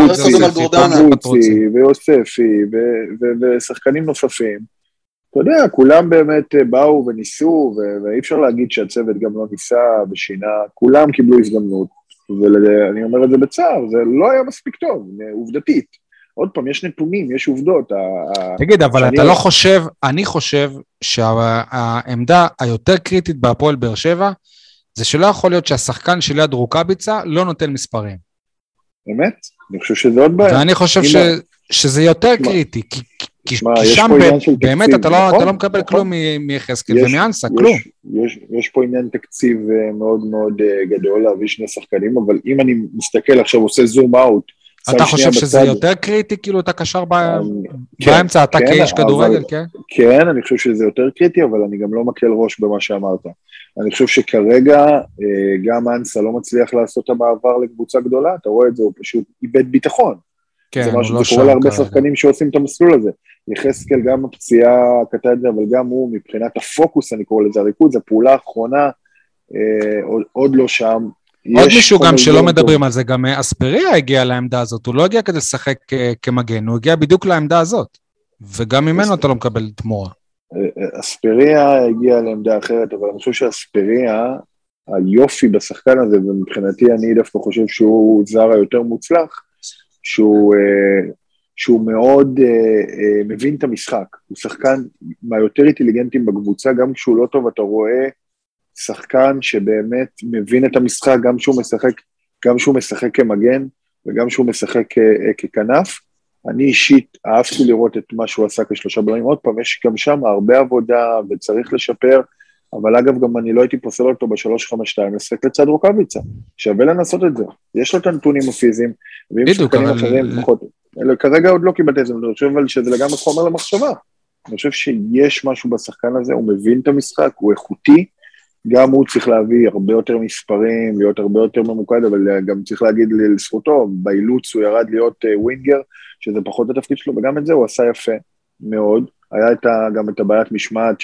פטרוצי, ויוספי, ושחקנים נוספים. אתה יודע, כולם באמת באו וניסו, ואי אפשר להגיד שהצוות גם לא ניסה ושינה, כולם קיבלו הזדמנות, ואני אומר את זה בצער, זה לא היה מספיק טוב, עובדתית. עוד פעם, יש נתונים, יש עובדות. תגיד, אבל אתה לא חושב, אני חושב שהעמדה היותר קריטית בהפועל באר שבע, זה שלא יכול להיות שהשחקן של יד רוקאביצה לא נותן מספרים. באמת? אני חושב שזה עוד בעיה. ואני חושב שזה יותר קריטי, כי שם באמת אתה לא מקבל כלום מיחזקאל ומאנסה, כלום. יש פה עניין תקציב מאוד מאוד גדול להביא שני שחקנים, אבל אם אני מסתכל עכשיו, עושה זום אאוט, אתה חושב שזה יותר קריטי, כאילו אתה קשר באמצע, אתה כאיש כדורגל, כן? כן, אני חושב שזה יותר קריטי, אבל אני גם לא מקל ראש במה שאמרת. אני חושב שכרגע גם אנסה לא מצליח לעשות את המעבר לקבוצה גדולה, אתה רואה את זה, הוא פשוט איבד ביטחון. זה משהו שקורה להרבה שחקנים שעושים את המסלול הזה. יחזקאל גם הפציעה קטע את זה, אבל גם הוא מבחינת הפוקוס, אני קורא לזה הריקוד, זו פעולה האחרונה, עוד לא שם. עוד מישהו גם שלא מדברים על זה, גם אספריה הגיע לעמדה הזאת, הוא לא הגיע כדי לשחק כמגן, הוא הגיע בדיוק לעמדה הזאת, וגם ממנו אתה לא מקבל תמורה. אספריה הגיע לעמדה אחרת, אבל אני חושב שאספריה, היופי בשחקן הזה, ומבחינתי אני דווקא חושב שהוא זר היותר מוצלח, שהוא, שהוא מאוד מבין את המשחק, הוא שחקן מהיותר אינטליגנטים בקבוצה, גם כשהוא לא טוב אתה רואה, שחקן שבאמת מבין את המשחק, גם שהוא משחק, גם שהוא משחק כמגן, וגם שהוא משחק ככנף. אני אישית אהבתי לראות את מה שהוא עשה כשלושה בלמים. עוד פעם, יש גם שם הרבה עבודה, וצריך לשפר, אבל אגב, גם אני לא הייתי פוסל אותו ב-שלוש חמש שתיים, לשחק לצד רוקאביצה, שווה לנסות את זה, יש לו את הנתונים הפיזיים, ואם שחקנים אחרים, פחות, כרגע עוד לא קיבלתי את זה, אני חושב שזה לגמרי חומר למחשבה, אני חושב שיש משהו בשחקן הזה, הוא מבין את המשחק, הוא איכותי, גם הוא צריך להביא הרבה יותר מספרים, להיות הרבה יותר ממוקד, אבל גם צריך להגיד לזכותו, באילוץ הוא ירד להיות ווינגר, שזה פחות התפקיד שלו, וגם את זה הוא עשה יפה מאוד, היה את ה, גם את הבעיית משמעת, ש,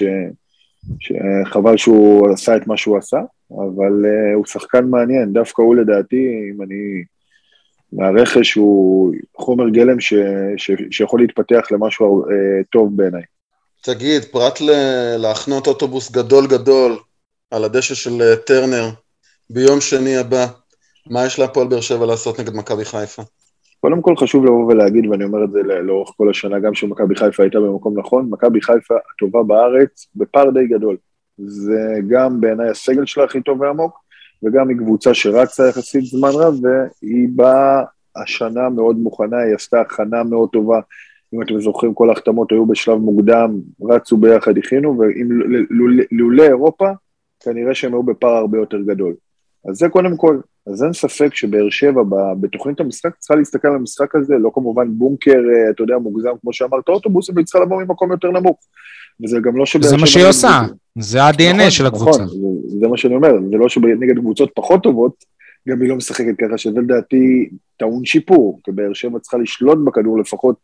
שחבל שהוא עשה את מה שהוא עשה, אבל uh, הוא שחקן מעניין, דווקא הוא לדעתי, אם אני, מהרכש הוא חומר גלם ש, ש, שיכול להתפתח למשהו uh, טוב בעיניי. תגיד, פרט ל- להכנות אוטובוס גדול גדול, על הדשא של טרנר, ביום שני הבא, מה יש להפועל באר שבע לעשות נגד מכבי חיפה? קודם כל חשוב לבוא ולהגיד, ואני אומר את זה לאורך כל השנה, גם שמכבי חיפה הייתה במקום נכון, מכבי חיפה הטובה בארץ, בפער די גדול. זה גם בעיניי הסגל שלה הכי טוב ועמוק, וגם היא קבוצה שרצה יחסית זמן רב, והיא באה השנה מאוד מוכנה, היא עשתה הכנה מאוד טובה, אם אתם זוכרים, כל ההחתמות היו בשלב מוקדם, רצו ביחד, הכינו, ולולא אירופה, כנראה שהם היו בפער הרבה יותר גדול. אז זה קודם כל, אז אין ספק שבאר שבע, בתוכנית המשחק, צריכה להסתכל על המשחק הזה, לא כמובן בונקר, אתה יודע, מוגזם, כמו שאמרת, אוטובוס, אבל היא צריכה לבוא ממקום יותר נמוך. וזה גם לא שבאר שבע... זה מה שהיא עושה, זה ה-די אן איי של הקבוצה. נכון, זה מה שאני אומר, זה לא שנגד קבוצות פחות טובות, גם היא לא משחקת ככה, שזה לדעתי טעון שיפור, כי באר שבע צריכה לשלוט בכדור לפחות,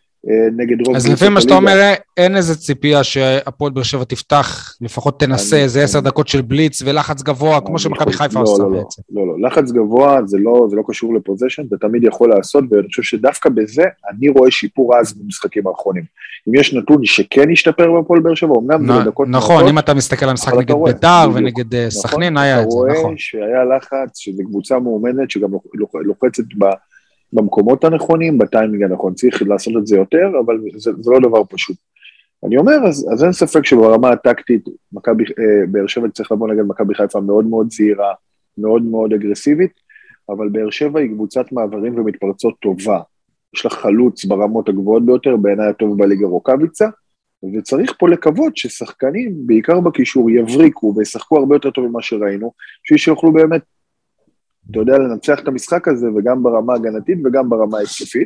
נגד רוב. אז לפי מה שאתה אומר, אין איזה ציפייה שהפועל באר שבע תפתח, לפחות תנסה איזה עשר דקות של בליץ ולחץ גבוה, כמו שמכבי חיפה עושה בעצם. לא, לא, לחץ גבוה זה לא קשור לפוזיישן, זה תמיד יכול לעשות, ואני חושב שדווקא בזה אני רואה שיפור אז במשחקים האחרונים. אם יש נתון שכן ישתפר בפועל באר שבע, אמנם זה לדקות מועטות. נכון, אם אתה מסתכל על המשחק נגד בית"ר ונגד סכנין, היה את זה, נכון. אתה רואה שהיה לחץ, שזו קבוצה מאומנת שגם לוחצת ב במקומות הנכונים, בטיימינג הנכון, צריך לעשות את זה יותר, אבל זה, זה לא דבר פשוט. אני אומר, אז, אז אין ספק שברמה הטקטית, מכבי, אה, באר שבע צריך לבוא נגד מכבי חיפה מאוד מאוד זהירה, מאוד מאוד אגרסיבית, אבל באר שבע היא קבוצת מעברים ומתפרצות טובה. יש לה חלוץ ברמות הגבוהות ביותר, בעיניי הטוב בליגה רוקאביצה, וצריך פה לקוות ששחקנים, בעיקר בקישור, יבריקו וישחקו הרבה יותר טוב ממה שראינו, שיוכלו באמת, אתה יודע, לנצח את המשחק הזה, וגם ברמה הגנתית וגם ברמה התקפית.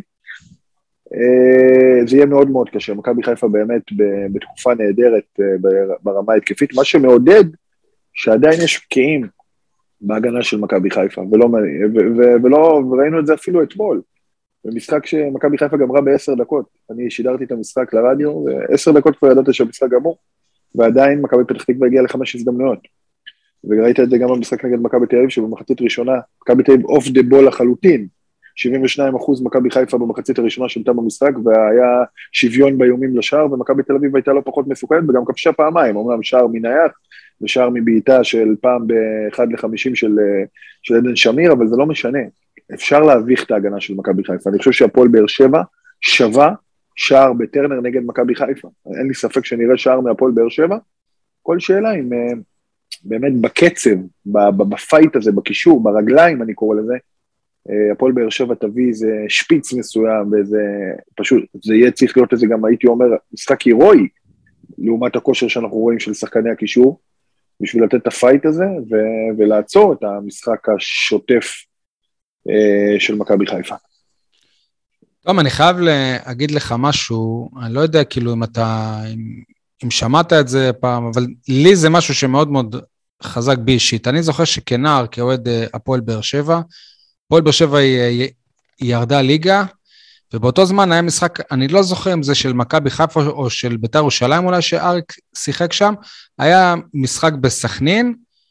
זה יהיה מאוד מאוד קשה. מכבי חיפה באמת בתקופה נהדרת ברמה התקפית, מה שמעודד שעדיין יש פקיעים בהגנה של מכבי חיפה, ולא, ולא, וראינו את זה אפילו אתמול, במשחק שמכבי חיפה גמרה בעשר דקות. אני שידרתי את המשחק לרדיו, ועשר דקות כבר ידעתי שהמשחק גמור, ועדיין מכבי פתח תקווה הגיעה לחמש הזדמנויות. וראית את זה גם במשחק נגד מכבי תל אביב, שבמחצית ראשונה, מכבי תל אביב אוף דה בול לחלוטין, שבעים ושניים אחוז מכבי חיפה במחצית הראשונה שלטה במשחק, והיה שוויון באיומים לשער, ומכבי תל אביב הייתה לא פחות מסוכנת, וגם כבשה פעמיים, אומנם שער מנייח, ושער מבעיטה של פעם באחד לחמישים של, של עדן שמיר, אבל זה לא משנה, אפשר להביך את ההגנה של מכבי חיפה, אני חושב שהפועל באר שבע שווה שער בטרנר נגד מכבי חיפה, אין לי ספק שנראה שער מהפועל באר שבע, כל שאלה אם... באמת בקצב, בפייט הזה, בקישור, ברגליים, אני קורא לזה, הפועל באר שבע תביא איזה שפיץ מסוים, ואיזה, פשוט, זה יהיה צריך להיות איזה גם, הייתי אומר, משחק הירואי, לעומת הכושר שאנחנו רואים של שחקני הקישור, בשביל לתת את הפייט הזה, ו- ולעצור את המשחק השוטף של מכבי חיפה. טוב, אני חייב להגיד לך משהו, אני לא יודע כאילו אם אתה... אם שמעת את זה פעם, אבל לי זה משהו שמאוד מאוד חזק בי אישית. אני זוכר שכנער, כאוהד הפועל באר שבע, הפועל באר שבע היא, היא ירדה ליגה, ובאותו זמן היה משחק, אני לא זוכר אם זה של מכבי חיפה או של בית"ר ירושלים אולי, שאריק שיחק שם, היה משחק בסכנין,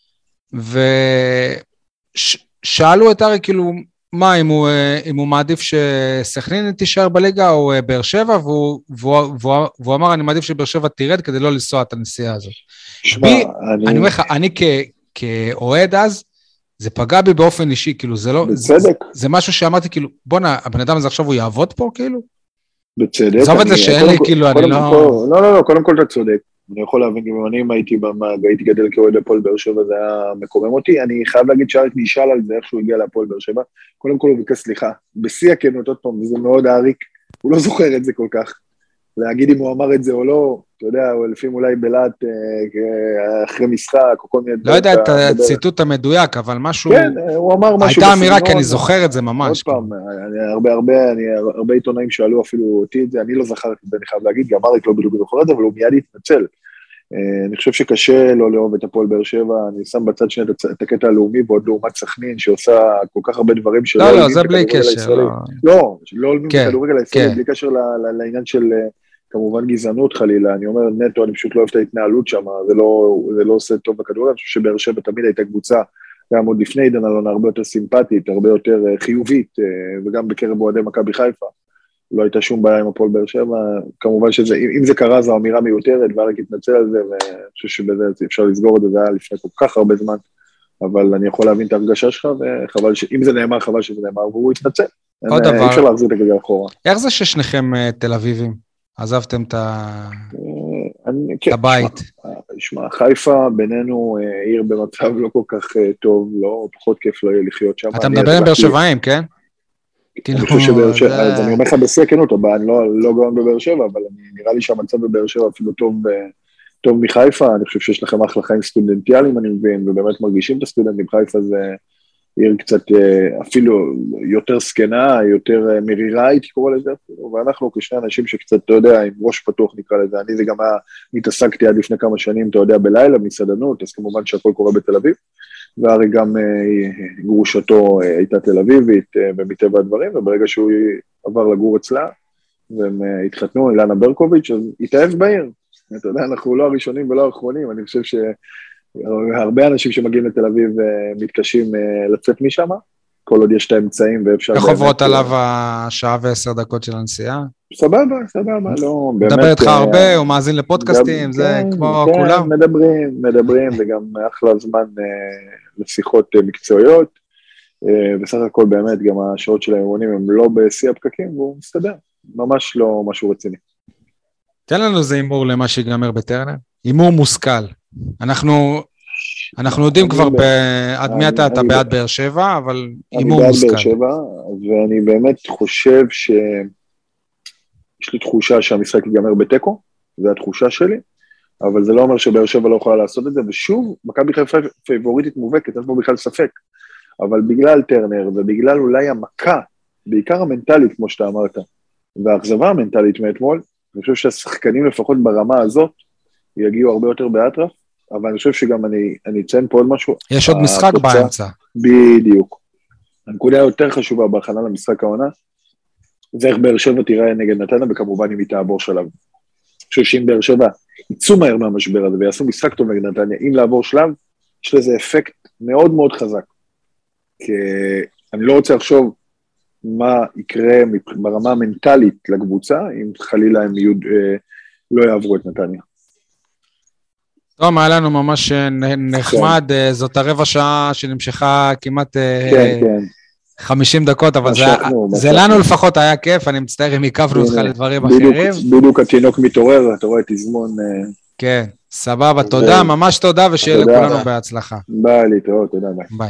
ושאלו את אריק כאילו, מה, אם הוא, אם הוא מעדיף שסכנין תישאר בליגה או באר שבע, והוא, והוא, והוא, והוא אמר, אני מעדיף שבאר שבע תירד כדי לא לנסוע את הנסיעה הזאת. שמה, בי, אני... אני אומר לך, אני כ, כאוהד אז, זה פגע בי באופן אישי, כאילו, זה לא... בצדק. זה, זה משהו שאמרתי, כאילו, בוא'נה, הבן אדם הזה עכשיו הוא יעבוד פה, כאילו? בצדק. עזוב את זה שאין לי, כאילו, אני לא... לא, לא, לא, קודם כל אתה צודק. אני יכול להבין, אם אני הייתי הייתי גדל כאוהד הפועל באר שבע, זה היה מקומם אותי, אני חייב להגיד שאריק נשאל על זה, איך שהוא הגיע להפועל באר שבע, קודם כל הוא ביקש סליחה, בשיא הכנות עוד פעם, וזה מאוד אריק, הוא לא זוכר את זה כל כך, להגיד אם הוא אמר את זה או לא, אתה יודע, לפעמים אולי בלעת אחרי משחק, או כל מיני... לא יודע את הציטוט המדויק, אבל משהו... כן, הוא אמר משהו... הייתה אמירה, כי אני זוכר את זה ממש. עוד פעם, הרבה עיתונאים שאלו אפילו אותי את זה, אני לא זכרתי את זה, אני חייב להגיד, גם אריק לא בדיוק זוכר את זה, אבל הוא מיד התנצל. אני חושב שקשה לא לאהוב את הפועל באר שבע, אני שם בצד שני את הקטע הלאומי, ועוד לעומת סכנין, שעושה כל כך הרבה דברים שלא... לא, לא, זה בלי קשר. לא, לא עולמים את הכדורגל הישראלי, בלי קשר לעניין של... כמובן גזענות חלילה, אני אומר נטו, אני פשוט לא אוהב את ההתנהלות שם, זה לא, זה לא עושה טוב בכדורגל, אני חושב שבאר שבע תמיד הייתה קבוצה, גם עוד לפני עידן אלון, הרבה יותר סימפטית, הרבה יותר חיובית, וגם בקרב אוהדי מכבי חיפה, לא הייתה שום בעיה עם הפועל באר שבע, כמובן שזה, אם זה קרה, זו אמירה מיותרת, ואריק התנצל על זה, ואני חושב שבזה אפשר לסגור את זה, זה היה לפני כל כך הרבה זמן, אבל אני יכול להבין את הרגשה שלך, וחבל ש... אם זה נאמר, חבל שזה נאמר, והוא התנצל. עוד דבר. אי אפשר להחזיר את הגלגל אחורה. איך זה ששניכם תל אביבים? עזבתם את הבית. שמע, חיפה בינינו עיר במצב לא כל כך טוב, לא פחות כיף לא יהיה לחיות שם. אתה מדבר עם באר שבעים, כן? אני חושב שבאר שבע, אז אני אומר לך בסכנות, אני לא גאון בבאר שבע, אבל נראה לי שהמצב בבאר שבע אפילו טוב מחיפה, אני חושב שיש לכם אחלה חיים סטודנטיאליים, אני מבין, ובאמת מרגישים את הסטודנטים, חיפה זה... עיר קצת אפילו יותר סקנה, יותר מרירה, הייתי קורא לזה, ואנחנו כשני אנשים שקצת, אתה יודע, עם ראש פתוח נקרא לזה, אני זה גם היה, מתעסקתי עד לפני כמה שנים, אתה יודע, בלילה, מסעדנות, אז כמובן שהכל קורה בתל אביב, והרי גם גרושתו הייתה תל אביבית, במטבע הדברים, וברגע שהוא עבר לגור אצלה, והם התחתנו, אילנה ברקוביץ', אז התאהב בעיר, אתה יודע, אנחנו לא הראשונים ולא האחרונים, אני חושב ש... הרבה אנשים שמגיעים לתל אביב מתקשים לצאת משם, כל עוד יש את האמצעים ואפשר... איך עוברות עליו השעה ועשר דקות של הנסיעה? סבבה, סבבה, לא, באמת... מדבר איתך הרבה, הוא מאזין לפודקאסטים, זה כמו כולם? מדברים, מדברים, וגם אחלה זמן לשיחות מקצועיות, וסך הכל באמת גם השעות של האימונים הם לא בשיא הפקקים, והוא מסתדר, ממש לא משהו רציני. תן לנו זה אימור למה שיגמר בטרנר, אימור מושכל. אנחנו, אנחנו יודעים כבר עד מי אתה, אתה בעד באר שבע, אבל אימור מושכל. אני בעד באר שבע, ואני באמת חושב ש... יש לי תחושה שהמשחק ייגמר בטקו, זו התחושה שלי, אבל זה לא אומר שבאר שבע לא יכולה לעשות את זה, ושוב, מכבי חיפה פייבוריטית מובהקת, אין פה בכלל ספק, אבל בגלל טרנר, ובגלל אולי המכה, בעיקר המנטלית, כמו שאתה אמרת, והאכזבה המנטלית מאתמול, אני חושב שהשחקנים לפחות ברמה הזאת, יגיעו הרבה יותר באטרף, אבל אני חושב שגם אני, אני אציין פה עוד משהו. יש עוד משחק התוצאה, באמצע. בדיוק. הנקודה היותר חשובה בהכנה למשחק העונה, זה איך באר שבע תיראה נגד נתניה, וכמובן אם היא תעבור שלב. אני חושב שאם באר שבע יצאו מהר מהמשבר הזה, ויעשו משחק טוב נגד נתניה, אם לעבור שלב, יש לזה אפקט מאוד מאוד חזק. כי אני לא רוצה לחשוב מה יקרה ברמה המנטלית לקבוצה, אם חלילה הם יהיו, לא יעברו את נתניה. טוב, היה לנו ממש נחמד, זאת הרבע שעה שנמשכה כמעט חמישים דקות, אבל זה לנו לפחות היה כיף, אני מצטער אם עיכבנו אותך לדברים אחרים. בדיוק התינוק מתעורר, אתה רואה תזמון. כן, סבבה, תודה, ממש תודה, ושיהיה לכולנו בהצלחה. ביי, להתראות, תודה, ביי. ביי.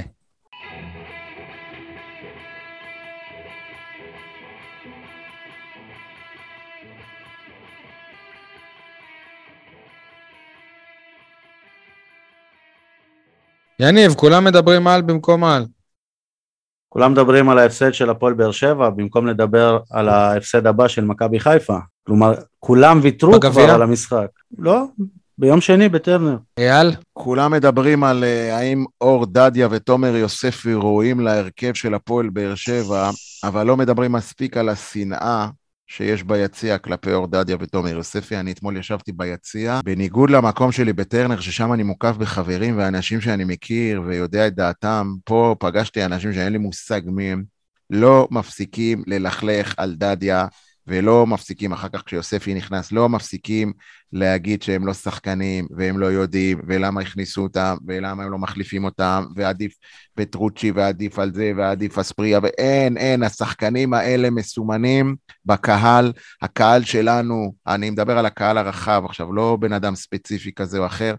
יניב, כולם מדברים על במקום על. כולם מדברים על ההפסד של הפועל באר שבע, במקום לדבר על ההפסד הבא של מכבי חיפה. כלומר, כולם ויתרו בגביע? כבר על המשחק. לא, ביום שני בטרנר. אייל? כולם מדברים על uh, האם אור דדיה ותומר יוספי ראויים להרכב של הפועל באר שבע, אבל לא מדברים מספיק על השנאה שיש ביציע כלפי אור דדיה ותומר יוספי. אני אתמול ישבתי ביציע, בניגוד למקום שלי בטרנר, ששם אני מוקף בחברים ואנשים שאני מכיר ויודע את דעתם. פה פגשתי אנשים שאין לי מושג מהם, לא מפסיקים ללכלך על דדיה, ולא מפסיקים אחר כך כשיוספי נכנס, לא מפסיקים להגיד שהם לא שחקנים, והם לא יודעים, ולמה הכניסו אותם, ולמה הם לא מחליפים אותם, ועדיף פטרוצ'י, ועדיף על זה, ועדיף אספריה, ואין, אין, השחקנים האלה מסומנים בקהל, הקהל שלנו, אני מדבר על הקהל הרחב, עכשיו לא בן אדם ספציפי כזה או אחר,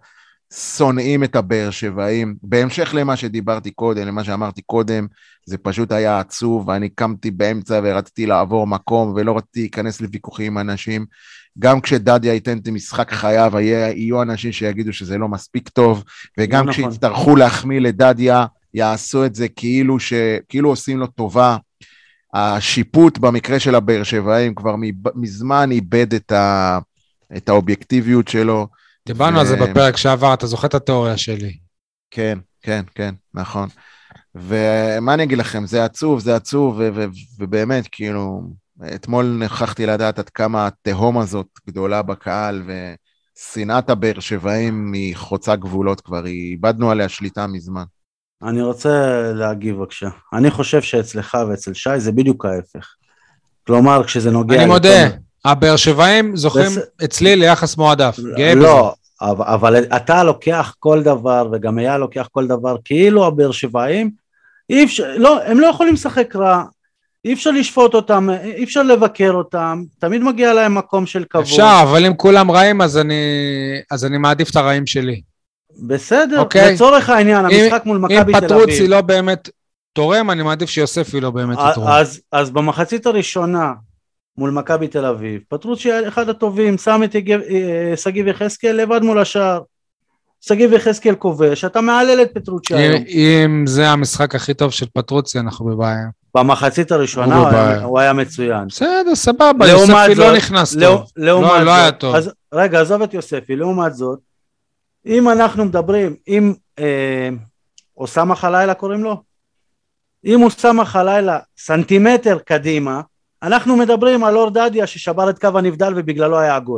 שונאים את הבאר שבעים, בהמשך למה שדיברתי קודם, למה שאמרתי קודם, זה פשוט היה עצוב, ואני קמתי באמצע ורציתי לעבור מקום, ולא רציתי להיכנס לוויכוחים עם אנשים, גם כשדדיה ייתן את משחק חייו, יהיו אנשים שיגידו שזה לא מספיק טוב, וגם כשיצטרכו להחמיא לדדיה, יעשו את זה כאילו, ש... כאילו עושים לו טובה. השיפוט במקרה של הבאר שבעים כבר מזמן איבד את, ה... את האובייקטיביות שלו. דיברנו ו... על זה בפרק שעבר, אתה זוכר את התיאוריה שלי. כן, כן, כן, נכון. ומה אני אגיד לכם, זה עצוב, זה עצוב, ו... ו... ובאמת, כאילו, אתמול נכחתי לדעת עד כמה התהום הזאת גדולה בקהל, ושנאת הבאר שבעים היא חוצה גבולות כבר, איבדנו עליה שליטה מזמן. אני רוצה להגיב בבקשה. אני חושב שאצלך ואצל שי זה בדיוק ההפך. כלומר, כשזה נוגע... אני מודה, הבאר שבעים זוכרים אצלי ליחס מועדף. לא, אבל אתה לוקח כל דבר, וגם היה לוקח כל דבר, כאילו הבאר שבעים, הם לא יכולים לשחק רע, אי אפשר לשפוט אותם, אי אפשר לבקר אותם, תמיד מגיע להם מקום של כבוד. אפשר, אבל אם כולם רעים, אז אני מעדיף את הרעים שלי. בסדר, okay. לצורך העניין, המשחק מול מכבי תל אביב. אם פטרוצי לא באמת תורם, אני מעדיף שיוספי לא באמת יתרום. אז, אז במחצית הראשונה מול מכבי תל אביב, פטרוצי היה אחד הטובים, שם את סגיב יחזקאל לבד מול השאר. סגיב יחזקאל כובש, אתה מעלל את פטרוצי היום. אם זה המשחק הכי טוב של פטרוצי, אנחנו בבעיה. במחצית הראשונה הוא, היה, הוא היה מצוין. בסדר, סבבה, יוספי לא נכנס לא, טוב. לא, לא היה טוב. אז, רגע, עזוב את יוספי, לעומת זאת, אם אנחנו מדברים, אם אה, אוסמה חלילה קוראים לו, אם אוסמה חלילה סנטימטר קדימה, אנחנו מדברים על אור דדיה ששבר את קו הנבדל ובגללו היה הגול.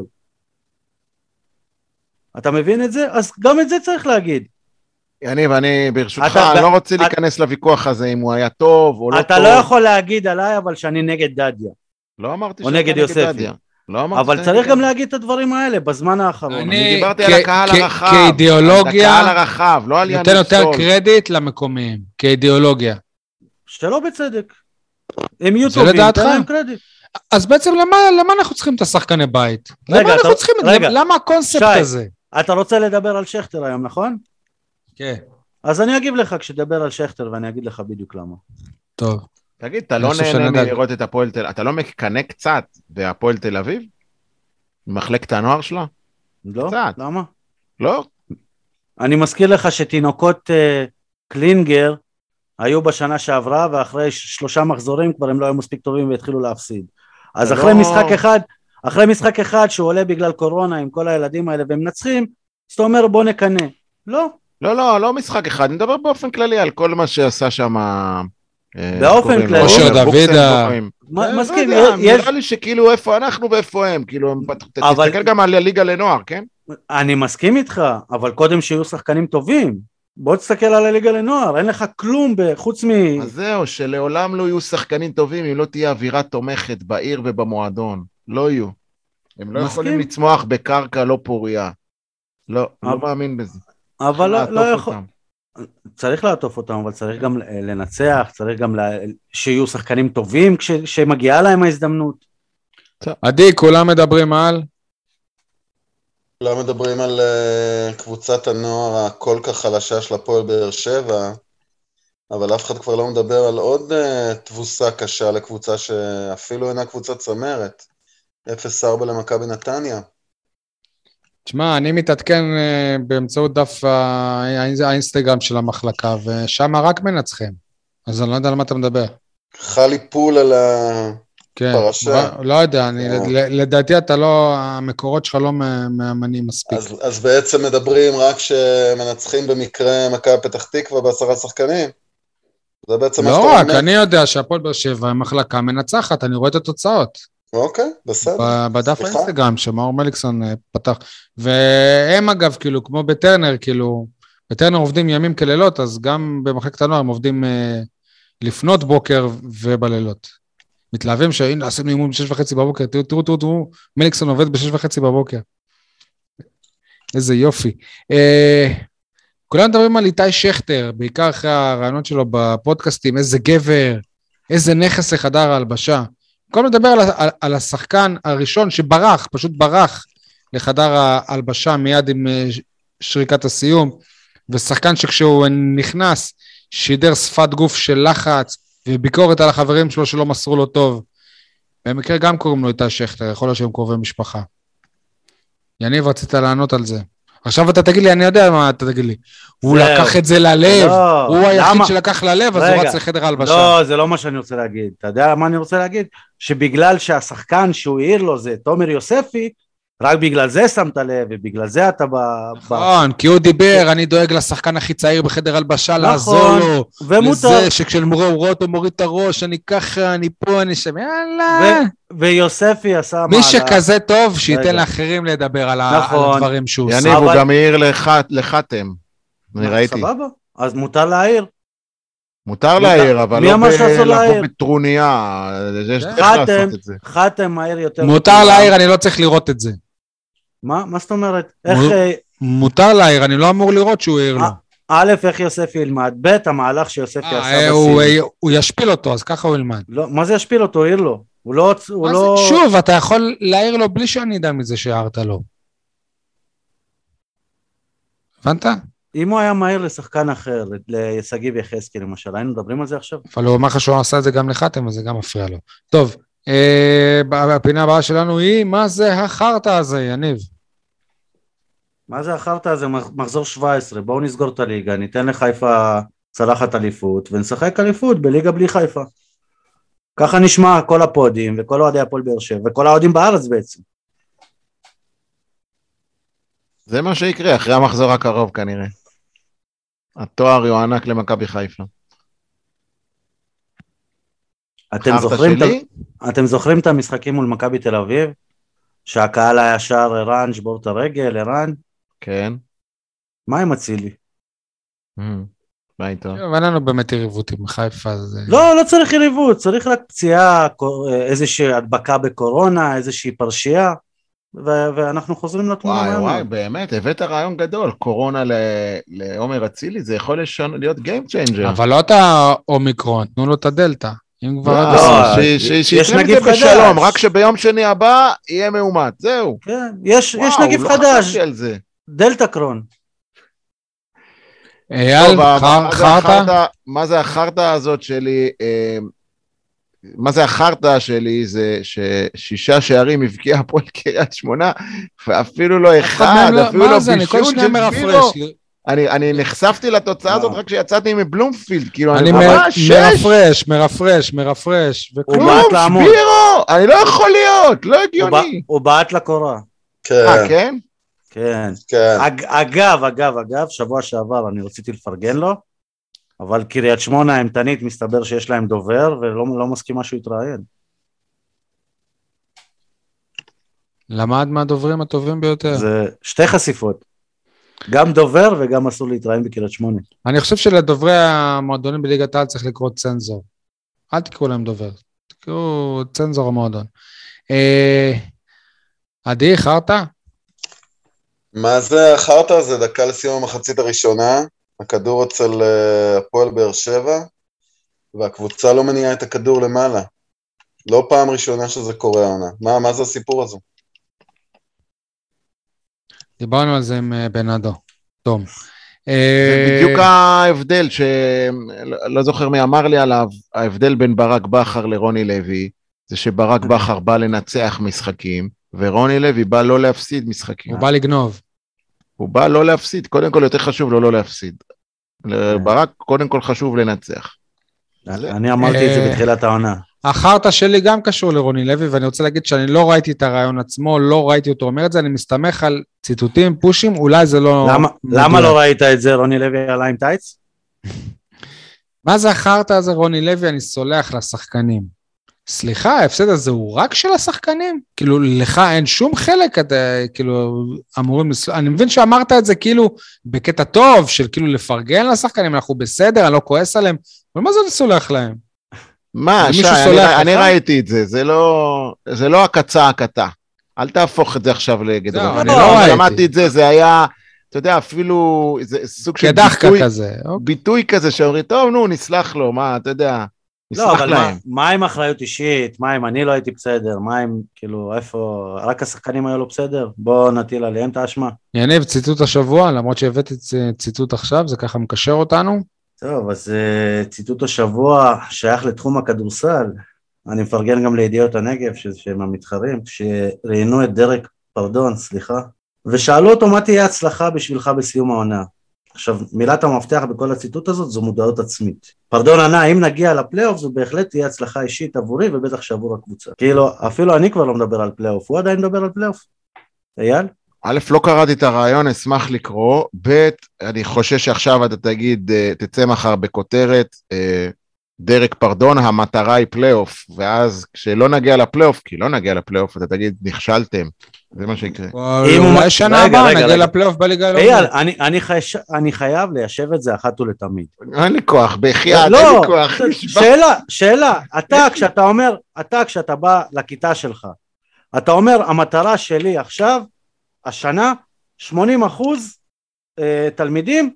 אתה מבין את זה? אז גם את זה צריך להגיד. יניב, אני ברשותך, אני לא רוצה להיכנס לוויכוח הזה אם הוא היה טוב או לא טוב. אתה לא יכול להגיד עליי אבל שאני נגד דדיה. לא אמרתי שאני נגד יוספי. אבל צריך גם להגיד את הדברים האלה בזמן האחרון. אני דיברתי על הקהל הרחב. כאידיאולוגיה, הקהל הרחב, לא על נותן יותר קרדיט למקומיים, כאידיאולוגיה. שלא בצדק. הם יהיו טובים, תן להם קרדיט. אז בעצם למה אנחנו צריכים את השחקני בית? למה אנחנו צריכים את זה? למה הקונספט הזה? אתה רוצה לדבר על שכטר היום, נכון? כן. אז אני אגיב לך כשדבר על שכטר ואני אגיד לך בדיוק למה. טוב. תגיד, אתה לא נהנה מלראות את הפועל תל אביב, אתה לא מקנה קצת בהפועל תל אביב? במחלקת הנוער שלה? לא, למה? לא? אני מזכיר לך שתינוקות קלינגר היו בשנה שעברה, ואחרי שלושה מחזורים כבר הם לא היו מספיק טובים והתחילו להפסיד. אז אחרי משחק אחד, אחרי משחק אחד שהוא עולה בגלל קורונה עם כל הילדים האלה והם מנצחים, זאת אומרת בוא נקנה. לא. לא, לא, לא משחק אחד, נדבר באופן כללי על כל מה שעשה שם... באופן כללי, אושר דוידה, מסכים, נראה לי שכאילו איפה אנחנו ואיפה הם, כאילו, תסתכל גם על הליגה לנוער, כן? אני מסכים איתך, אבל קודם שיהיו שחקנים טובים, בוא תסתכל על הליגה לנוער, אין לך כלום חוץ מ... אז זהו, שלעולם לא יהיו שחקנים טובים, אם לא תהיה אווירה תומכת בעיר ובמועדון, לא יהיו. הם לא יכולים לצמוח בקרקע לא פוריה. לא, לא מאמין בזה. אבל לא יכול... צריך לעטוף אותם, אבל צריך גם לנצח, צריך גם שיהיו שחקנים טובים כשמגיעה להם ההזדמנות. עדי, כולם מדברים על? כולם מדברים על קבוצת הנוער הכל כך חלשה של הפועל באר שבע, אבל אף אחד כבר לא מדבר על עוד תבוסה קשה לקבוצה שאפילו אינה קבוצת צמרת. אפס ארבע למכבי נתניה. תשמע, אני מתעדכן באמצעות דף האינסטגרם של המחלקה, ושם רק מנצחים. אז אני לא יודע על מה אתה מדבר. חלי פול על הפרשה. כן, לא יודע, לדעתי אתה לא, המקורות שלך לא מאמנים מספיק. אז בעצם מדברים רק שמנצחים במקרה מכבי פתח תקווה בעשרה שחקנים? זה בעצם מה שאתה אומר? לא רק, אני יודע שהפועל באר שבע המחלקה מנצחת, אני רואה את התוצאות. אוקיי, בסדר. בדף האינסטגרם שמאור מליקסון פתח, והם אגב, כאילו, כמו בטרנר, כאילו, בטרנר עובדים ימים כלילות, אז גם במחלקת הנוער הם עובדים לפנות בוקר ובלילות. מתלהבים שהנה, עשינו אימון בשש וחצי בבוקר, תראו, תראו, תראו, תראו, מליקסון עובד בשש וחצי בבוקר. איזה יופי. כולם מדברים על איתי שכטר, בעיקר אחרי הרעיונות שלו בפודקאסטים, איזה גבר, איזה נכס לחדר ההלבשה. כל מדבר על, על, על השחקן הראשון שברח, פשוט ברח לחדר ההלבשה מיד עם שריקת הסיום, ושחקן שכשהוא נכנס, שידר שפת גוף של לחץ, וביקורת על החברים שלו שלא מסרו לו טוב. במקרה גם קוראים לו איתי שכטר, יכול להיות שהם קרובי משפחה. יניב, רצית לענות על זה. עכשיו אתה תגיד לי, אני יודע מה אתה תגיד לי. הוא לקח את זה ללב, הוא היחיד שלקח ללב, אז הוא רץ לחדר הלבשה. לא, זה לא מה שאני רוצה להגיד. אתה יודע מה אני רוצה להגיד? שבגלל שהשחקן שהוא העיר לו זה תומר יוספי, רק בגלל זה שמת לב, ובגלל זה אתה ב... נכון, כי הוא דיבר, אני דואג לשחקן הכי צעיר בחדר הלבשה, לעזור לו, לזה שכשהוא רואה אותו מוריד את הראש, אני ככה, אני פה, אני שם, יאללה. ויוספי עשה... מי שכזה טוב, שייתן לאחרים לדבר על הדברים שהוא עושה. יניב, הוא גם העיר לחתם, אני ראיתי. סבבה, אז מותר להעיר. מותר להעיר, אבל לא לבוא בטרוניה, יש איך לעשות את זה. חתם מהיר יותר. מותר להעיר, אני לא צריך לראות את זה. מה? מה זאת אומרת? איך... מותר להעיר, אני לא אמור לראות שהוא העיר לו. א', איך יוספי ילמד, ב', המהלך שיוספי עשה בסיר. הוא ישפיל אותו, אז ככה הוא ילמד. מה זה ישפיל אותו? העיר לו. הוא לא... שוב, אתה יכול להעיר לו בלי שאני אדע מזה שהערת לו. הבנת? אם הוא היה מהיר לשחקן אחר, לסגיב יחזקי למשל, היינו מדברים על זה עכשיו? אבל הוא אמר לך שהוא עשה את זה גם לחתם, אז זה גם מפריע לו. טוב, הפינה הבאה שלנו היא, מה זה החרטא הזה, יניב? מה זה החרטא הזה? מחזור שבע עשרה, בואו נסגור את הליגה, ניתן לחיפה צלחת אליפות, ונשחק אליפות בליגה בלי חיפה. ככה נשמע כל הפודים, וכל אוהדי הפועל באר שבע, וכל האוהדים בארץ בעצם. זה מה שיקרה, אחרי המחזור הקרוב כנראה. התואר יוענק למכבי חיפה. אתם זוכרים, את, אתם זוכרים את המשחקים מול מכבי תל אביב? שהקהל היה שר ערן, שבור את הרגל, ערן? כן. מה הם הצילי? מה איתו? אבל לנו באמת יריבות עם חיפה. לא, לא צריך יריבות, צריך רק פציעה, איזושהי הדבקה בקורונה, איזושהי פרשייה. ואנחנו חוזרים לתמונה. וואי וואי, באמת, הבאת רעיון גדול, קורונה לעומר אצילי, זה יכול להיות game changer. אבל לא את האומיקרון, תנו לו את הדלטה. אם כבר... שישנה את זה בשלום, רק שביום שני הבא יהיה מאומת, זהו. כן, יש נגיף חדש, דלטה קרון. אייל, חרטה? מה זה החרטה הזאת שלי... מה זה החרטה שלי, זה ששישה שערים הבקיע הפועל קריית שמונה, ואפילו לא אחד, אפילו לא בישול של בירו. אני נחשפתי לתוצאה הזאת רק כשיצאתי מבלומפילד, כאילו אני ממש מרפרש, מרפרש, מרפרש. כלום, בירו, אני לא יכול להיות, לא הגיוני. הוא בעט לקורה. אה, כן? כן. אגב, אגב, אגב, שבוע שעבר אני רציתי לפרגן לו, אבל קריית שמונה האמתנית מסתבר שיש להם דובר, ולא לא מסכימה שהוא יתראיין. למד מהדוברים הטובים ביותר. זה שתי חשיפות. גם דובר וגם אסור להתראיין בקריית שמונה. אני חושב שלדוברי המועדונים בליגת העל צריך לקרוא צנזור. אל תקראו להם דובר. תקראו צנזור המועדון. עדי, חרטה? מה זה חרטה? זה דקה לסיום המחצית הראשונה. הכדור אצל הפועל באר שבע, והקבוצה לא מניעה את הכדור למעלה. לא פעם ראשונה שזה קורה העונה. מה, מה זה הסיפור הזה? דיברנו על זה עם בנאדו, תום. זה בדיוק ההבדל, שלא זוכר מי אמר לי עליו, ההבדל בין ברק בכר לרוני לוי, זה שברק בכר בא לנצח משחקים, ורוני לוי בא לא להפסיד משחקים. הוא בא לגנוב. הוא בא לא להפסיד, קודם כל יותר חשוב לו לא להפסיד. לברק קודם כל חשוב לנצח. אני אמרתי את זה בתחילת העונה. החרטה שלי גם קשור לרוני לוי, ואני רוצה להגיד שאני לא ראיתי את הרעיון עצמו, לא ראיתי אותו אומר את זה, אני מסתמך על ציטוטים, פושים, אולי זה לא... למה לא ראית את זה, רוני לוי עלה עם טייץ? מה זה החרטה הזה, רוני לוי? אני סולח לשחקנים. סליחה, ההפסד הזה הוא רק של השחקנים? כאילו, לך אין שום חלק, אתה, כאילו, אמורים, אני מבין שאמרת את זה כאילו, בקטע טוב, של כאילו לפרגן לשחקנים, אנחנו בסדר, אני לא כועס עליהם, אבל מה זה לסולח להם? מה, שי, אני, אני ראיתי את זה, זה לא, זה לא הקצה הקטה, אל תהפוך את זה עכשיו לגדול. לא, אני לא ראיתי. שמעתי את זה, זה היה, אתה יודע, אפילו, זה סוג של ביטוי, כזה. ביטוי כזה, שאומרים, טוב, נו, נסלח לו, מה, אתה יודע, לא, אבל מה, מה עם אחריות אישית? מה אם אני לא הייתי בסדר? מה אם, כאילו, איפה, רק השחקנים היו לא בסדר? בוא נטיל עליהם את האשמה. יניב, ציטוט השבוע, למרות שהבאתי ציטוט עכשיו, זה ככה מקשר אותנו. טוב, אז ציטוט השבוע שייך לתחום הכדורסל. אני מפרגן גם לידיעות הנגב, שהם המתחרים, שראיינו את דרק פרדון, סליחה, ושאלו אותו מה תהיה הצלחה בשבילך בסיום העונה. עכשיו, מילת המפתח בכל הציטוט הזאת זו מודעות עצמית. פרדון ענה, אם נגיע לפלייאוף, זו בהחלט תהיה הצלחה אישית עבורי, ובטח שעבור הקבוצה. כאילו, אפילו אני כבר לא מדבר על פלייאוף, הוא עדיין מדבר על פלייאוף. אייל? א', לא קראתי את הרעיון, אשמח לקרוא. ב', אני חושב שעכשיו אתה תגיד, תצא מחר בכותרת, דרק פרדון, המטרה היא פלייאוף, ואז כשלא נגיע לפלייאוף, כי לא נגיע לפלייאוף, אתה תגיד, נכשלתם. זה מה שיקרה. אולי שנה הבאה נגיע לפלייאוף בליגה הלאומית. אייל, אני חייב ליישב את זה אחת ולתמיד. אין לי כוח, בחייאת, אין לי כוח. שאלה, שאלה, אתה כשאתה אומר, אתה כשאתה בא לכיתה שלך, אתה אומר, המטרה שלי עכשיו, השנה, שמונים אחוז תלמידים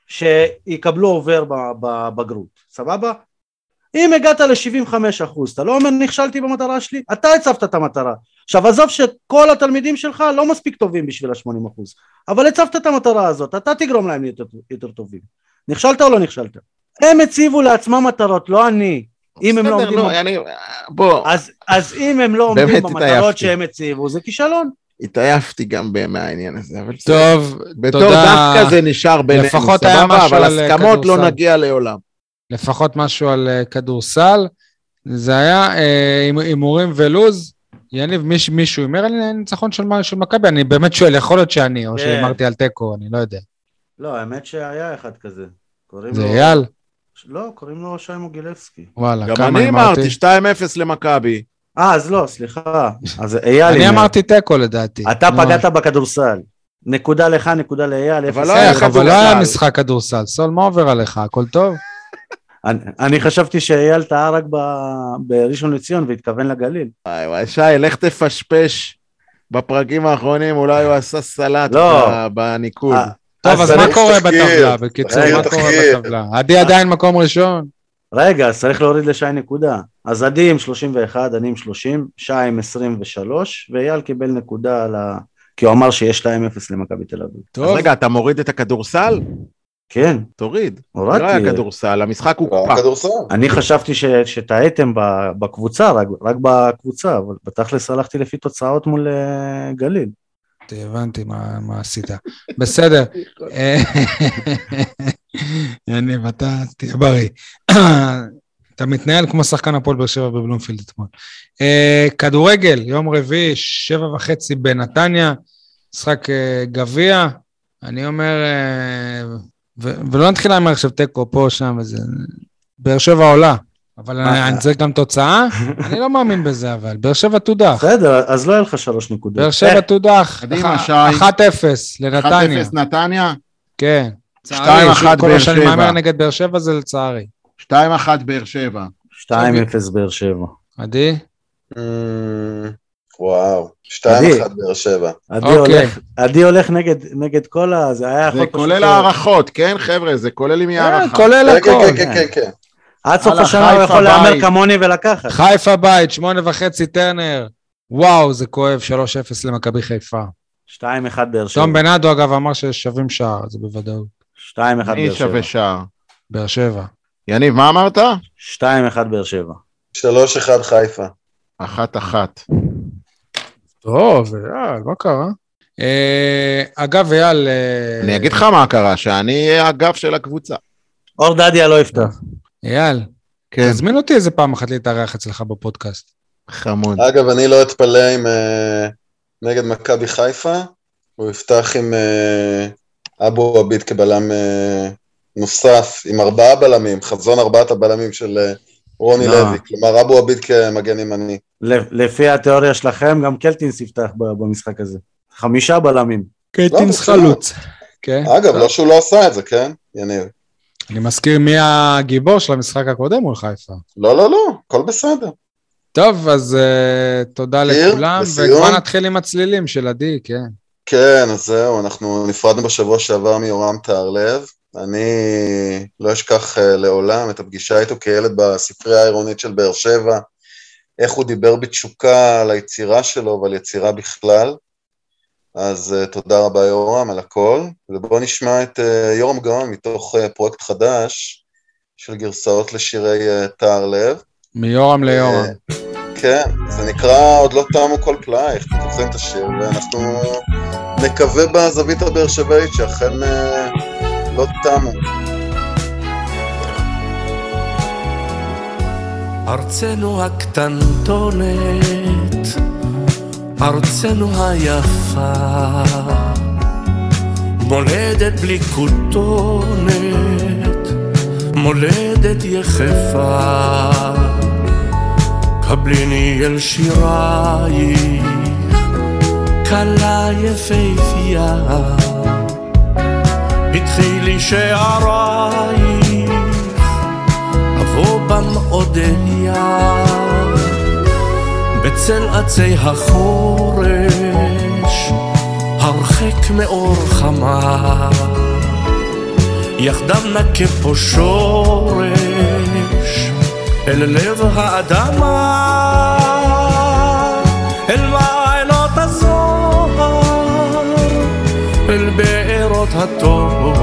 שיקבלו עובר בבגרות, סבבה? אם הגעת ל-שבעים וחמישה אחוז, אתה לא אומר נכשלתי במטרה שלי, אתה הצבת את המטרה. עכשיו עזוב שכל התלמידים שלך לא מספיק טובים בשביל ה-שמונים אחוז, אבל הצבת את המטרה הזאת, אתה תגרום להם יותר, יותר טובים. נכשלת או לא נכשלת? הם הציבו לעצמם מטרות, לא אני. אם הם לא עומדים... לא, אני... בוא. אז, אז אם הם לא עומדים במטרות שהם הציבו, זה כישלון. התעייפתי גם מהעניין הזה, אבל טוב, בתור דווקא זה נשאר בינינו, לפחות היה משהו אבל על הסכמות לא נגיע לעולם. לפחות משהו על כדורסל, זה היה הימורים ולוז, יניב מישהו הימר על ניצחון של מכבי, אני באמת שואל, יכול להיות שאני, או שהימרתי על טקו, אני לא יודע. לא, האמת שהיה אחד כזה. זה אייל? לא, קוראים לו שי מוגילבסקי. וואלה, גם אני אמרתי שתיים אפס למכבי. אה, אז לא, סליחה. אז אייל... אני אמרתי טקו לדעתי. אתה פגעת בכדורסל. נקודה לך, נקודה לאייל. אבל לא היה משחק כדורסל. סול, מה עובר עליך? הכל טוב? אני חשבתי שאייל טעה רק בראשון לציון והתכוון לגליל. וואי וואי, שי, לך תפשפש בפרקים האחרונים, אולי הוא עשה סלט בניקוד. טוב, אז מה קורה בטבלה? בקיצור, מה קורה בטבלה? עדי עדיין מקום ראשון. רגע, אז צריך להוריד לשי נקודה. אז עדי עם שלושים ואחת, אני עם שלושים, שי עם עשרים ושלוש, ואייל קיבל נקודה על ה... כי הוא אמר שיש שתיים אפס למכבי תל אביב. אז רגע, אתה מוריד את הכדורסל? כן. תוריד. הורדתי. לא היה כדורסל, המשחק הוא קופה. אני חשבתי שטעיתם בקבוצה, רק בקבוצה, אבל בתכלס הלכתי לפי תוצאות מול גליל. הבנתי מה עשית. בסדר. יניב, אתה תהיה בריא. אתה מתנהל כמו שחקן הפועל באר שבע בבלומפילד אתמול. כדורגל, יום רביעי, שבע וחצי בנתניה, משחק גביע, אני אומר, ולא נתחיל להאמר עכשיו תיקו פה, שם, באר שבע עולה, אבל אני צריך גם תוצאה, אני לא מאמין בזה, אבל באר שבע תודח. בסדר, אז לא היה לך שלוש נקודות. באר שבע תודח, אחת אפס לנתניה. אחת אפס נתניה? כן. שתיים אחת באר שבע. כל שאני מאמר נגד באר שבע זה לצערי. שתיים אחת באר שבע. שתיים אפס באר שבע. עדי? וואו, שתיים אחת באר שבע. עדי הולך נגד כל ה... זה כולל הערכות, כן חבר'ה? זה כולל עם הערכה. כולל הכל. כן, כן, כן. עד סוף השנה הוא יכול להאמר כמוני ולקחת. חיפה בית, שמונה וחצי טרנר. וואו, זה כואב, שלוש אפס למכבי חיפה. שתיים אחת באר שבע. תום בנאדו אגב אמר ששווים שער, זה בוודאות. שתיים אחת באר שבע. מי שווה שער? באר שבע. יניב, מה אמרת? שתיים אחת באר שבע. שלוש אחד חיפה. אחת אחת. טוב, יאל, מה קרה? אגב, יאל... אני אגיד לך מה קרה, שאני אגב של הקבוצה. אור דדיה לא יפתח. יאל, תזמין אותי איזה פעם אחת להתארח אצלך בפודקאסט. חמוד. אגב, אני לא אתפלא עם נגד מכבי חיפה, הוא יפתח עם אבו עביד כבלם נוסף, עם ארבעה בלמים, חזון ארבעת הבלמים של רוני לוי, כלומר אבו עביד כמגן ימני. לפי התיאוריה שלכם, גם קלטינס יפתח במשחק הזה. חמישה בלמים. קלטינס חלוץ. אגב, לא שהוא לא עשה את זה, כן? יניב. אני מזכיר מי הגיבור של המשחק הקודם מול חיפה. לא, לא, לא, הכל בסדר. טוב, אז תודה לכולם, וכבר נתחיל עם הצלילים של עדי, כן. כן, אז זהו, אנחנו נפרדנו בשבוע שעבר מיורם תהרלב, אני לא אשכח לעולם את הפגישה איתו כילד בספרייה העירונית של באר שבע, איך הוא דיבר בתשוקה על היצירה שלו ועל יצירה בכלל. אז תודה רבה יורם על הכל, ובואו נשמע את יורם גאון מתוך פרויקט חדש של גרסאות לשירי תער לב. מיורם ליורם. כן, זה נקרא עוד לא תמו כל פלאייך, אתם זוכרים את השיר, ואנחנו נקווה בזווית הבאר שבעית שאכן לא תמו. ארצנו הקטנטונת, ארצנו היפה, מולדת בלי כותונת, מולדת יחפה, קבליני אל שירייך, קלה יפהפייה, פתחי לי שערייך, אבוא בם אודיה, בצל עצי החורש, הרחק מאור חמה, יחדיו נקה פה שורש, אל לב האדמה, אל מעיינות הזוהר, אל בארות התור,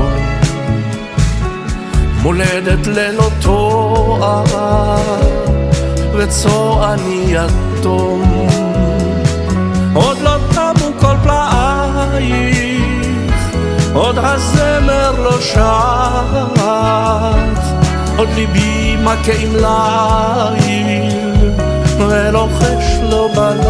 מולדת ללא תואר, וצועני יתום, עוד לא תמו כל פלאייך, עוד הזמר לא שט, עוד ליבי מכה עם ליל, ולוחש לו בלט,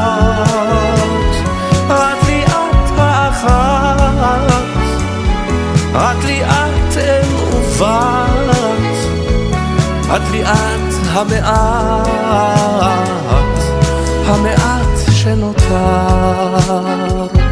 את לי את האחת, את לי את אל ובת, את לי את המעט, המעט שנותר.